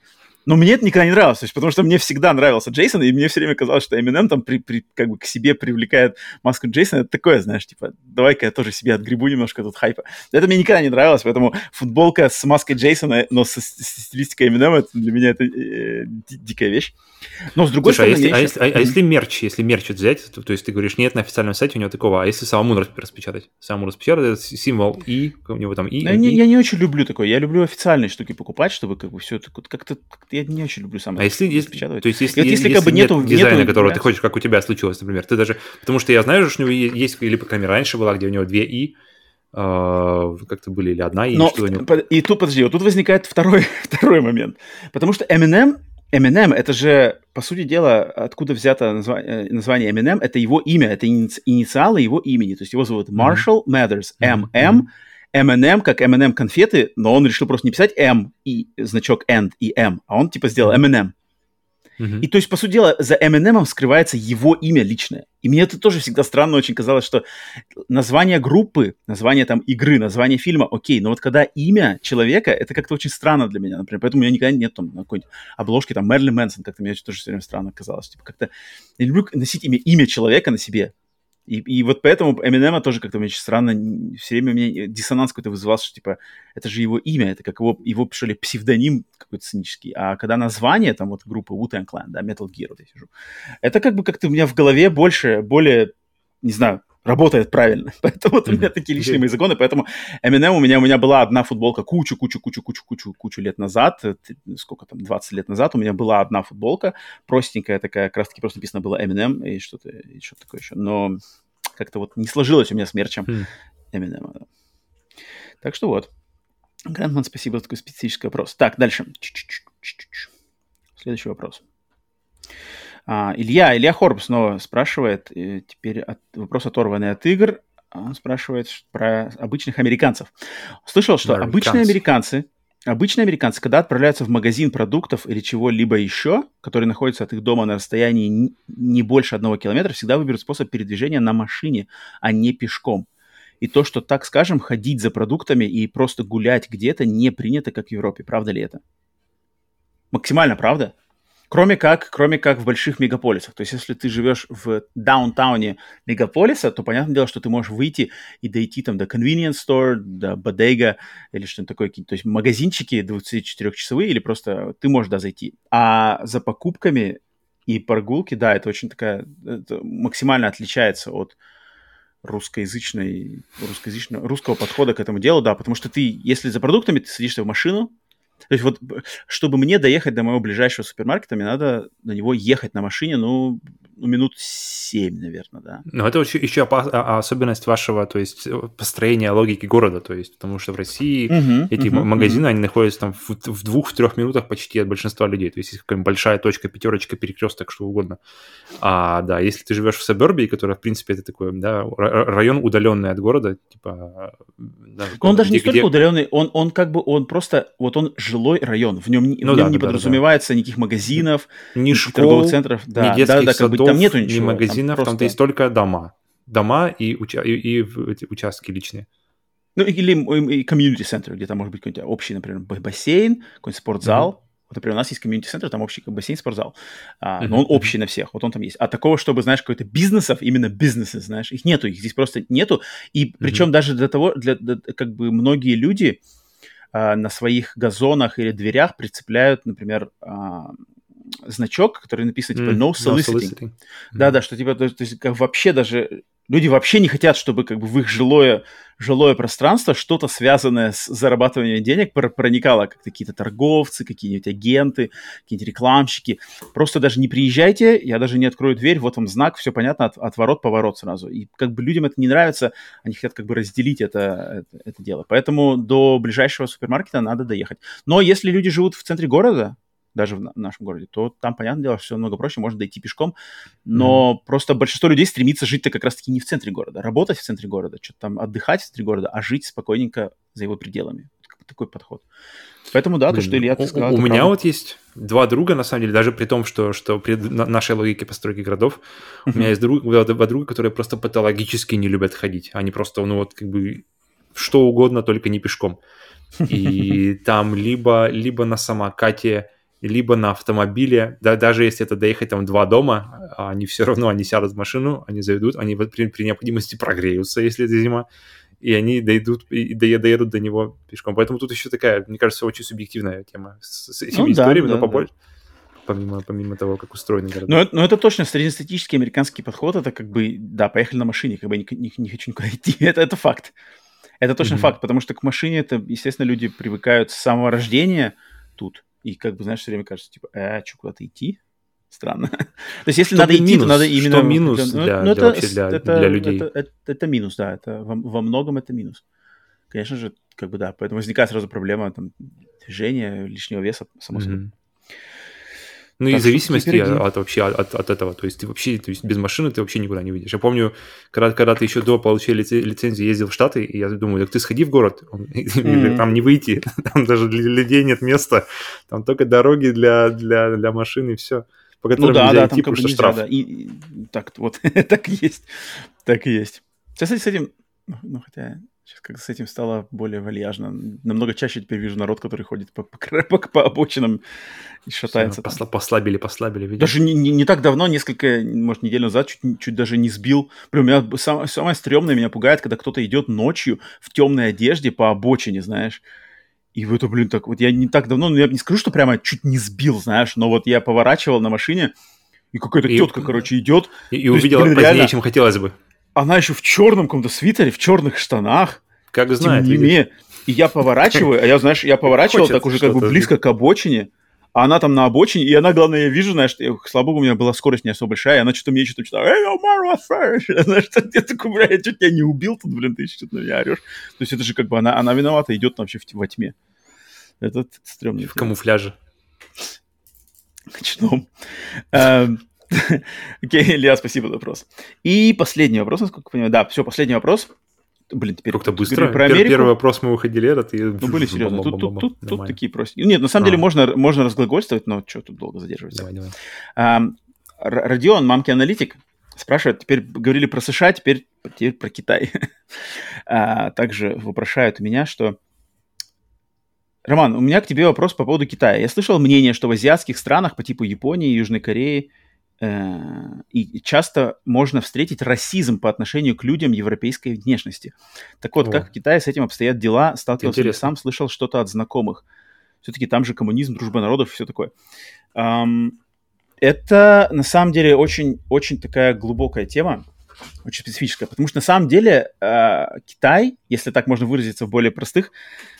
Но мне это никогда не нравилось, то есть, потому что мне всегда нравился Джейсон, и мне все время казалось, что Eminem там при, при, как бы к себе привлекает маску Джейсона. Это такое, знаешь, типа, давай-ка я тоже себе отгребу немножко тут хайпа. Это мне никогда не нравилось, поэтому футболка с маской Джейсона, но со, с стилистикой Eminem, это для меня это э, ди- дикая вещь. Но с другой Слушай, стороны... а если, еще... а, если, а, а если мерч, если мерч взять, то, то есть ты говоришь, нет на официальном сайте у него такого, а если самому распечатать? Самому распечатать, символ И, у него там И, я, не, я не очень люблю такое, я люблю официальные штуки покупать, чтобы как бы все это как-то... как-то я не очень люблю сам а если, если, то есть если, вот если, если как бы нет нету, дизайна, нету, которого да. ты хочешь, как у тебя случилось, например, ты даже... Потому что я знаю, что у него есть, или, по крайней мере, раньше была, где у него две И, э, как-то были, или одна И, но что у него... И тут, подожди, вот тут возникает второй, второй момент. Потому что Eminem, Eminem, это же, по сути дела, откуда взято название, название Eminem, это его имя, это инициалы его имени. То есть его зовут Marshall Mathers, эм эм, Eminem, как Eminem конфеты, но он решил просто не писать M и значок and и M, а он типа сделал Eminem. Mm-hmm. И то есть, по сути дела, за Eminem скрывается его имя личное. И мне это тоже всегда странно очень казалось, что название группы, название там игры, название фильма, окей, но вот когда имя человека, это как-то очень странно для меня, например. Поэтому у меня никогда нет там на какой-нибудь обложке, там, Мэрилин Мэнсон, как-то мне тоже все время странно казалось. Типа как-то я люблю носить имя, имя человека на себе. И, и вот поэтому Эминема тоже как-то мне очень странно, все время у меня диссонанс какой-то вызывался, что, типа, это же его имя, это как его, его что ли, псевдоним какой-то сценический. А когда название, там, вот, группы Wu-Tang Clan, да, Metal Gear, вот я сижу, это как бы как-то у меня в голове больше, более, не знаю, работает правильно. Поэтому вот у меня такие личные мои законы. Поэтому Eminem у меня, у меня была одна футболка кучу, кучу, кучу, кучу, кучу, кучу лет назад, сколько там, двадцать лет назад, у меня была одна футболка, простенькая такая, как раз-таки просто написано было Eminem и что-то, и что-то такое еще. Но как-то вот не сложилось у меня с мерчем mm. Eminem. Так что вот. Грандман, спасибо за такой специфический вопрос. Так, дальше. Следующий вопрос. А, Илья, Илья Хорб снова спрашивает, теперь от, вопрос оторванный от игр, он спрашивает про обычных американцев. Слышал, что Americans. обычные американцы, обычные американцы, когда отправляются в магазин продуктов или чего-либо еще, который находится от их дома на расстоянии не больше одного километра, всегда выберут способ передвижения на машине, а не пешком. И то, что, так скажем, ходить за продуктами и просто гулять где-то не принято, как в Европе. Правда ли это? Максимально правда. Кроме как, кроме как в больших мегаполисах. То есть, если ты живешь в даунтауне мегаполиса, то понятное дело, что ты можешь выйти и дойти там до convenience store, до бодега или что-нибудь такое. То есть, магазинчики двадцатичетырёхчасовые или просто ты можешь, да, зайти. А за покупками и прогулки, да, это очень такая... Это максимально отличается от русскоязычной, русскоязычного, русского подхода к этому делу, да, потому что ты, если за продуктами, ты садишься в машину. То есть вот, чтобы мне доехать до моего ближайшего супермаркета, мне надо на него ехать на машине, ну, ну минут семь, наверное, да. Но это еще, еще особенность вашего, то есть построения логики города, то есть, потому что в России uh-huh, эти uh-huh, магазины, uh-huh. они находятся там в, в двух-трех минутах почти от большинства людей, то есть есть какая-нибудь большая точка, пятерочка, перекресток, что угодно. А, да, если ты живешь в сабербии, который, в принципе, это такой, да, район удаленный от города, типа... Да, он даже где, не столько где... удаленный, он, он как бы, он просто, вот он жилой район, в нем, ну, в нем да, не да, подразумевается да, да. никаких магазинов, ни никаких школ, торговых центров, да, ни детских да, да, садов, как бы, там нету ничего, ни магазинов, там, там просто... есть только дома, дома и, уча... и, и, и участки личные. Ну, или комьюнити-центр, где там может быть какой-то общий, например, бассейн, какой-нибудь спортзал. Mm-hmm. Вот, например, у нас есть комьюнити-центр, там общий бассейн, спортзал. А, mm-hmm. Но он общий на всех, вот он там есть. А такого, чтобы, знаешь, какой-то бизнесов, именно бизнесы, знаешь, их нету, их здесь просто нету. И mm-hmm. причем даже для того, для, для, как бы многие люди а, на своих газонах или дверях прицепляют, например, а, значок, который написан, типа, no soliciting. No soliciting. Да-да, mm-hmm. что, типа, то, то есть, как вообще даже... Люди вообще не хотят, чтобы как бы в их жилое, жилое пространство что-то связанное с зарабатыванием денег проникало, как какие-то торговцы, какие-нибудь агенты, какие-нибудь рекламщики. Просто даже не приезжайте, я даже не открою дверь, вот вам знак, все понятно, от, от ворот поворот сразу. И как бы людям это не нравится, они хотят как бы разделить это, это, это дело. Поэтому до ближайшего супермаркета надо доехать. Но если люди живут в центре города, даже в нашем городе, то там, понятное дело, все намного проще, можно дойти пешком, но mm-hmm. просто большинство людей стремится жить-то как раз-таки не в центре города, работать в центре города, что-то там отдыхать в центре города, а жить спокойненько за его пределами. Такой подход. Поэтому да, Блин, то, что Илья ты сказал, У, у меня правда. вот есть два друга, на самом деле, даже при том, что, что при нашей логике постройки городов, mm-hmm. у меня есть друг, два друга, которые просто патологически не любят ходить. Они просто, ну вот, как бы, что угодно, только не пешком. И там либо, либо на самокате, либо на автомобиле, да, даже если это доехать там два дома, они все равно, они сядут в машину, они заведут, они при, при необходимости прогреются, если это зима, и они дойдут, и доедут до него пешком. Поэтому тут еще такая, мне кажется, очень субъективная тема с, с этими ну, историями, да, но да, побольше. Да. Помимо, помимо того, как устроены города. Но, но это точно среднестатистический американский подход. Это как бы, да, поехали на машине, как бы не, не, не хочу никуда идти. это, это факт. Это точно mm-hmm. факт, потому что к машине, это, естественно, люди привыкают с самого рождения тут. И как бы, знаешь, все время кажется, типа, а, что, куда-то идти? Странно. То есть если надо идти, то надо именно... Что минус для, ну, для, вообще для, это, для людей? Это, это, это минус, да. Это, во, во многом это минус. Конечно же, как бы, да. Поэтому возникает сразу проблема там, движения, лишнего веса, само собой. Mm-hmm. Ну так и в зависимости теперь... от, от, вообще от, от этого. То есть ты вообще, то есть без машины ты вообще никуда не выйдешь. Я помню, когда, когда ты еще до получения лицензии ездил в Штаты, и я думаю, так ты сходи в город, mm-hmm. там не выйти, там даже для людей нет места, там только дороги для, для, для машин и все. По которым ну да, нельзя да, идти, там как бы нельзя, штраф. Да. И, и, так вот, так и есть, так и есть. Сейчас, кстати, с этим, ну хотя... Сейчас как с этим стало более вальяжно. Намного чаще теперь вижу народ, который ходит по, по, по, по обочинам и шатается. Посла, послабили, послабили. Видимо. Даже не, не, не так давно, несколько, может, неделю назад, чуть, чуть даже не сбил. Блин, у меня сам, самое стрёмное меня пугает, когда кто-то идет ночью в темной одежде по обочине, знаешь. И это, блин, так вот я не так давно, ну я не скажу, что прямо чуть не сбил, знаешь, но вот я поворачивал на машине, и какая-то и, тетка, короче, идет. И, и увидела есть, блин, позднее, реально, чем хотелось бы. Она еще в черном каком-то свитере, в черных штанах. Как знает. И я поворачиваю, а я, знаешь, я поворачивал так уже как бы близко к обочине, а она там на обочине, и она, главное, я вижу, знаешь, слава богу, у меня была скорость не особо большая, и она что-то мне что-то читала, эй, Омар, знаешь, я такой, бля, я чуть тебя не убил тут, блин, ты что-то на меня орешь. То есть это же как бы она, она виновата, идет вообще в, во тьме. Это стрёмно. В камуфляже. Ночном. Окей, Илья, спасибо за вопрос. И последний вопрос, насколько я понимаю. Да, все, последний вопрос. Блин, теперь... Как-то быстро. Про Америку. Первый вопрос мы выходили, этот и... Ну, были серьезно. Тут, тут, тут, тут такие простые. Нет, на самом а. деле можно, можно разглагольствовать, но что тут долго задерживаться. Давай, давай. А, Родион, мамки-аналитик, спрашивает, теперь говорили про США, теперь, теперь про Китай. а, также вопрошают у меня, что... Роман, у меня к тебе вопрос по поводу Китая. Я слышал мнение, что в азиатских странах по типу Японии и Южной Кореи и часто можно встретить расизм по отношению к людям европейской внешности. Так вот, О. как в Китае с этим обстоят дела? Сталкивался ли сам, слышал что-то от знакомых? Все-таки там же коммунизм, дружба народов и все такое. Это, на самом деле, очень, очень такая глубокая тема, очень специфическая, потому что, на самом деле, Китай, если так можно выразиться в более простых...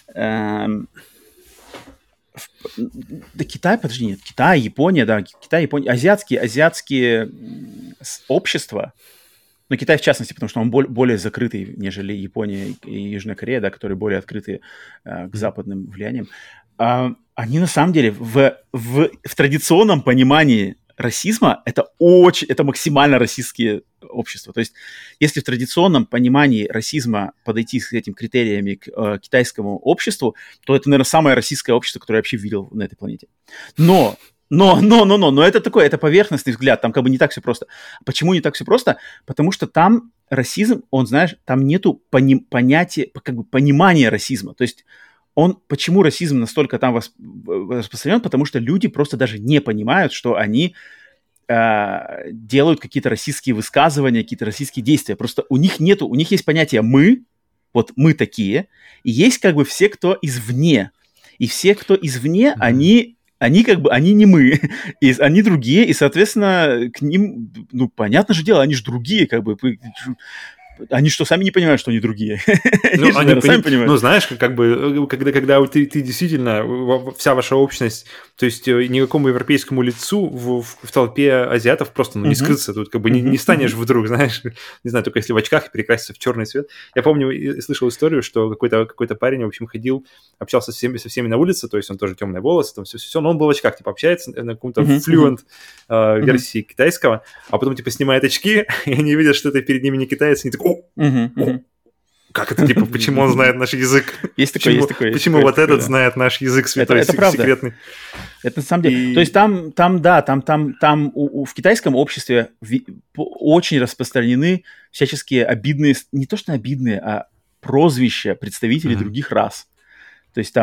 Да, Китай, подожди, нет, Китай, Япония, да, Китай, Япония, азиатские, азиатские общества, но Китай в частности, потому что он более, более закрытый, нежели Япония и Южная Корея, да, которые более открыты э, к западным влияниям, э, они на самом деле в, в, в традиционном понимании расизма это очень, это максимально расистские общества. То есть, если в традиционном понимании расизма подойти с этими критериями к э, китайскому обществу, то это, наверное, самое российское общество, которое я вообще видел на этой планете. Но, но, но, но, но, но это такое, это поверхностный взгляд, там как бы не так все просто. Почему не так все просто? Потому что там расизм, он, знаешь, там нету пони- понятия, как бы понимания расизма. То есть, он, почему расизм настолько там восп... распространен? Потому что люди просто даже не понимают, что они э, делают какие-то российские высказывания, какие-то российские действия. Просто у них нету, у них есть понятие «мы», вот мы такие, и есть как бы все, кто извне. И все, кто извне, mm-hmm. они, они как бы, они не мы, и они другие, и, соответственно, к ним, ну, понятно же дело, они же другие, как бы... Они что, сами не понимают, что они другие? Ну, они, они сами понимают. Ну, знаешь, как бы, когда, когда ты, ты действительно, вся ваша общность, то есть никакому европейскому лицу в, в, в толпе азиатов просто ну, не uh-huh. скрыться. Тут как бы uh-huh. не, не станешь вдруг, знаешь, не знаю, только если в очках перекраситься в черный цвет. Я помню, и слышал историю, что какой-то, какой-то парень, в общем, ходил, общался со всеми, со всеми на улице, то есть он тоже темные волосы, там все-все, но он был в очках, типа, общается на каком-то uh-huh. fluent uh, версии uh-huh. китайского, а потом, типа, снимает очки, и они видят, что это перед ними не китаец, и они такие, о, Uh-huh, uh-huh. как это, типа, почему он знает наш язык? Есть такое, почему, есть такое. Почему есть вот такое, этот да. знает наш язык святой, это, это секретный? Это на самом деле. И... То есть там, там да, там, там, там у, у, в китайском обществе ви, по, очень распространены всяческие обидные, не то что обидные, а прозвища представителей uh-huh. других рас. То есть там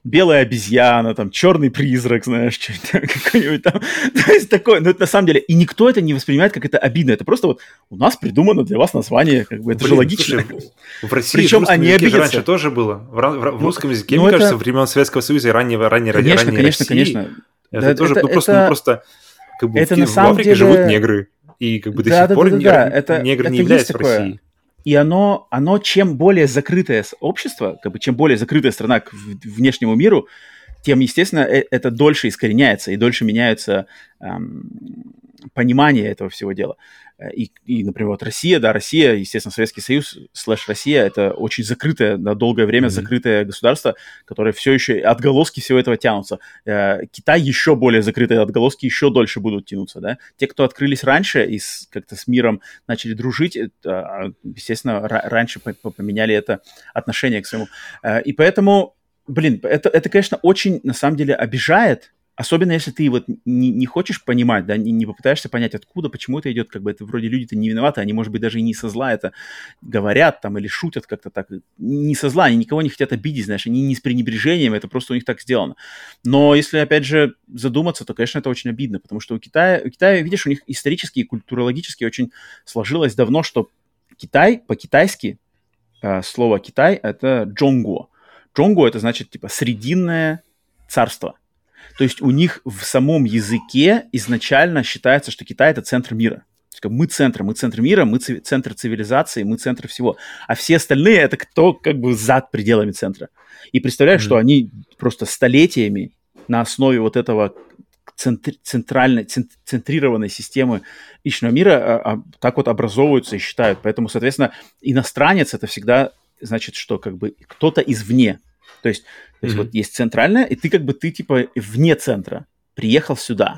белая обезьяна, там, черный призрак, знаешь, что-нибудь какой-нибудь там. То есть такое, но это на самом деле, и никто это не воспринимает как это обидно, это просто вот у нас придумано для вас название, как бы это Блин, же логично. Слушай, в России причем они обидятся. Раньше тоже было, в, в, в русском языке, ну, мне это... кажется, времен Советского Союза и раннего, ранней, конечно, ранней конечно, России. Конечно, это, это тоже, это, ну, просто, ну, просто как бы это в, в Африке деле... живут негры, и как бы до да, сих да, пор да, негр, да, это, негр это не является в такое. России. И оно, оно, чем более закрытое общество, как бы чем более закрытая страна к внешнему миру, тем, естественно, это дольше искореняется и дольше меняется эм, понимание этого всего дела. И, и, например, вот Россия, да, Россия, естественно, Советский Союз слэш Россия, это очень закрытое, на долгое время mm-hmm. закрытое государство, которое все еще, отголоски всего этого тянутся. Э, Китай еще более закрытый, отголоски еще дольше будут тянуться, да. Те, кто открылись раньше и с, как-то с миром начали дружить, это, естественно, р- раньше поменяли это отношение к своему. Э, и поэтому, блин, это, это, конечно, очень, на самом деле, обижает. Особенно, если ты вот не, не хочешь понимать, да, не, не попытаешься понять, откуда, почему это идет, как бы это вроде люди-то не виноваты, они, может быть, даже и не со зла это говорят там или шутят как-то так. Не со зла, они никого не хотят обидеть, знаешь, они не с пренебрежением, это просто у них так сделано. Но если, опять же, задуматься, то, конечно, это очень обидно, потому что у Китая, у Китая, видишь, у них исторически и культурологически очень сложилось давно, что Китай, по-китайски, э, слово «Китай» — это «джонгуо». «Джонгуо» — это значит, типа, срединное царство. То есть у них в самом языке изначально считается, что Китай — это центр мира. То есть мы центр, мы центр мира, мы центр цивилизации, мы центр всего. А все остальные — это кто как бы за пределами центра. И представляешь, mm-hmm. что они просто столетиями на основе вот этого центр, центральной, центрированной системы личного мира а, а, так вот образовываются и считают. Поэтому, соответственно, иностранец — это всегда значит, что как бы кто-то извне. То есть, то есть mm-hmm. вот есть центральная, и ты как бы, ты типа вне центра, приехал сюда,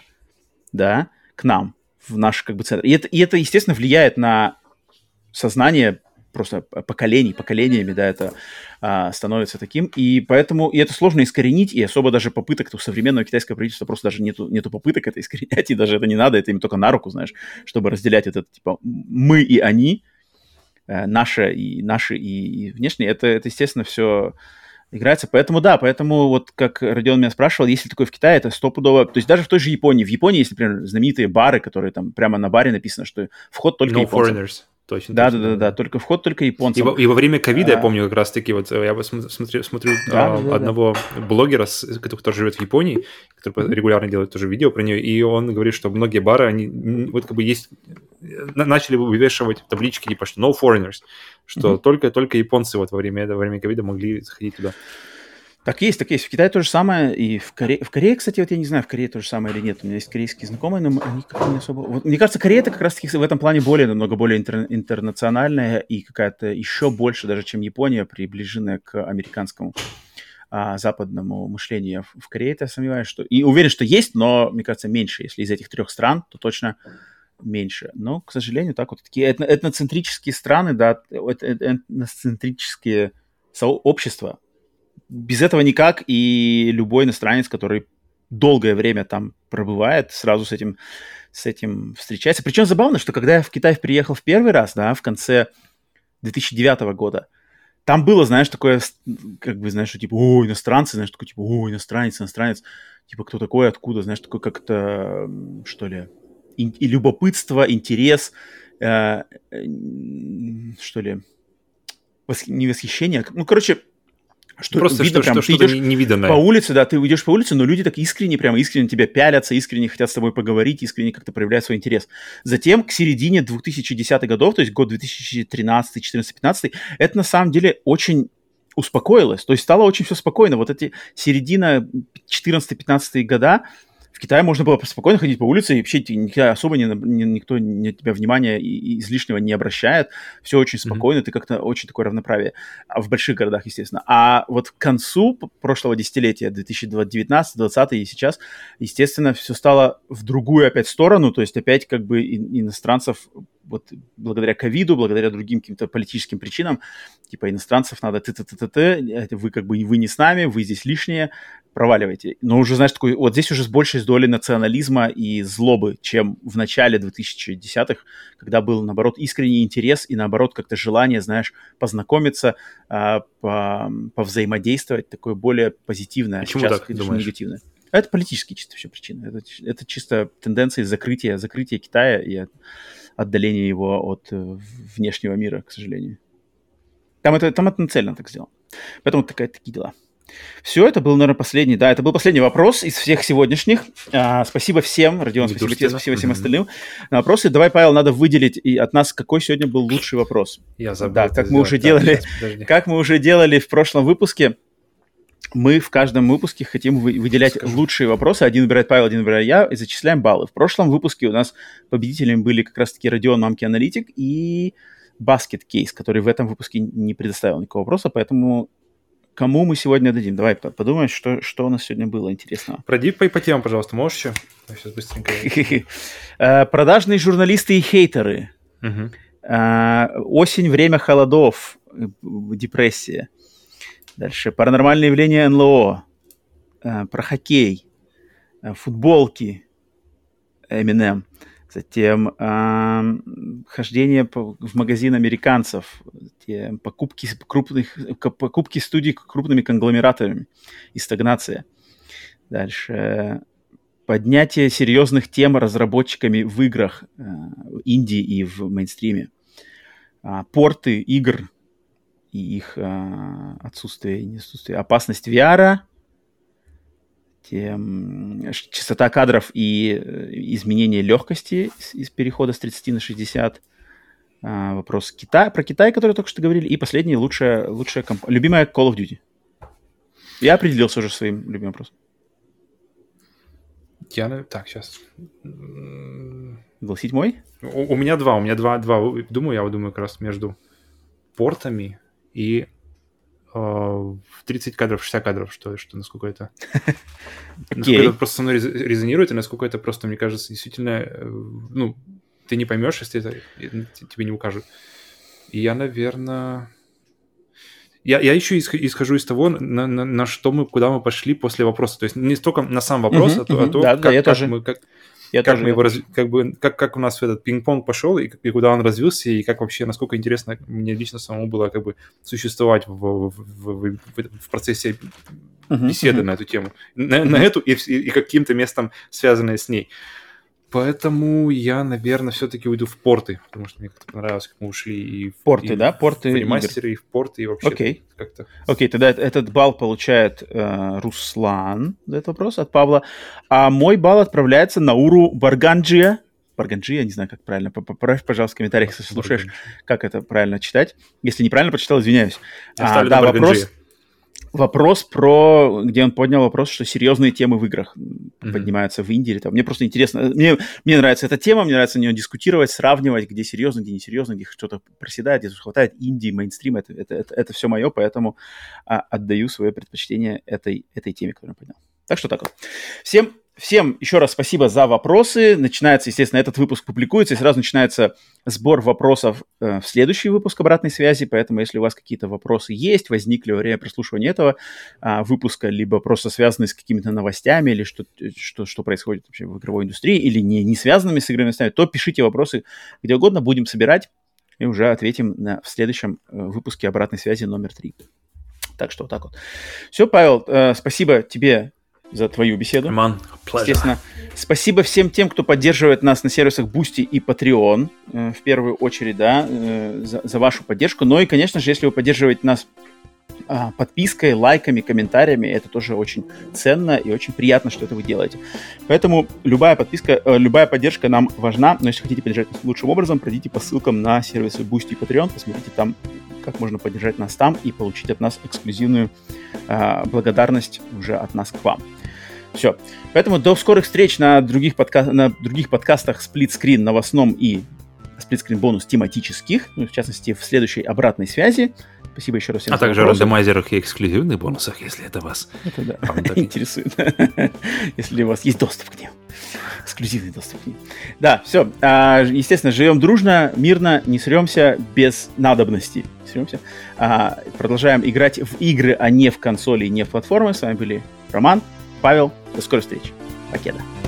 да, к нам, в наш как бы центр. И это, и это, естественно, влияет на сознание просто поколений, поколениями, да, это а, становится таким. И поэтому, и это сложно искоренить, и особо даже попыток у современного китайского правительства просто даже нету, нету попыток это искоренять, и даже это не надо, это им только на руку, знаешь, чтобы разделять этот, типа, мы и они, э, наши и наши и, и внешние, это, это, естественно, все... играется. Поэтому да, поэтому вот как Родион меня спрашивал, если такое в Китае, это стопудово... То есть даже в той же Японии. В Японии есть, например, знаменитые бары, которые там прямо на баре написано, что вход только no японцам. Foreigners. Точно, да, точно, да, да, да, только вход только японцам. И во, и во время ковида, а... я помню, как раз-таки, вот я смотрю, смотрю да, а, да, одного да. блогера, который, который живет в Японии, который mm-hmm. регулярно делает тоже видео про нее, и он говорит, что многие бары, они вот как бы есть... начали вывешивать таблички, типа, что no foreigners, что mm-hmm. только, только японцы вот во время, во время ковида могли заходить туда. Так есть, так есть. В Китае то же самое, и в Корее, в Корее, кстати, вот я не знаю, в Корее то же самое или нет. У меня есть корейские знакомые, но они как-то не особо... Вот, мне кажется, Корея это как раз-таки в этом плане более, намного более интер... интернациональная и какая-то еще больше, даже чем Япония, приближенная к американскому а, западному мышлению. В Корее-то я сомневаюсь, что... И уверен, что есть, но, мне кажется, меньше. Если из этих трех стран, то точно меньше. Но, к сожалению, так вот. Такие этно... этноцентрические страны, да, этноцентрические сообщества, без этого никак, и любой иностранец, который долгое время там пробывает, сразу с этим, с этим встречается. Причем забавно, что когда я в Китай приехал в первый раз, да, в конце две тысячи девятого года, там было, знаешь, такое, как бы, знаешь, что типа, о, иностранцы, знаешь, такой, типа, о, иностранец, иностранец, типа, кто такой, откуда, знаешь, такой как-то, что ли, и, и любопытство, интерес, э, э, что ли, восх... не восхищение, ну, короче, что просто видно, что, прям, что, ты идешь невиданное. по улице, да, ты идешь по улице, но люди так искренне, прямо искренне тебя пялятся, искренне хотят с тобой поговорить, искренне как-то проявляют свой интерес. Затем к середине две тысячи десятых годов, то есть год две тысячи тринадцатый, четырнадцатый, пятнадцатый, это на самом деле очень успокоилось, то есть стало очень все спокойно. Вот эти середина четырнадцатый-пятнадцатые года в Китае можно было спокойно ходить по улице, и вообще особо не, не, никто на тебя внимания излишнего не обращает. Все очень спокойно, mm-hmm. ты как-то очень такое равноправие. А в больших городах, естественно. А вот к концу прошлого десятилетия, две тысячи девятнадцатый, двадцатый и сейчас, естественно, все стало в другую опять сторону, то есть опять как бы иностранцев вот благодаря ковиду, благодаря другим каким-то политическим причинам, типа иностранцев надо т-т-т-т-т, вы как бы вы не с нами, вы здесь лишние, проваливайте. Но уже, знаешь, такой, вот здесь уже с большей долей национализма и злобы, чем в начале двухтысячных, когда был, наоборот, искренний интерес и, наоборот, как-то желание, знаешь, познакомиться, по, повзаимодействовать, такое более позитивное. Почему сейчас, так конечно, думаешь? негативное. Это политические чисто все причины. Это, это чисто тенденции закрытия, закрытия Китая и отдаления его от внешнего мира, к сожалению. Там это, там это нацелено так сделано. Поэтому такая, такие дела. Все, это был, наверное, последний, да, это был последний вопрос из всех сегодняшних. А, спасибо всем, Родион, спасибо тебе, спасибо всем остальным на вопросы. Давай, Павел, надо выделить и от нас, какой сегодня был лучший вопрос. Я забыл. Да, как мы уже делали, сейчас, как мы уже делали в прошлом выпуске, мы в каждом выпуске хотим вы, выделять Скажи. лучшие вопросы. Один выбирает Павел, один выбираю я, и зачисляем баллы. В прошлом выпуске у нас победителями были как раз-таки Родион, Мамки Аналитик и Баскет Кейс, который в этом выпуске не предоставил никакого вопроса, поэтому... Кому мы сегодня дадим? Давай подумаем, что, что у нас сегодня было интересного. Пройди по, по темам, пожалуйста, можешь еще? Я сейчас быстренько. Продажные журналисты и хейтеры. Осень, время холодов, депрессия. Дальше. Паранормальные явления эн эл о. Про хоккей. Футболки. Эминем. Затем э, хождение по, в магазин американцев, затем покупки, крупных, покупки студий крупными конгломератами и стагнация. Дальше поднятие серьезных тем разработчиками в играх, э, инди и в мейнстриме. Э, порты игр и их э, отсутствие и неотсутствие. Опасность ви ар. Тем, частота кадров и изменение легкости из, из перехода с тридцати на шестьдесят. А, вопрос Китая, про Китай, который только что говорили. И последний, лучшая, лучшая комп... любимая Call of Duty. Я определился уже своим любимым вопросом. Я... Так, сейчас. Был седьмой? У, у меня два. У меня два, два. Думаю, я думаю, как раз между портами и... в тридцать кадров, шестьдесят кадров, что, что насколько это... Okay. Насколько это просто со мной резонирует, и насколько это просто, мне кажется, действительно... Ну, ты не поймешь, если это тебе не укажут. И я, наверное... Я, я еще исхожу из того, на, на, на что мы, куда мы пошли после вопроса. То есть не столько на сам вопрос, uh-huh, а то, uh-huh. а то да, как, да, я как тоже. мы... Как, Я как, тоже мы его раз... как, бы, как, как у нас этот пинг-понг пошел, и, и куда он развился, и как вообще, насколько интересно мне лично самому было как бы существовать в, в, в, в, в процессе uh-huh, беседы uh-huh. на эту тему. На, uh-huh. на эту и, и, и каким-то местом, связанное с ней. Поэтому я, наверное, все-таки уйду в порты, потому что мне как-то понравилось, как мы ушли и в порты, и да? Порты в ремастеры, и в порты, и вообще okay. как-то... Окей, okay, тогда этот балл получает э, Руслан за этот вопрос от Павла, а мой балл отправляется на Уру Барганджия. Барганджия, я не знаю, как правильно. Поправь, пожалуйста, в комментариях, если слушаешь, как это правильно читать. Если неправильно прочитал, извиняюсь. А, да, вопрос... Вопрос про, где он поднял вопрос, что серьезные темы в играх mm-hmm. поднимаются в Индии. Там. Мне просто интересно, мне, мне нравится эта тема, мне нравится на нее дискутировать, сравнивать, где серьезно, где несерьезно, где что-то проседает, где хватает Индии, мейнстрим, это, это, это, это все мое, поэтому а, отдаю свое предпочтение этой, этой теме, которую я поднял. Так что так вот. Всем, всем еще раз спасибо за вопросы. Начинается, естественно, этот выпуск публикуется, и сразу начинается сбор вопросов э, в следующий выпуск обратной связи, поэтому если у вас какие-то вопросы есть, возникли во время прослушивания этого э, выпуска, либо просто связанные с какими-то новостями, или что, что, что происходит вообще в игровой индустрии, или не, не связанными с игровыми новостями, то пишите вопросы где угодно, будем собирать и уже ответим на, в следующем э, выпуске обратной связи номер три. Так что вот так вот. Все, Павел, э, спасибо тебе за твою беседу. Man, Естественно, спасибо всем тем, кто поддерживает нас на сервисах Boosty и Patreon, э, в первую очередь, да, э, за, за вашу поддержку. Но и, конечно же, если вы поддерживаете нас э, подпиской, лайками, комментариями, это тоже очень ценно и очень приятно, что это вы делаете. Поэтому любая подписка, э, любая поддержка нам важна, но если хотите поддержать нас лучшим образом, пройдите по ссылкам на сервисы Boosty и Patreon, посмотрите там, как можно поддержать нас там и получить от нас эксклюзивную э, благодарность уже от нас к вам. Все. Поэтому до скорых встреч на других, подка... на других подкастах Split Screen новостном и Split сплитскрин-бонус тематических, ну, в частности, в следующей обратной связи. Спасибо еще раз всем. А также о рандомайзерах и эксклюзивных бонусах, если это вас это, да, интересует. Если у вас есть доступ к ним. Эксклюзивный доступ к ним. Да, все. Естественно, живем дружно, мирно, не сремся без надобности. Сремся. Продолжаем играть в игры, а не в консоли и не в платформы. С вами были Роман, Павел. До скорой встречи. Покеда.